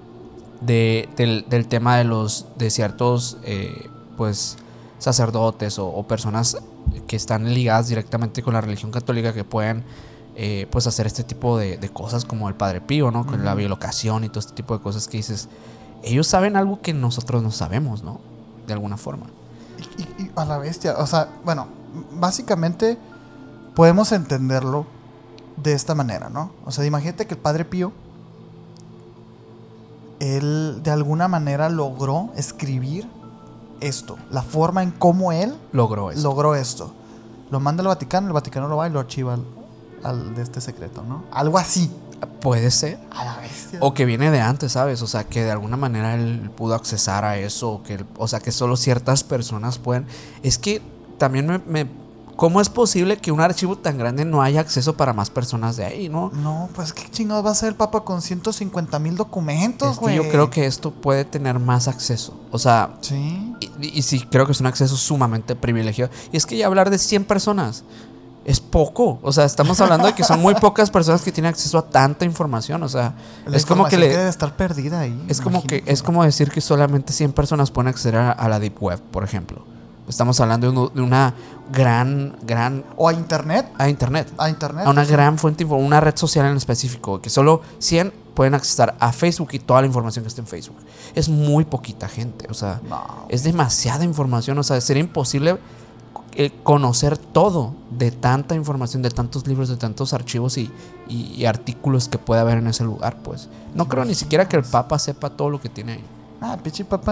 del tema de ciertos pues sacerdotes o personas que están ligadas directamente con la religión católica que pueden pues hacer este tipo de cosas como el Padre Pío, ¿no? Con la bilocación y todo este tipo de cosas que dices, ellos saben algo que nosotros no sabemos, ¿no? De alguna forma. Y a la bestia, o sea, bueno, básicamente podemos entenderlo de esta manera, ¿no? O sea, imagínate que el Padre Pío, él de alguna manera logró escribir esto, la forma en cómo él logró esto. Lo manda al Vaticano, el Vaticano lo va y lo archiva al de este secreto, ¿no? Algo así. Puede ser. A la bestia. O que viene de antes, ¿sabes? O sea, que de alguna manera él pudo accesar a eso. O sea, que solo ciertas personas pueden. Es que también ¿cómo es posible que un archivo tan grande no haya acceso para más personas de ahí, no? No, pues qué chingados va a ser el Papa con 150,000 documentos, güey. Yo creo que esto puede tener más acceso. O sea, sí. Y sí, creo que es un acceso sumamente privilegiado. Y es que ya hablar de 100 personas es poco. O sea, estamos hablando de que son muy pocas personas que tienen acceso a tanta información. O sea, es como que debe estar perdida ahí. Es como decir que solamente 100 personas pueden acceder a la Deep Web, por ejemplo. Estamos hablando de una gran... O a internet. A internet. A una gran fuente, una red social en específico. Que solo 100 pueden acceder a Facebook y toda la información que está en Facebook. Es muy poquita gente. O sea, es demasiada información. O sea, sería imposible conocer todo de tanta información, de tantos libros, de tantos archivos y artículos que puede haber en ese lugar, pues. No creo ni siquiera que el Papa sepa todo lo que tiene ahí. Pinche Papa...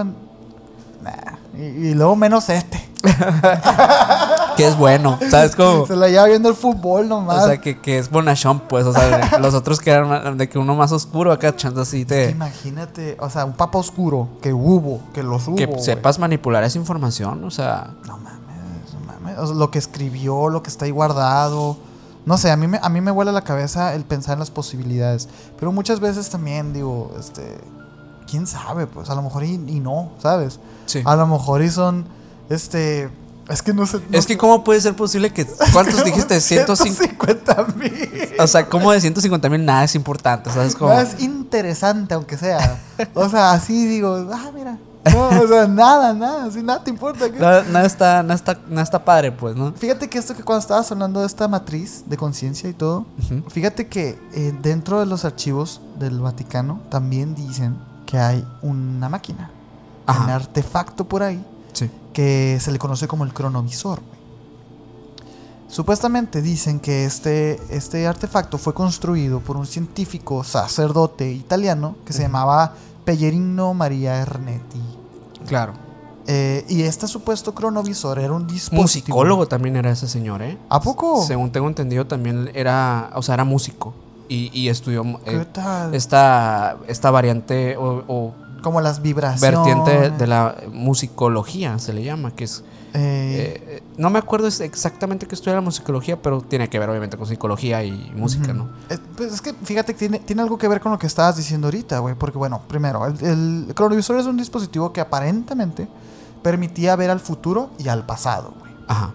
Y luego menos este. Que es bueno, ¿sabes cómo? Se la lleva viendo el fútbol nomás. O sea, que es bonachón, pues. O sea, los otros que eran de que uno más oscuro acá echando así Es que imagínate, o sea, un Papa oscuro que los hubo. Que sepas manipular esa información, o sea. No mames. O sea, lo que escribió, lo que está ahí guardado. No sé, a mí me vuela la cabeza el pensar en las posibilidades. Pero muchas veces también digo, quién sabe, pues a lo mejor y no, ¿sabes? Sí. A lo mejor y son, es que no sé. Es que cómo puede ser posible que, ¿cuántos dijiste? 150,000. O sea, como de 150,000 nada es importante, ¿sabes cómo? Nada es interesante, aunque sea. O sea, así digo, mira. No, o sea, nada, así nada te importa. Nada está padre, pues, ¿no? Fíjate que cuando estabas hablando de esta matriz de conciencia y todo, fíjate que dentro de los archivos del Vaticano también dicen que hay una máquina, un artefacto por ahí, que se le conoce como el cronovisor. Supuestamente dicen que este artefacto fue construido por un científico sacerdote italiano que se llamaba Pellerino Maria Ernetti. Claro. Y este supuesto cronovisor era un dispositivo. Musicólogo también era ese señor, ¿eh? ¿A poco? Según tengo entendido, también era músico. Y estudió ¿Qué tal? esta variante o como las vibraciones. Vertiente de la musicología, se le llama, que es... no me acuerdo exactamente qué estudia la musicología, pero tiene que ver obviamente con psicología y música, ¿no? Pues es que fíjate que tiene algo que ver con lo que estabas diciendo ahorita, güey. Porque bueno, primero, el cronovisor es un dispositivo que aparentemente permitía ver al futuro y al pasado, güey. Ajá.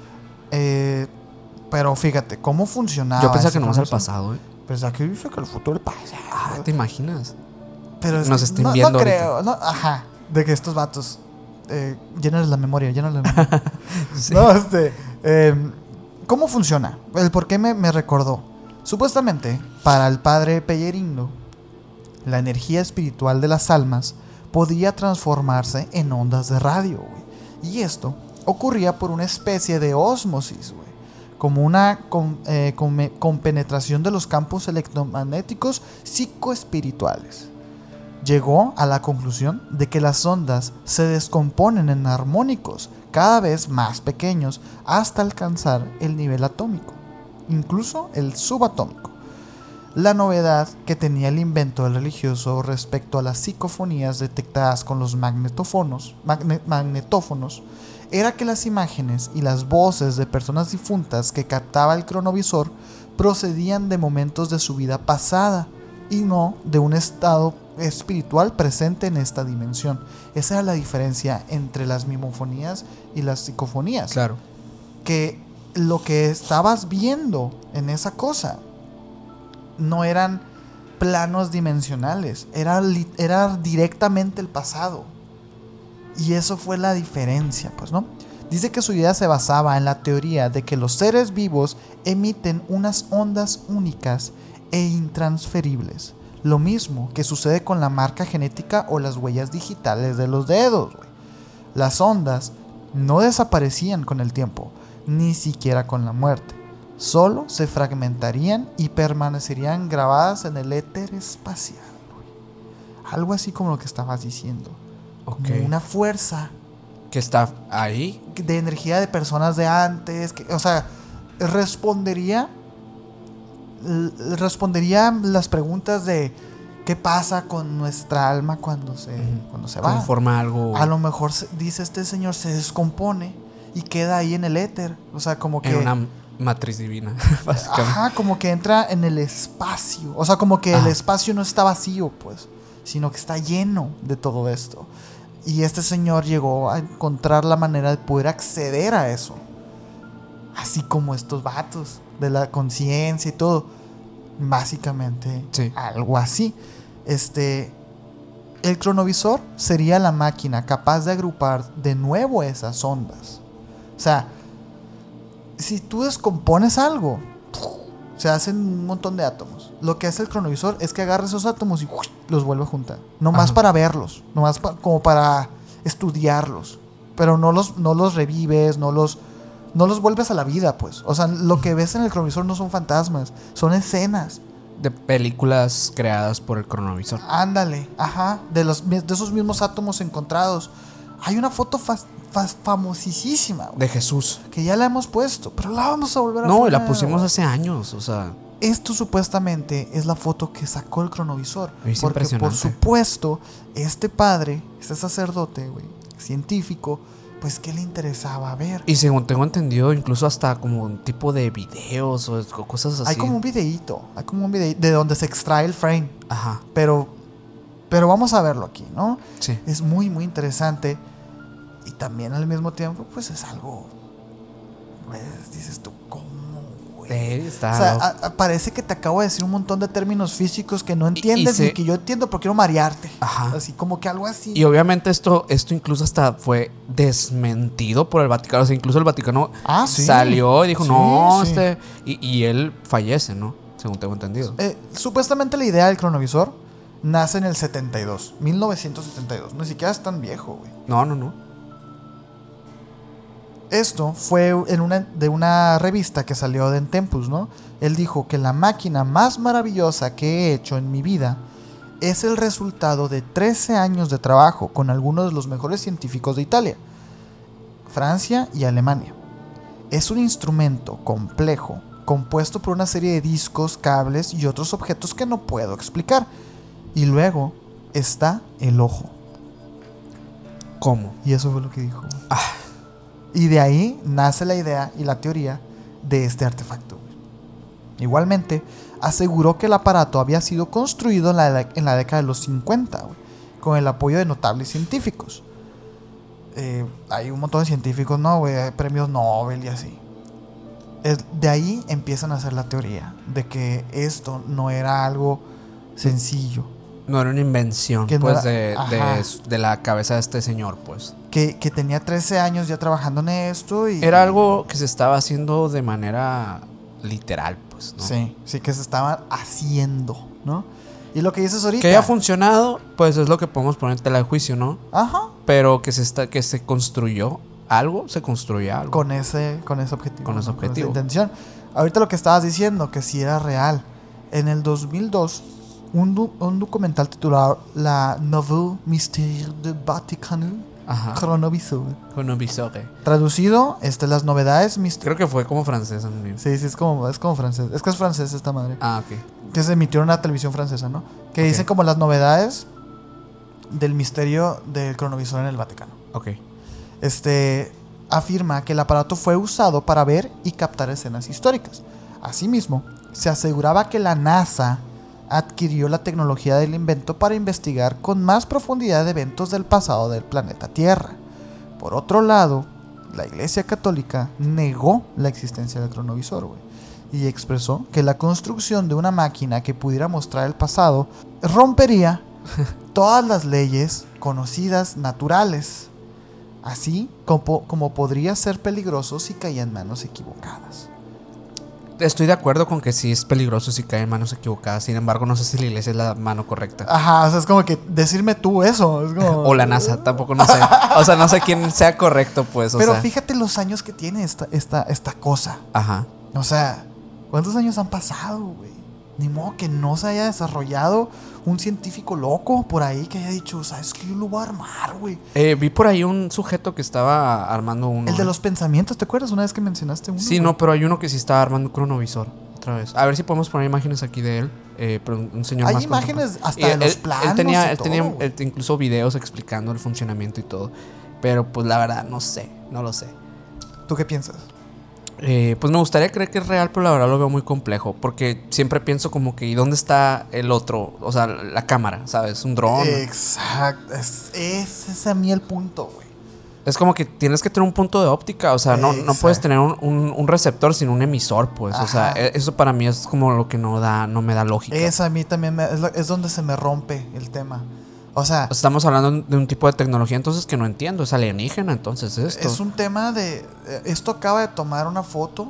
Pero fíjate, ¿cómo funcionaba? Yo pensaba que nomás al pasado, Pues aquí dice que el futuro el pasado. Ah, ¿te imaginas? Pero nos estén viendo. No creo, no, ajá. De que estos vatos llenan la memoria. Sí. No, ¿cómo funciona? El por qué me recordó. Supuestamente, para el padre Pellerino, la energía espiritual de las almas podía transformarse en ondas de radio, güey. Y esto ocurría por una especie de ósmosis, güey. Como una compenetración de los campos electromagnéticos psicoespirituales. Llegó a la conclusión de que las ondas se descomponen en armónicos cada vez más pequeños hasta alcanzar el nivel atómico, incluso el subatómico. La novedad que tenía el invento del religioso respecto a las psicofonías detectadas con los magnetófonos era que las imágenes y las voces de personas difuntas que captaba el cronovisor procedían de momentos de su vida pasada y no de un estado espiritual presente en esta dimensión. Esa era la diferencia entre las mimofonías y las psicofonías. Claro. Que lo que estabas viendo en esa cosa no eran planos dimensionales, era directamente el pasado. Y eso fue la diferencia, pues, ¿no? Dice que su idea se basaba en la teoría de que los seres vivos emiten unas ondas únicas e intransferibles. Lo mismo que sucede con la marca genética o las huellas digitales de los dedos, güey. Las ondas no desaparecían con el tiempo, ni siquiera con la muerte. Solo se fragmentarían y permanecerían grabadas en el éter espacial, güey. Algo así como lo que estabas diciendo. Okay. Como una fuerza que está ahí de energía de personas de antes, o sea, respondería las preguntas de qué pasa con nuestra alma cuando se va. Conforma algo. A lo mejor dice este señor, se descompone y queda ahí en el éter, o sea, como que en una matriz divina, básicamente. Ajá, como que entra en el espacio, o sea, como que el espacio no está vacío, pues, sino que está lleno de todo esto. Y este señor llegó a encontrar la manera de poder acceder a eso. Así como estos vatos de la conciencia y todo. Básicamente, sí. Algo así. El cronovisor sería la máquina capaz de agrupar de nuevo esas ondas. O sea, si tú descompones algo, se hacen un montón de átomos. Lo que hace el cronovisor es que agarra esos átomos y los vuelve a juntar. Nomás para verlos, nomás como para estudiarlos. Pero no los revives, no los vuelves a la vida, pues. O sea, lo que ves en el cronovisor no son fantasmas, son escenas. De películas creadas por el cronovisor. Ándale, ajá. De esos mismos átomos encontrados. Hay una foto famosísima, de Jesús, que ya la hemos puesto, pero la vamos a volver a poner. No, la pusimos hace años, o sea. Esto supuestamente es la foto que sacó el cronovisor. Es porque impresionante. Por supuesto, este padre, este sacerdote, güey, científico, pues ¿qué le interesaba ver? Y según tengo entendido, incluso hasta como un tipo de videos o cosas así. Hay como un videíto de donde se extrae el frame. Ajá. Pero vamos a verlo aquí, ¿no? Sí. Es muy, muy interesante. Y también al mismo tiempo, pues es algo, pues dices tú, ¿cómo, güey? O sea, parece que te acabo de decir un montón de términos físicos que no entiendes ni que yo entiendo, pero quiero marearte. Ajá. Así como que algo así. Y obviamente esto incluso hasta fue desmentido por el Vaticano. O sea, incluso el Vaticano salió y dijo, sí. Y él fallece, ¿no? Según tengo entendido. Supuestamente la idea del cronovisor nace en el 1972. Ni siquiera es tan viejo, güey. No. Esto fue de una revista que salió en Tempus, ¿no? Él dijo que la máquina más maravillosa que he hecho en mi vida es el resultado de 13 años de trabajo con algunos de los mejores científicos de Italia, Francia y Alemania. Es un instrumento complejo, compuesto por una serie de discos, cables y otros objetos que no puedo explicar. Y luego está el ojo. ¿Cómo? Y eso fue lo que dijo. Y de ahí nace la idea y la teoría de este artefacto. Igualmente, aseguró que el aparato había sido construido en la década de los 50, güey, con el apoyo de notables científicos. Hay un montón de científicos, ¿no, güey? Hay premios Nobel y así. De ahí empiezan a hacer la teoría de que esto no era algo sencillo. No era una invención, Que no pues, era- de la cabeza de este señor, pues. Que tenía 13 años ya trabajando en esto y... Era algo que se estaba haciendo de manera literal, pues, ¿no? Sí, que se estaban haciendo, ¿no? Y lo que dices ahorita... Que haya funcionado, pues es lo que podemos poner en tela de juicio, ¿no? Ajá. Pero que se construyó algo. Con ese objetivo. Con ese objetivo. Con esa intención. Ahorita lo que estabas diciendo, que sí era real. En el 2002, un documental titulado La Nouveau Mystère du Vatican Chronovisor. Traducido, las novedades Creo que fue como francés. Sí, es como francés. Es que es francés esta madre. Ok. Que se emitió en una televisión francesa, ¿no? Que dicen como las novedades del misterio del cronovisor en el Vaticano. Ok. Afirma que el aparato fue usado para ver y captar escenas históricas. Asimismo, se aseguraba que la NASA adquirió la tecnología del invento para investigar con más profundidad eventos del pasado del planeta Tierra. Por otro lado, la Iglesia Católica negó la existencia del cronovisor, güey, y expresó que la construcción de una máquina que pudiera mostrar el pasado rompería todas las leyes conocidas naturales, así como podría ser peligroso si caía en manos equivocadas. Estoy de acuerdo con que sí es peligroso si cae en manos equivocadas. Sin embargo, no sé si la iglesia es la mano correcta. Ajá, o sea, es como que decirme tú eso. Es como... O la NASA, tampoco no sé. O sea, no sé quién sea correcto, pues. Pero fíjate los años que tiene esta cosa. Ajá. O sea, ¿cuántos años han pasado, güey? Ni modo que no se haya desarrollado un científico loco por ahí que haya dicho, ¿sabes qué? Yo lo voy a armar, güey. Vi por ahí un sujeto que estaba armando uno. El de los pensamientos, ¿te acuerdas una vez que mencionaste uno? Sí, no, pero hay uno que sí estaba armando un cronovisor. Otra vez. A ver si podemos poner imágenes aquí de él. Pero un señor hay más imágenes hasta de los planos. Él tenía incluso videos explicando el funcionamiento y todo. Pero pues la verdad, no lo sé. ¿Tú qué piensas? Pues me gustaría creer que es real, pero la verdad lo veo muy complejo. Porque siempre pienso como que, ¿y dónde está el otro? O sea, la cámara, ¿sabes? Un dron. Exacto. Ese es a mí el punto, güey. Es como que tienes que tener un punto de óptica. O sea, no puedes tener un receptor sin un emisor, pues. Ajá. O sea, eso para mí es como lo que no me da lógica. Eso a mí también es donde se me rompe el tema. O sea, estamos hablando de un tipo de tecnología entonces que no entiendo. Es alienígena, entonces esto. Es un tema de... Esto acaba de tomar una foto.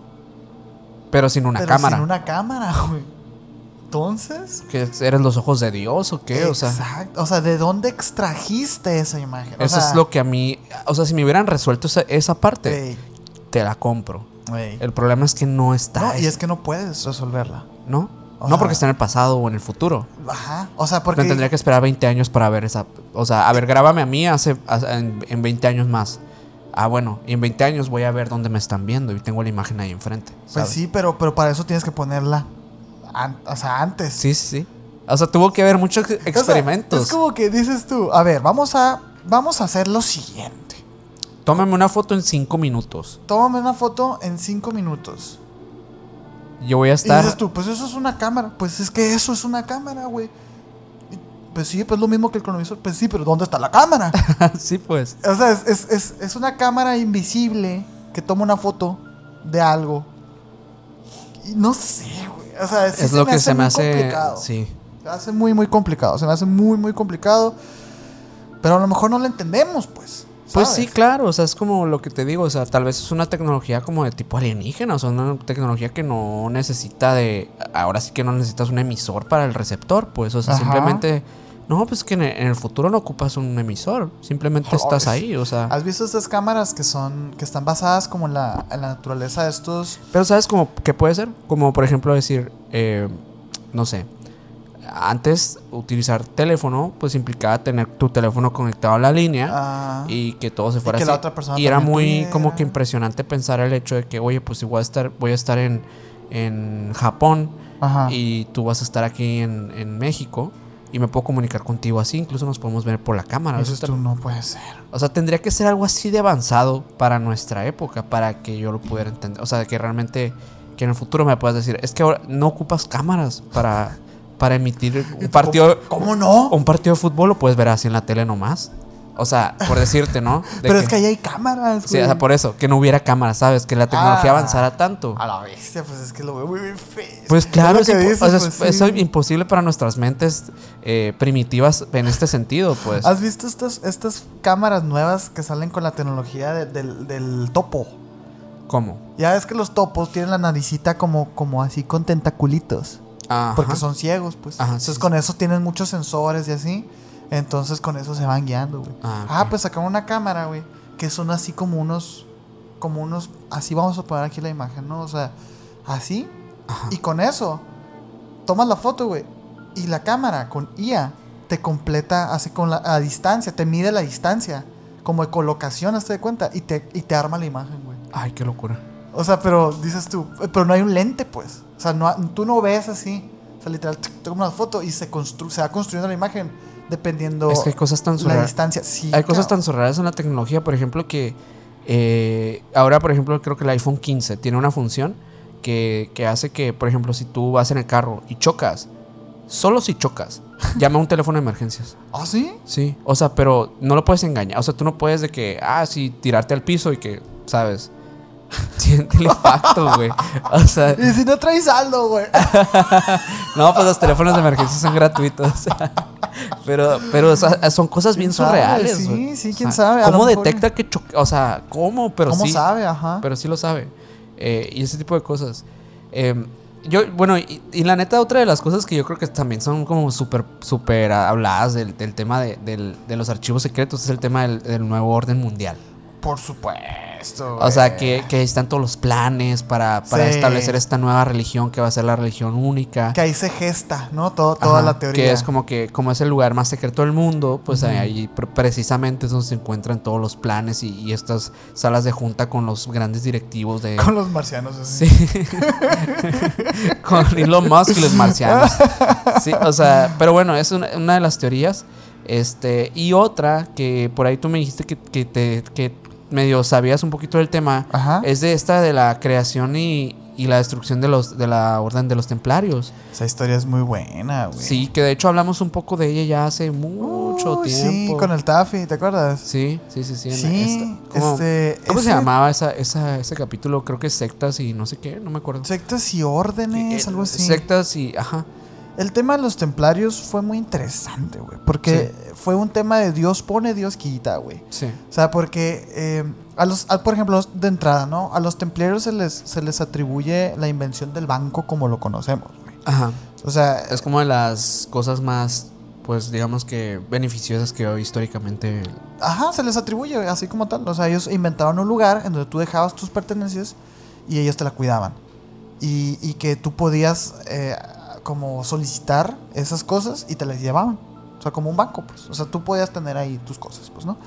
Pero sin una cámara. Sin una cámara, güey. Entonces... ¿Que eres los ojos de Dios o qué? Exacto. O sea, ¿de dónde extrajiste esa imagen? Eso es lo que a mí... O sea, si me hubieran resuelto esa parte, te la compro. El problema es que no está. No, y es que no puedes resolverla. ¿No? No porque está en el pasado o en el futuro. Ajá. O sea, porque... Me tendría que esperar 20 años para ver esa... O sea, a ver, grábame a mí en 20 años más. Bueno, y en 20 años voy a ver dónde me están viendo y tengo la imagen ahí enfrente, ¿sabes? Pues sí, pero para eso tienes que ponerla antes. Sí. O sea, tuvo que haber muchos experimentos. O sea, es como que dices tú, a ver, vamos a hacer lo siguiente. Tómame una foto en 5 minutos. Tómame una foto en 5 minutos. Yo voy a estar... Y dices tú, pues eso es una cámara. Pues es que eso es una cámara, güey. Pues sí, pues lo mismo que el cronovisor. Pues sí, pero ¿dónde está la cámara? Sí, pues. O sea, es una cámara invisible que toma una foto de algo. Y no sé, güey. O sea, sí es lo que se me hace complicado. Sí. Se me hace muy, muy complicado. Se me hace muy, muy complicado. Pero a lo mejor no lo entendemos, pues. Pues sí, claro, o sea, es como lo que te digo, o sea, tal vez es una tecnología como de tipo alienígena, o sea, una tecnología que no necesita ahora sí que no necesitas un emisor para el receptor, pues, o sea, simplemente, no, pues que en el futuro no ocupas un emisor, simplemente estás ahí, o sea. ¿Has visto estas cámaras que están basadas como en la naturaleza de estos? Pero ¿sabes cómo qué puede ser? Como, por ejemplo, decir, no sé, antes utilizar teléfono pues implicaba tener tu teléfono conectado a la línea y que todo se fuera y que así. La otra persona y era muy tuviera. como que impresionante pensar el hecho de que, oye, pues igual voy a estar en Japón. Ajá. Y tú vas a estar aquí en México y me puedo comunicar contigo así, incluso nos podemos ver por la cámara. Eso tú no puede ser. O sea, tendría que ser algo así de avanzado para nuestra época, para que yo lo pudiera entender. O sea, que realmente, que en el futuro me puedas decir, es que ahora no ocupas cámaras para emitir un partido. ¿Cómo no? Un partido de fútbol lo puedes ver así en la tele nomás. O sea, por decirte, ¿no? Pero es que ahí hay cámaras, sí, o sea, por eso, que no hubiera cámaras, ¿sabes? Que la tecnología avanzara tanto. A la bestia, pues es que lo veo muy feo. Pues claro, es imposible para nuestras mentes primitivas en este sentido, pues. ¿Has visto estas cámaras nuevas que salen con la tecnología del topo? ¿Cómo? Ya ves que los topos tienen la naricita como así con tentaculitos. Ajá. Porque son ciegos, pues. Ajá, entonces con eso tienen muchos sensores y así. Entonces con eso se van guiando, güey. Okay. Pues sacaron una cámara, güey, que son así como unos, así vamos a poner aquí la imagen, ¿no? O sea, así. Ajá. Y con eso tomas la foto, güey, y la cámara con IA te completa así a distancia, te mide la distancia, como de colocación, hazte de cuenta, y te arma la imagen, güey. Ay, qué locura. O sea, pero dices tú, pero no hay un lente, pues. O sea, tú no ves así. O sea, literal, tomas una foto y se va construyendo la imagen. Dependiendo es que hay cosas tan la distancia. Sí, hay cosas tan surreales en la tecnología. Por ejemplo, que ahora, por ejemplo, creo que el iPhone 15 tiene una función que hace que, por ejemplo, si tú vas en el carro y chocas, solo si chocas, llama a un teléfono de emergencias. ¿Ah, sí? Sí, o sea, pero no lo puedes engañar. O sea, tú no puedes de que, sí, tirarte al piso y que, ¿sabes? Siente el impacto, güey. O sea, y si no traes saldo, güey. No, pues los teléfonos de emergencia son gratuitos. pero o sea, son cosas bien surreales. Sí, quién sabe. ¿Cómo detecta que o sea, cómo? Pero ¿cómo sí sabe? Ajá. Pero sí lo sabe. Y ese tipo de cosas. Bueno, y la neta, otra de las cosas que yo creo que también son como súper habladas del tema de los archivos secretos es el tema del nuevo orden mundial. Por supuesto. O sea, que están todos los planes para establecer esta nueva religión que va a ser la religión única. Que ahí se gesta, ¿no? Toda la teoría. Que es como es el lugar más secreto del mundo, pues ahí precisamente es donde se encuentran todos los planes y estas salas de junta con los grandes directivos de... Con los marcianos, así. Sí. Con Elon Musk y los marcianos. Sí, o sea, pero bueno, es una de las teorías. Y otra que por ahí tú me dijiste que medio sabías un poquito del tema. Ajá. Es de la creación y la destrucción de la orden de los templarios. Esa historia es muy buena, güey. Sí, que de hecho hablamos un poco de ella ya hace mucho tiempo. Sí, con el Taffy, ¿te acuerdas? Sí. Sí, ¿Cómo se llamaba ese capítulo? Creo que es sectas y no sé qué, no me acuerdo. Sectas y órdenes, algo así. Sectas y, ajá. El tema de los templarios fue muy interesante, güey. Porque fue un tema de Dios pone, Dios quita, güey. Sí. O sea, porque por ejemplo, de entrada, ¿no? A los templarios se les atribuye la invención del banco como lo conocemos, güey. Ajá. O sea, es como de las cosas más, pues, digamos que beneficiosas que hoy históricamente... Ajá, se les atribuye así como tal. O sea, ellos inventaron un lugar en donde tú dejabas tus pertenencias y ellos te la cuidaban. Y que tú podías... como solicitar esas cosas y te las llevaban. O sea, como un banco, pues. O sea, tú podías tener ahí tus cosas, pues, ¿no?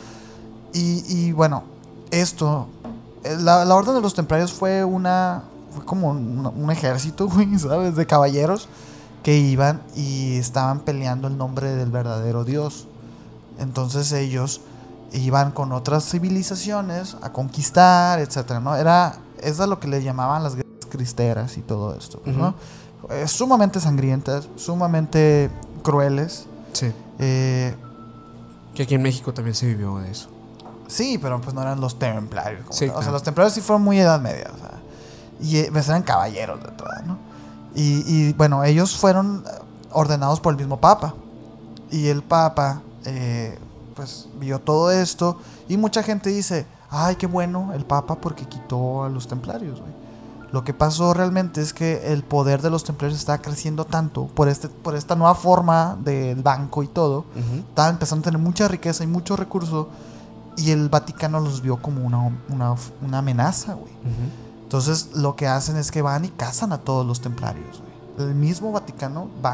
Y bueno, esto... La orden de los templarios fue como un ejército, güey, ¿sabes? De caballeros que iban y estaban peleando el nombre del verdadero Dios. Entonces ellos iban con otras civilizaciones a conquistar, etcétera, ¿no? Es a lo que le llamaban las guerras cristeras y todo esto, pues, ¿no? Sumamente sangrientas, sumamente crueles. Sí. Que aquí en México también se vivió de eso. Sí, pero pues no eran los templarios. Sí, claro. O sea, los templarios sí fueron muy Edad Media. O sea, y pues eran caballeros de entrada, ¿no? Y bueno, ellos fueron ordenados por el mismo Papa. Y el Papa, pues vio todo esto. Y mucha gente dice, ay, qué bueno el Papa porque quitó a los templarios, güey. Lo que pasó realmente es que el poder de los templarios estaba creciendo tanto por esta nueva forma del banco y todo. Uh-huh. Estaban empezando a tener mucha riqueza y mucho recurso. Y el Vaticano los vio como una amenaza, güey. Uh-huh. Entonces lo que hacen es que van y cazan a todos los templarios, güey. El mismo Vaticano va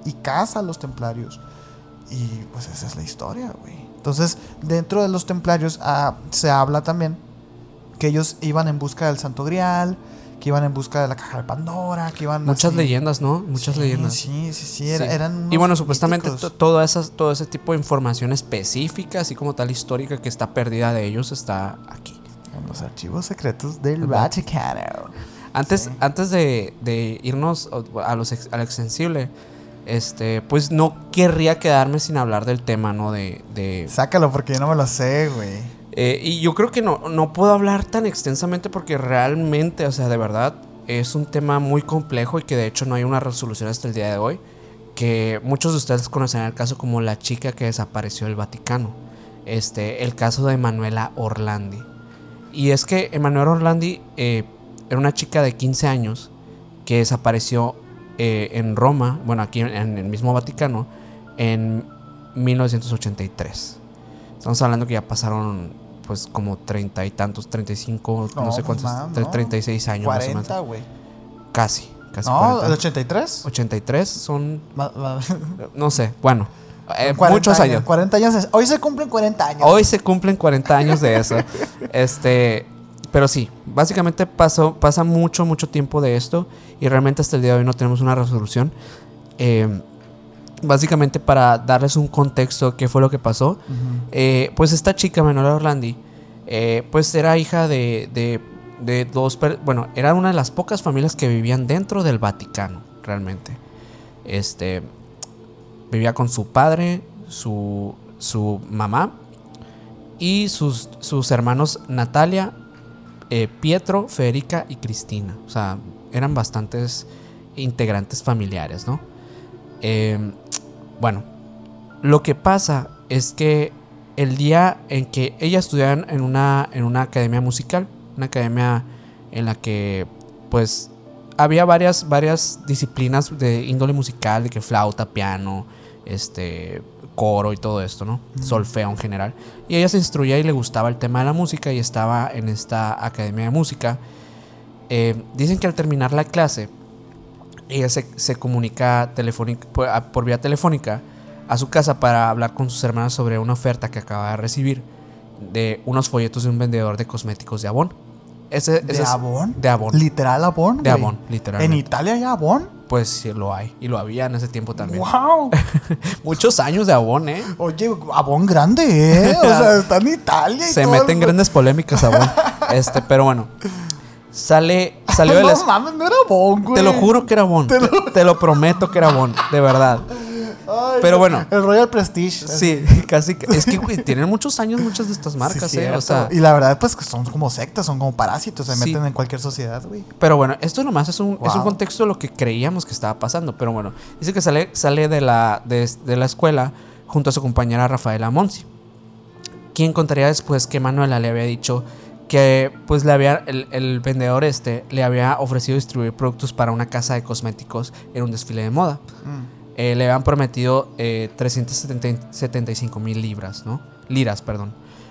y caza a los templarios. Y pues esa es la historia, güey. Entonces, dentro de los templarios se habla también que ellos iban en busca del Santo Grial, que iban en busca de la caja de Pandora, que iban... Muchas así. Leyendas, ¿no? Muchas leyendas. Sí. Eran y bueno, supuestamente todo ese tipo de información específica, así como tal histórica que está perdida de ellos, está aquí. En los archivos secretos del Vaticano. Antes de irnos a lo extensible, pues no querría quedarme sin hablar del tema, ¿no? Sácalo porque yo no me lo sé, güey. Y yo creo que no puedo hablar tan extensamente porque realmente, o sea, de verdad, es un tema muy complejo y que de hecho no hay una resolución hasta el día de hoy. Que muchos de ustedes conocen el caso como la chica que desapareció del Vaticano. El caso de Emanuela Orlandi. Y es que Emanuela Orlandi era una chica de 15 años que desapareció en Roma, bueno, aquí en el mismo Vaticano, en 1983. Estamos hablando que ya pasaron pues como 30 y tantos, 35, no sé cuántos, 36 años 40, más o menos. Güey. Casi no, 40. ¿el 83? 83 son... no sé, bueno, muchos años. 40 años, hoy se cumplen 40 años. Hoy se cumplen 40 años de eso. Pero sí, básicamente pasa mucho tiempo de esto y realmente hasta el día de hoy no tenemos una resolución. Básicamente para darles un contexto qué fue lo que pasó, pues esta chica Emanuela Orlandi pues era hija de dos, bueno, era una de las pocas familias que vivían dentro del Vaticano realmente. Vivía con su padre, su mamá y sus hermanos Natalia, Pietro, Federica y Cristina. O sea, eran bastantes integrantes familiares, ¿no? Bueno, lo que pasa es que el día en que ella estudiaba en una academia musical, una academia en la que pues había varias disciplinas de índole musical, de que flauta, piano, coro y todo esto, ¿no? Solfeo en general. Y ella se instruía y le gustaba el tema de la música y estaba en esta academia de música. Dicen que al terminar la clase ella se comunica por vía telefónica a su casa para hablar con sus hermanas sobre una oferta que acaba de recibir de unos folletos de un vendedor de cosméticos de Avon. ¿De Avon? De Avon. ¿Literal Avon? De Avon, literalmente. ¿En Italia hay Avon? Pues sí, lo hay. Y lo había en ese tiempo también. ¡Wow! Muchos años de Avon, ¿eh? Oye, Avon grande, ¿eh? O sea, está en Italia y se meten grandes polémicas Avon. Pero bueno. Salió de la... No mames, no era Avon, güey. Te lo juro que era Avon. Te lo prometo que era Avon, de verdad. Ay, pero bueno. El Royal Prestige. Sí, casi. Es que, güey, tienen muchos años muchas de estas marcas, sí, o sea. Y la verdad, pues, que son como sectas, son como parásitos, se meten en cualquier sociedad, güey. Pero bueno, esto nomás es un contexto de lo que creíamos que estaba pasando. Pero bueno, dice que sale de la escuela junto a su compañera Rafaela Monsi, quien contaría después que Manuela le había dicho que pues el vendedor le había ofrecido distribuir productos para una casa de cosméticos en un desfile de moda. Le habían prometido 375,000 libras, ¿no? Liras, perdón.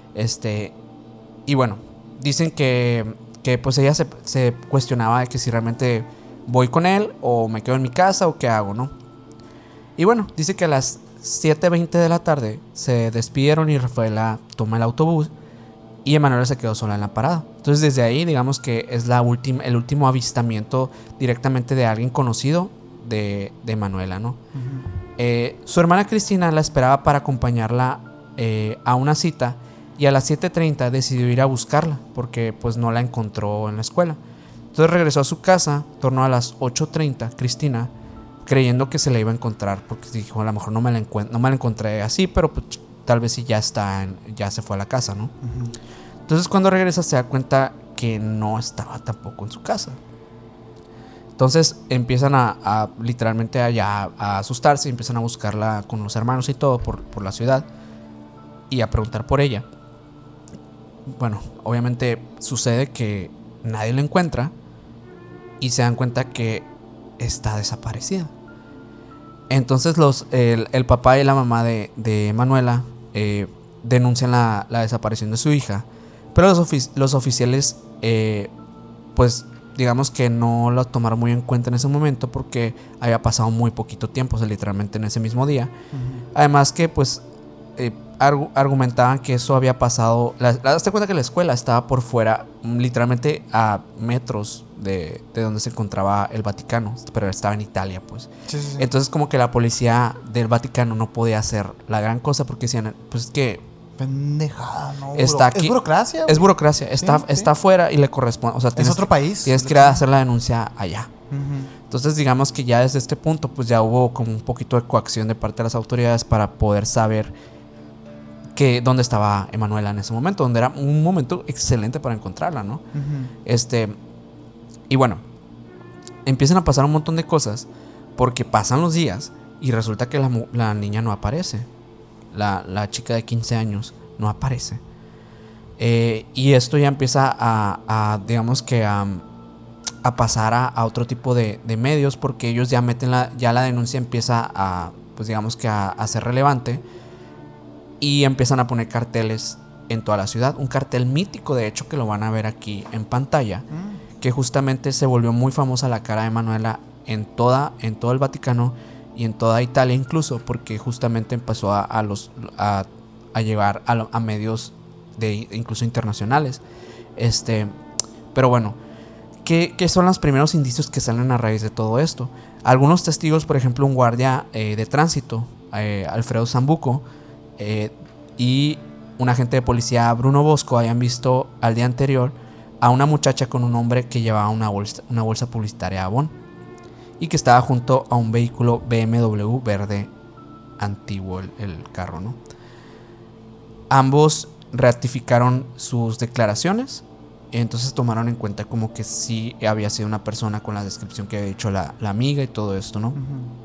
Y bueno, dicen que pues ella se cuestionaba de que si realmente voy con él o me quedo en mi casa o qué hago, ¿no? Y bueno, dice que a las 7:20 de la tarde se despidieron y Rafaela toma el autobús y Emanuela se quedó sola en la parada. Entonces desde ahí digamos que es el último avistamiento directamente de alguien conocido de Emanuela, ¿no? Su hermana Cristina la esperaba para acompañarla a una cita y a las 7:30 decidió ir a buscarla porque pues no la encontró en la escuela. Entonces regresó a su casa, tornó a las 8:30 Cristina, creyendo que se la iba a encontrar porque dijo, a lo mejor no me la encontré así, pero pues, tal vez sí ya se fue a la casa, ¿no? Entonces cuando regresa se da cuenta que no estaba tampoco en su casa. Entonces empiezan a literalmente a asustarse y empiezan a buscarla con los hermanos y todo por la ciudad y a preguntar por ella. Bueno, obviamente sucede que nadie la encuentra y se dan cuenta que está desaparecida. Entonces el papá y la mamá de Manuela denuncian la desaparición de su hija, pero los oficiales pues digamos que no lo tomaron muy en cuenta en ese momento porque había pasado muy poquito tiempo, o sea, literalmente en ese mismo día. Además que pues argumentaban que eso había pasado, hazte cuenta que la escuela estaba por fuera, literalmente a metros de donde se encontraba el Vaticano, pero estaba en Italia, pues. Sí. Entonces como que la policía del Vaticano no podía hacer la gran cosa porque decían, pues es que pendejada, ¿no? Está aquí, es burocracia. Es burocracia, está afuera y le corresponde, o sea, es otro país. Tienes que ir a hacer la denuncia allá. Entonces digamos que ya desde este punto pues ya hubo como un poquito de coacción de parte de las autoridades para poder saber dónde estaba Emanuela en ese momento, donde era un momento excelente para encontrarla, ¿no? Y bueno, empiezan a pasar un montón de cosas porque pasan los días y resulta que la niña no aparece. La chica de 15 años no aparece. Y esto ya empieza digamos que a pasar a otro tipo de medios porque ellos ya meten ya la denuncia empieza pues digamos que a ser relevante. Y empiezan a poner carteles en toda la ciudad. Un cartel mítico, de hecho, que lo van a ver aquí en pantalla. Que justamente se volvió muy famosa la cara de Manuela en todo el Vaticano y en toda Italia incluso. Porque justamente empezó a llevar a medios incluso internacionales. Pero bueno, ¿qué son los primeros indicios que salen a raíz de todo esto? Algunos testigos, por ejemplo, un guardia de tránsito, Alfredo Zambuco, y un agente de policía, Bruno Bosco, habían visto al día anterior a una muchacha con un hombre que llevaba una bolsa publicitaria Avon y que estaba junto a un vehículo BMW verde antiguo, el carro, ¿no? Ambos ratificaron sus declaraciones, entonces tomaron en cuenta como que sí había sido una persona con la descripción que había dicho la amiga y todo esto, ¿no?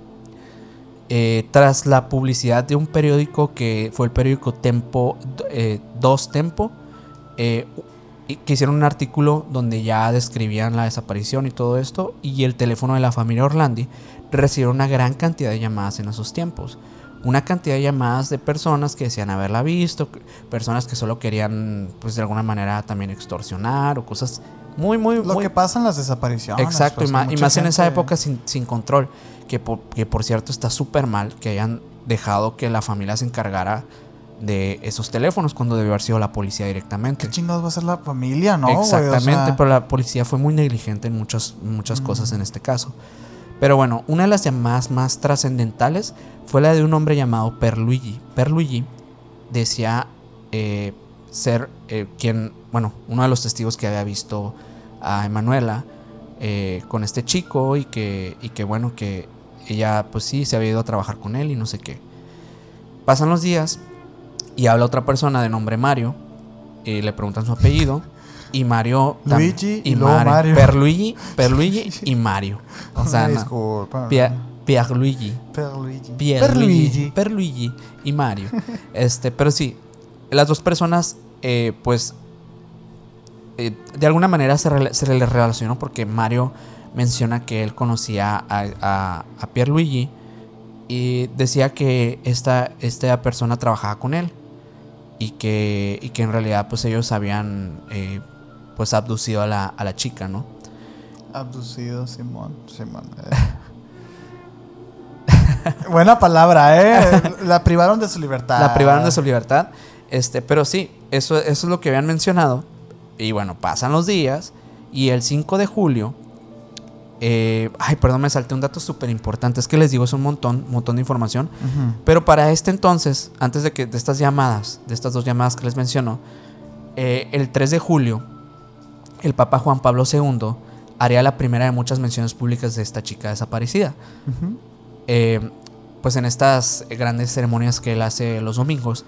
Tras la publicidad de un periódico que fue el periódico Tempo, Dos Tempo, que hicieron un artículo donde ya describían la desaparición y todo esto, y el teléfono de la familia Orlandi recibió una gran cantidad de llamadas en esos tiempos. Una cantidad de llamadas de personas que decían haberla visto, personas que solo querían, pues de alguna manera también extorsionar o cosas muy que pasa en las desapariciones. Exacto, pues, y más en esa época sin control. Que por cierto está súper mal que hayan dejado que la familia se encargara de esos teléfonos cuando debió haber sido la policía directamente. ¿Qué chingados va a ser la familia, no? Exactamente, o sea, pero la policía fue muy negligente en muchas cosas en este caso. Pero bueno, una de las llamadas más trascendentales fue la de un hombre llamado Pierluigi. Pierluigi decía ser uno de los testigos que había visto a Emanuela con este chico y que bueno, que ella pues sí se había ido a trabajar con él y no sé qué. Pasan los días y habla otra persona de nombre Mario y le preguntan su apellido y Mario Luigi y Mario. Pierluigi y Mario. O sea, Pierluigi y Mario. Pero sí, las dos personas pues de alguna manera se les relacionó porque Mario menciona que él conocía a Pierluigi y decía que esta persona trabajaba con él y que en realidad pues ellos habían pues abducido a la chica, ¿no? Abducido, Simón. Buena palabra, La privaron de su libertad. Pero sí, eso es lo que habían mencionado. Y bueno, pasan los días y el 5 de julio me salté un dato súper importante. Es que les digo, es un montón de información. Pero para este entonces, antes de estas dos llamadas que les menciono, el 3 de julio, el Papa Juan Pablo II haría la primera de muchas menciones públicas de esta chica desaparecida. Pues en estas grandes ceremonias que él hace los domingos,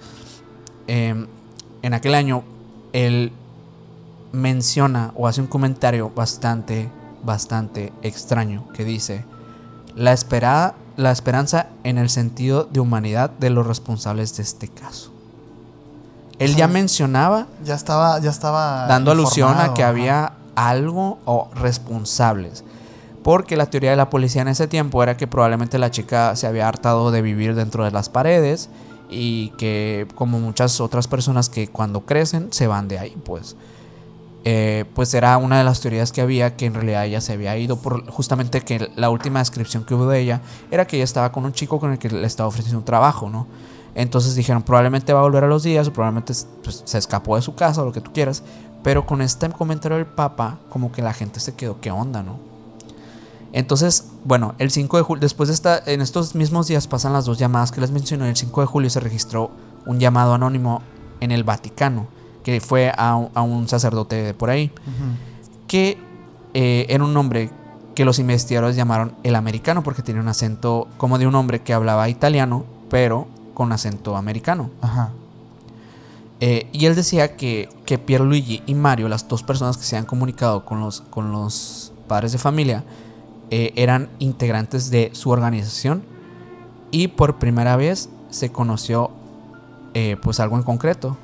en aquel año, él menciona o hace un comentario bastante extraño que dice: la esperanza en el sentido de humanidad de los responsables de este caso. Él ya mencionaba, ya estaba dando alusión a que había algo o responsables, porque la teoría de la policía en ese tiempo era que probablemente la chica se había hartado de vivir dentro de las paredes y que, como muchas otras personas que cuando crecen se van de ahí, pues. pues era una de las teorías que había, que en realidad ella se había ido por justamente que la última descripción que hubo de ella era que ella estaba con un chico con el que le estaba ofreciendo un trabajo, ¿no? Entonces dijeron, probablemente va a volver a los días o probablemente pues, se escapó de su casa o lo que tú quieras. Pero con este comentario del Papa, como que la gente se quedó, ¿qué onda, no? Entonces, bueno, el 5 de julio, después de en estos mismos días pasan las 2 llamadas que les mencioné. El 5 de julio se registró un llamado anónimo en el Vaticano, que fue a un sacerdote de por ahí, que era un hombre que los investigadores llamaron el americano, porque tenía un acento como de un hombre que hablaba italiano, pero con acento americano. Ajá. Y él decía que Pierluigi y Mario, las 2 personas que se han comunicado con los padres de familia, eran integrantes de su organización, y por primera vez se conoció pues algo en concreto,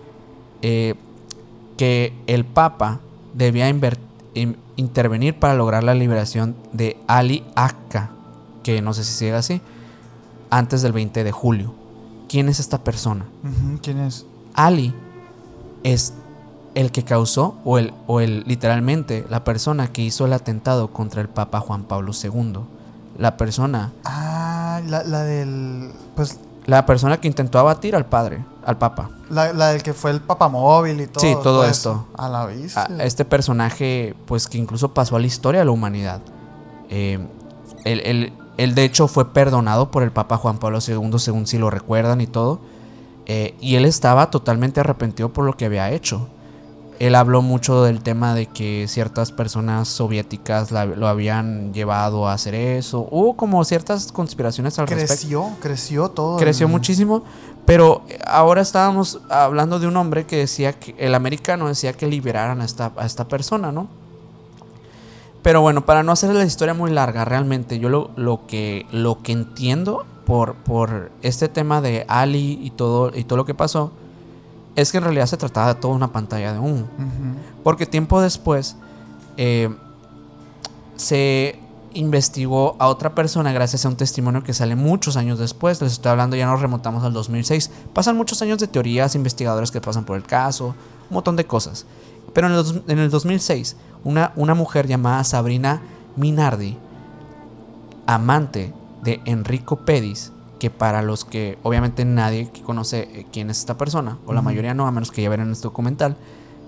que el Papa debía intervenir para lograr la liberación de Ali Akka, que no sé si sigue así, antes del 20 de julio. ¿Quién es esta persona? ¿Quién es? Ali es el que causó, o el literalmente la persona que hizo el atentado contra el Papa Juan Pablo II. La persona... la del... Pues... La persona que intentó abatir al Papa. La del que fue el papamóvil y todo. Sí, todo esto. A la vista. Este personaje, pues que incluso pasó a la historia de la humanidad. Él de hecho fue perdonado por el Papa Juan Pablo II, según si lo recuerdan y todo. Y él estaba totalmente arrepentido por lo que había hecho. Él habló mucho del tema de que ciertas personas soviéticas lo habían llevado a hacer eso. Hubo como ciertas conspiraciones al respecto. Creció todo. Creció muchísimo. Pero ahora estábamos hablando de un hombre que decía que el americano decía que liberaran a esta persona, ¿no? Pero bueno, para no hacer la historia muy larga, realmente yo lo que entiendo por este tema de Ali y todo lo que pasó, es que en realidad se trataba de toda una pantalla de humo. Porque tiempo después se investigó a otra persona gracias a un testimonio que sale muchos años después. Les estoy hablando, ya nos remontamos al 2006. Pasan muchos años de teorías, investigadores que pasan por el caso, un montón de cosas. Pero en el 2006, una mujer llamada Sabrina Minardi, amante de Enrico Pedis, que para los que obviamente nadie conoce quién es esta persona, o la mayoría no, a menos que ya vean este documental,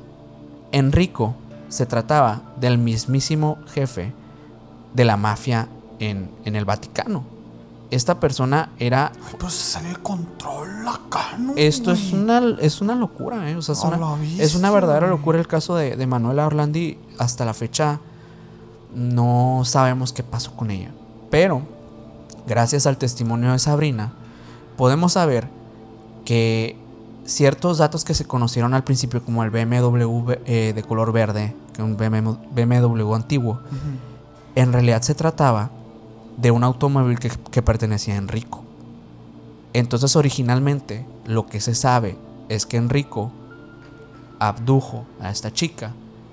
Enrico se trataba del mismísimo jefe de la mafia en el Vaticano. Esta persona era... Ay, pues se salió de control acá, ¿no? Esto es una locura, o sea, es una verdadera locura el caso de Manuela Orlandi. Hasta la fecha no sabemos qué pasó con ella, pero gracias al testimonio de Sabrina podemos saber que ciertos datos que se conocieron al principio, como el BMW de color verde, que es un BMW antiguo, en realidad se trataba de un automóvil que pertenecía a Enrico. Entonces originalmente lo que se sabe es que Enrico abdujo a esta chica,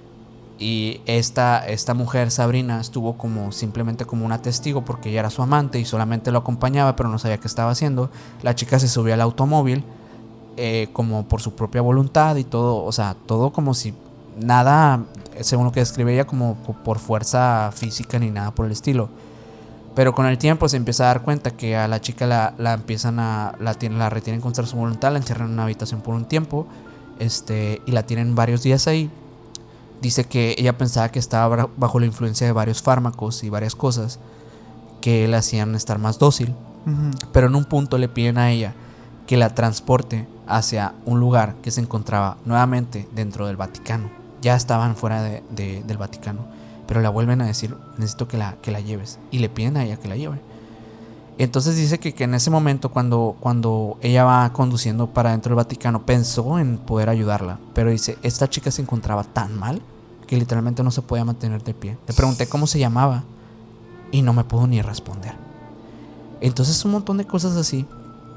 y esta mujer Sabrina estuvo simplemente como una testigo, porque ella era su amante y solamente lo acompañaba, pero no sabía qué estaba haciendo. La chica se subió al automóvil como por su propia voluntad y todo, o sea, todo como si nada, según lo que describe ella, como por fuerza física ni nada por el estilo. Pero con el tiempo se empieza a dar cuenta que a la chica la retienen contra su voluntad, la encierran en una habitación por un tiempo, y la tienen varios días ahí. Dice que ella pensaba que estaba bajo la influencia de varios fármacos y varias cosas que le hacían estar más dócil. Pero en un punto le piden a ella que la transporte hacia un lugar que se encontraba nuevamente dentro del Vaticano. Ya estaban fuera del Vaticano, pero la vuelven a decir: necesito que la lleves, y le piden a ella que la lleve. Entonces dice que en ese momento, cuando ella va conduciendo para dentro del Vaticano, pensó en poder ayudarla, pero dice, esta chica se encontraba tan mal que literalmente no se podía mantener de pie. Le pregunté cómo se llamaba y no me pudo ni responder. Entonces un montón de cosas así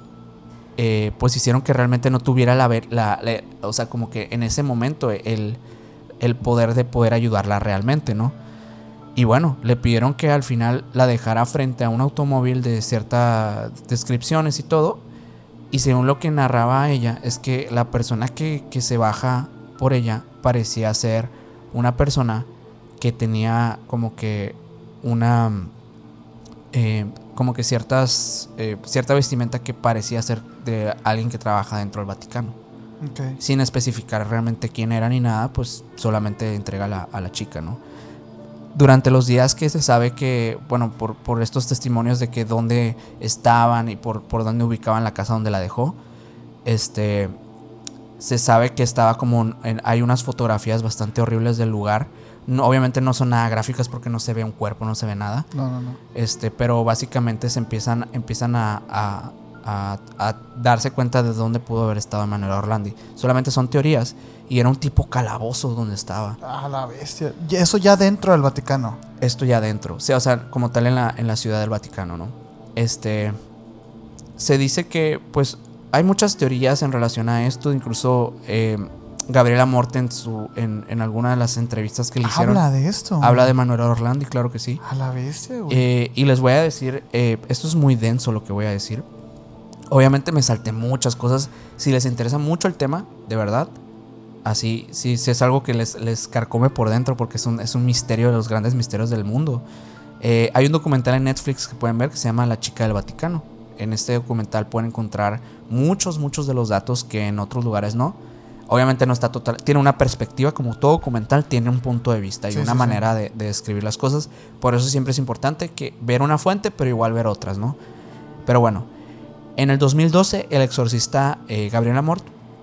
pues hicieron que realmente no tuviera o sea, como que en ese momento el poder de poder ayudarla realmente, ¿no? Y bueno, le pidieron que al final la dejara frente a un automóvil de ciertas descripciones y todo. Y según lo que narraba ella, es que la persona que se baja por ella parecía ser una persona que tenía como que una como que cierta vestimenta que parecía ser de alguien que trabaja dentro del Vaticano. Okay. Sin especificar realmente quién era ni nada, pues solamente entrega a la chica, ¿no? Durante los días que se sabe que, bueno, por estos testimonios de que dónde estaban y por dónde ubicaban la casa donde la dejó, se sabe que estaba como hay unas fotografías bastante horribles del lugar. No, obviamente no son nada gráficas porque no se ve un cuerpo, no se ve nada. No. Pero básicamente se empiezan a darse cuenta de dónde pudo haber estado Emanuela Orlandi. Solamente son teorías. Y era un tipo calabozo donde estaba. Ah, la bestia. Eso ya dentro del Vaticano. Esto ya dentro. O sea, como tal en la ciudad del Vaticano, ¿no? Se dice que, pues, hay muchas teorías en relación a esto. Incluso Gabriel Amort en alguna de las entrevistas que le hicieron. Habla de esto. Habla de Emanuela Orlandi, claro que sí. A la bestia, güey. Y les voy a decir, esto es muy denso lo que voy a decir. Obviamente me salté muchas cosas. Si les interesa mucho el tema, de verdad, así, sí, es algo que les carcome por dentro porque es un misterio de los grandes misterios del mundo. Hay un documental en Netflix que pueden ver que se llama La chica del Vaticano. En este documental pueden encontrar muchos de los datos que en otros lugares no. Obviamente no está total, tiene una perspectiva, como todo documental tiene un punto de vista y una manera de describir las cosas. Por eso siempre es importante que ver una fuente, pero igual ver otras, ¿no? Pero bueno, en el 2012 el exorcista Gabriel Amort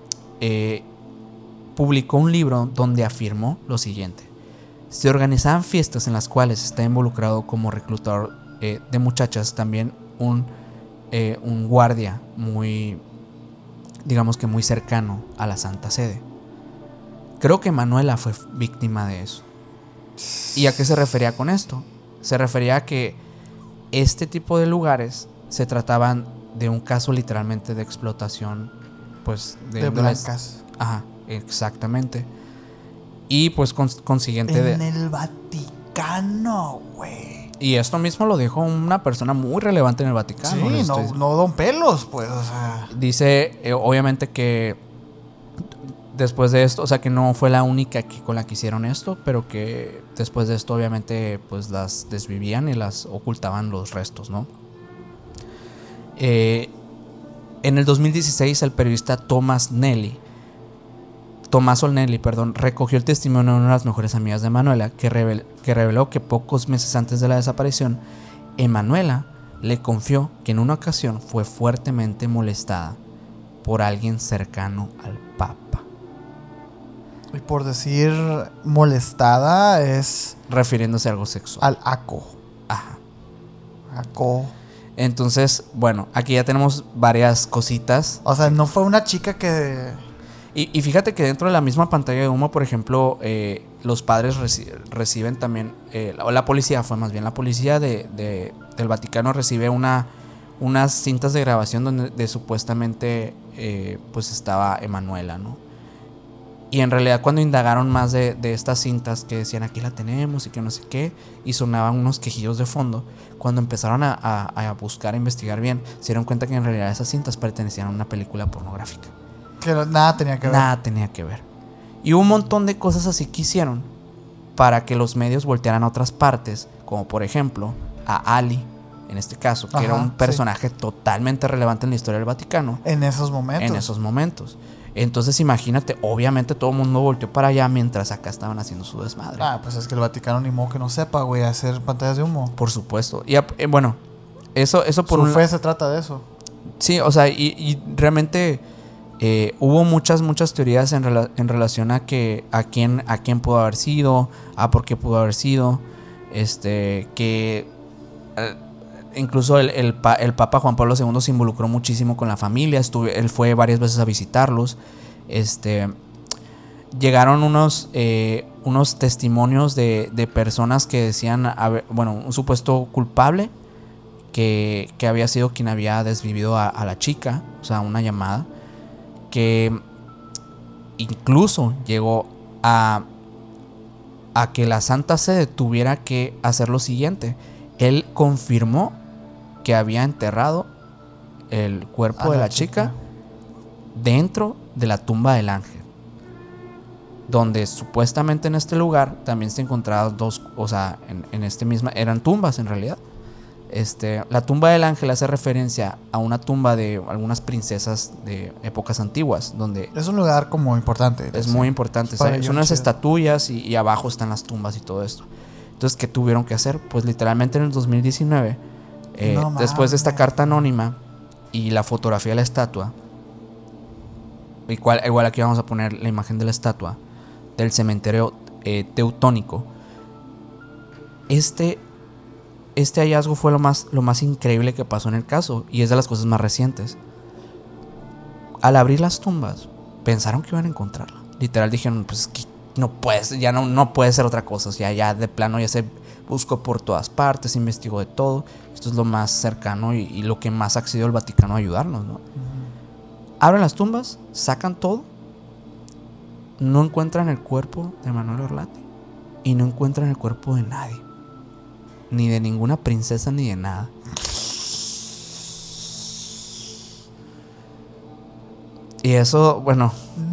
publicó un libro donde afirmó lo siguiente: se organizaban fiestas en las cuales está involucrado como reclutador de muchachas también un guardia muy, digamos que muy cercano a la Santa Sede. Creo que Manuela fue víctima de eso. ¿Y a qué se refería con esto? Se refería a que este tipo de lugares se trataban de un caso literalmente de explotación, pues de blancas. Ajá, exactamente. Y pues consiguiente en el Vaticano, güey. Y esto mismo lo dijo una persona muy relevante en el Vaticano. Sí, no Don Pelos, pues, o sea. Dice, obviamente que después de esto, o sea, que no fue la única con la que hicieron esto, pero que después de esto, obviamente, pues las desvivían y las ocultaban los restos, ¿no? En el 2016, el periodista Tomás Olnelli, recogió el testimonio de una de las mejores amigas de Emanuela, que reveló que pocos meses antes de la desaparición, Emanuela le confió que en una ocasión fue fuertemente molestada por alguien cercano al Papa. Y por decir molestada es... refiriéndose a algo sexual. Al aco. Ajá. Aco. Entonces, bueno, aquí ya tenemos varias cositas. O sea, no fue una chica que... Y fíjate que dentro de la misma pantalla de humo, por ejemplo, los padres reciben también, o la policía la policía del Vaticano recibe unas cintas de grabación donde supuestamente pues estaba Emanuela, ¿no? Y en realidad cuando indagaron más de estas cintas que decían aquí la tenemos y que no sé qué, y sonaban unos quejillos de fondo, cuando empezaron a buscar, a investigar bien, se dieron cuenta que en realidad esas cintas pertenecían a una película pornográfica. Que nada tenía que ver. Nada tenía que ver. Y hubo un montón de cosas así que hicieron para que los medios voltearan a otras partes, como por ejemplo a Ali, en este caso, que era un personaje totalmente relevante en la historia del Vaticano. En esos momentos. Entonces imagínate, obviamente todo el mundo volteó para allá mientras acá estaban haciendo su desmadre. Ah, pues es que el Vaticano ni modo que no sepa, güey, hacer pantallas de humo. Por supuesto. Y bueno, eso por su fe se trata de eso. Sí, o sea, y realmente hubo muchas teorías en relación a quién pudo haber sido, a por qué pudo haber sido, que incluso el Papa Juan Pablo II se involucró muchísimo con la familia. Él fue varias veces a visitarlos. Llegaron unos testimonios de personas que decían, un supuesto culpable que había sido quien había desvivido a la chica, o sea, una llamada que incluso llegó a que la Santa Sede tuviera que hacer lo siguiente. Él confirmó que había enterrado el cuerpo de la chica dentro de la tumba del ángel. donde supuestamente en este lugar también se encontraban en este misma, eran tumbas en realidad. La tumba del ángel hace referencia a una tumba de algunas princesas de épocas antiguas, donde es un lugar como importante. Es muy importante, son unas estatuillas y abajo están las tumbas y todo esto. Entonces, ¿qué tuvieron que hacer? Pues literalmente en el 2019, después de esta carta anónima y la fotografía de la estatua, igual aquí vamos a poner la imagen de la estatua del cementerio teutónico. Este hallazgo fue lo más increíble que pasó en el caso, y es de las cosas más recientes. Al abrir las tumbas, pensaron que iban a encontrarla. Literal dijeron, pues no puede ser otra cosa. O sea, ya de plano ya se buscó por todas partes, se investigó de todo. Esto es lo más cercano y lo que más ha accedido el Vaticano a ayudarnos, ¿no? Abren las tumbas, sacan todo, no encuentran el cuerpo de Manuel Orlandi y no encuentran el cuerpo de nadie, ni de ninguna princesa ni de nada. Y eso, bueno,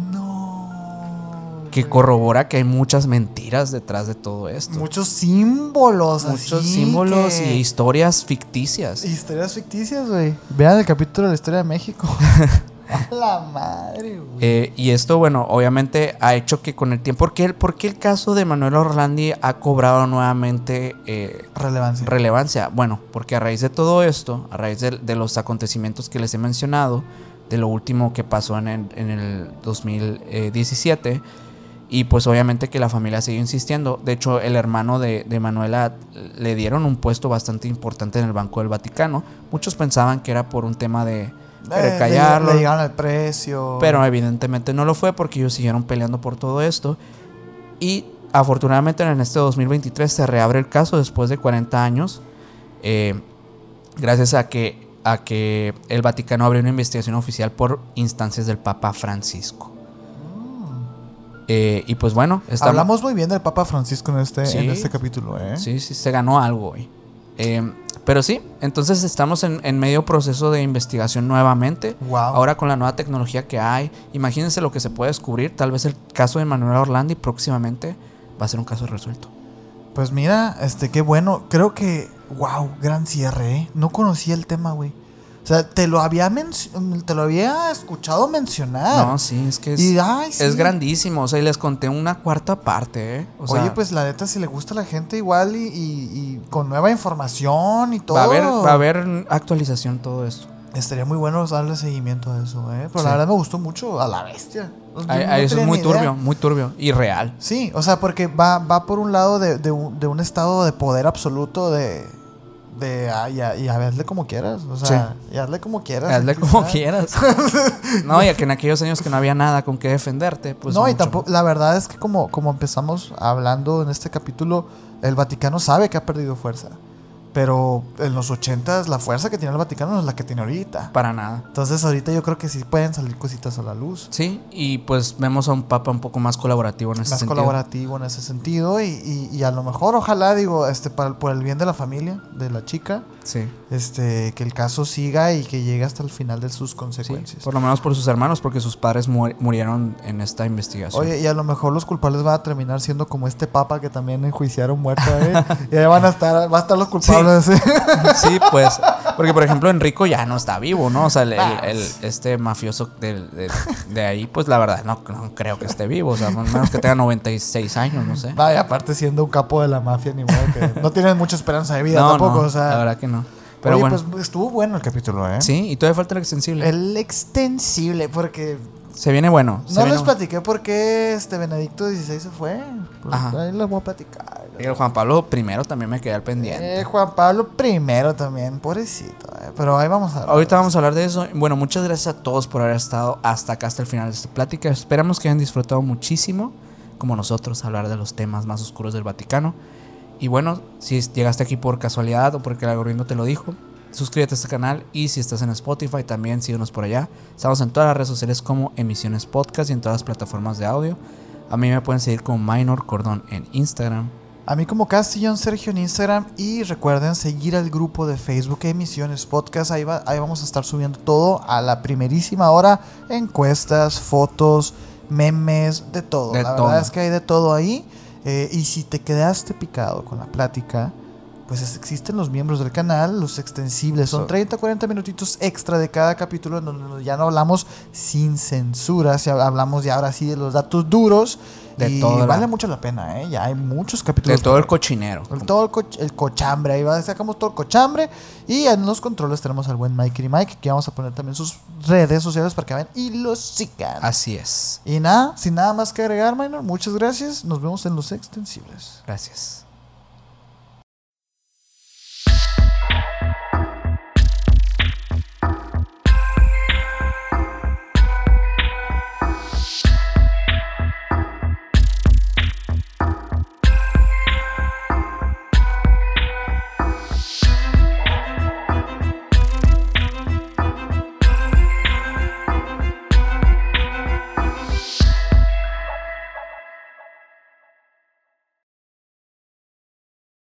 que corrobora que hay muchas mentiras detrás de todo esto. Muchos símbolos. Muchos símbolos y historias ficticias. Historias ficticias, güey. Vean el capítulo de la historia de México. A la madre, güey. Y esto, bueno, obviamente ha hecho que con el tiempo... ¿Por qué el caso de Manuel Orlandi ha cobrado nuevamente relevancia? Bueno, porque a raíz de todo esto, a raíz de los acontecimientos que les he mencionado, de lo último que pasó en el 2017... Y pues obviamente que la familia siguió insistiendo. De hecho, el hermano de Manuela le dieron un puesto bastante importante en el Banco del Vaticano. Muchos pensaban que era por un tema de callarlo. Le llegaron al precio. Pero evidentemente no lo fue, porque ellos siguieron peleando por todo esto. Y afortunadamente en este 2023 se reabre el caso después de 40 años. Gracias a que el Vaticano abrió una investigación oficial por instancias del Papa Francisco. Y pues bueno, hablamos muy bien del Papa Francisco en este capítulo, ¿eh? Sí, se ganó algo hoy. Pero sí, entonces estamos en medio proceso de investigación nuevamente. Wow. Ahora con la nueva tecnología que hay, imagínense lo que se puede descubrir. Tal vez el caso de Manuel Orlandi próximamente va a ser un caso resuelto. Pues mira, qué bueno. Creo que, wow, gran cierre, ¿eh? No conocía el tema, güey. O sea, te lo había escuchado mencionar. No, sí, es que es grandísimo. O sea, y les conté una cuarta parte, ¿eh? Oye, pues la neta, si le gusta a la gente igual y con nueva información y todo. Va a haber actualización todo esto. Estaría muy bueno darle seguimiento a eso, ¿eh? Pero sí, la verdad me gustó mucho a la bestia. Eso es muy turbio y real. Sí, o sea, porque va por un lado de un estado de poder absoluto y hazle como quieras, o sea, sí. Y hazle como quieras. Hazle como quieras. No, y que en aquellos años que no había nada con qué defenderte, pues. No, y tampoco, la verdad es que como empezamos hablando en este capítulo, el Vaticano sabe que ha perdido fuerza. Pero en los 80s la fuerza que tiene el Vaticano no es la que tiene ahorita. Para nada. Entonces ahorita yo creo que sí pueden salir cositas a la luz. Sí, y pues vemos a un papa un poco más colaborativo en ese sentido. Más colaborativo en ese sentido y a lo mejor, ojalá, digo, por el bien de la familia, de la chica. Sí. Que el caso siga y que llegue hasta el final de sus consecuencias. Sí, por lo menos por sus hermanos, porque sus padres murieron en esta investigación. Oye, y a lo mejor los culpables van a terminar siendo como este papa que también enjuiciaron muerto, y ahí va a estar los culpables. Sí. Sí, pues, porque por ejemplo Enrico ya no está vivo, ¿no? O sea, este mafioso de ahí, pues la verdad no creo que esté vivo, o sea, menos que tenga 96 años, no sé. Vaya, aparte siendo un capo de la mafia, ni modo que no tiene mucha esperanza de vida tampoco, o sea. La verdad que no. Pero oye, bueno, pues estuvo bueno el capítulo, ¿eh? Sí, y todavía falta el extensible. El extensible, porque se viene bueno. Les platiqué por qué Benedicto XVI se fue. Pues ahí les voy a platicar. Y el Juan Pablo I también me quedé al pendiente. Juan Pablo I también, pobrecito. Pero ahí vamos a hablar. Ahorita vamos a hablar de eso. Bueno, muchas gracias a todos por haber estado hasta acá, hasta el final de esta plática. Esperamos que hayan disfrutado muchísimo, como nosotros, hablar de los temas más oscuros del Vaticano. Y bueno, si llegaste aquí por casualidad o porque el algoritmo te lo dijo, suscríbete a este canal, y si estás en Spotify también síguenos por allá. Estamos en todas las redes sociales como Emisiones Podcast y en todas las plataformas de audio. A mí me pueden seguir como Minor Cordón en Instagram. A mí como Castellón Sergio en Instagram. Y recuerden seguir al grupo de Facebook Emisiones Podcast. Ahí vamos a estar subiendo todo a la primerísima hora. Encuestas, fotos, memes, de todo. La verdad es que hay de todo ahí. Y si te quedaste picado con la plática, pues existen los miembros del canal, los extensibles. Son 30, 40 minutitos extra de cada capítulo en donde ya no hablamos sin censura. Hablamos ya ahora sí de los datos duros. Y vale mucho la pena, ¿eh? Ya hay muchos capítulos. De todo el cochinero. Todo el cochambre. Ahí sacamos todo el cochambre. Y en los controles tenemos al buen Mikey Mike, que vamos a poner también sus redes sociales para que vayan y los sigan. Así es. Y nada, sin nada más que agregar, Minor, muchas gracias. Nos vemos en los extensibles. Gracias.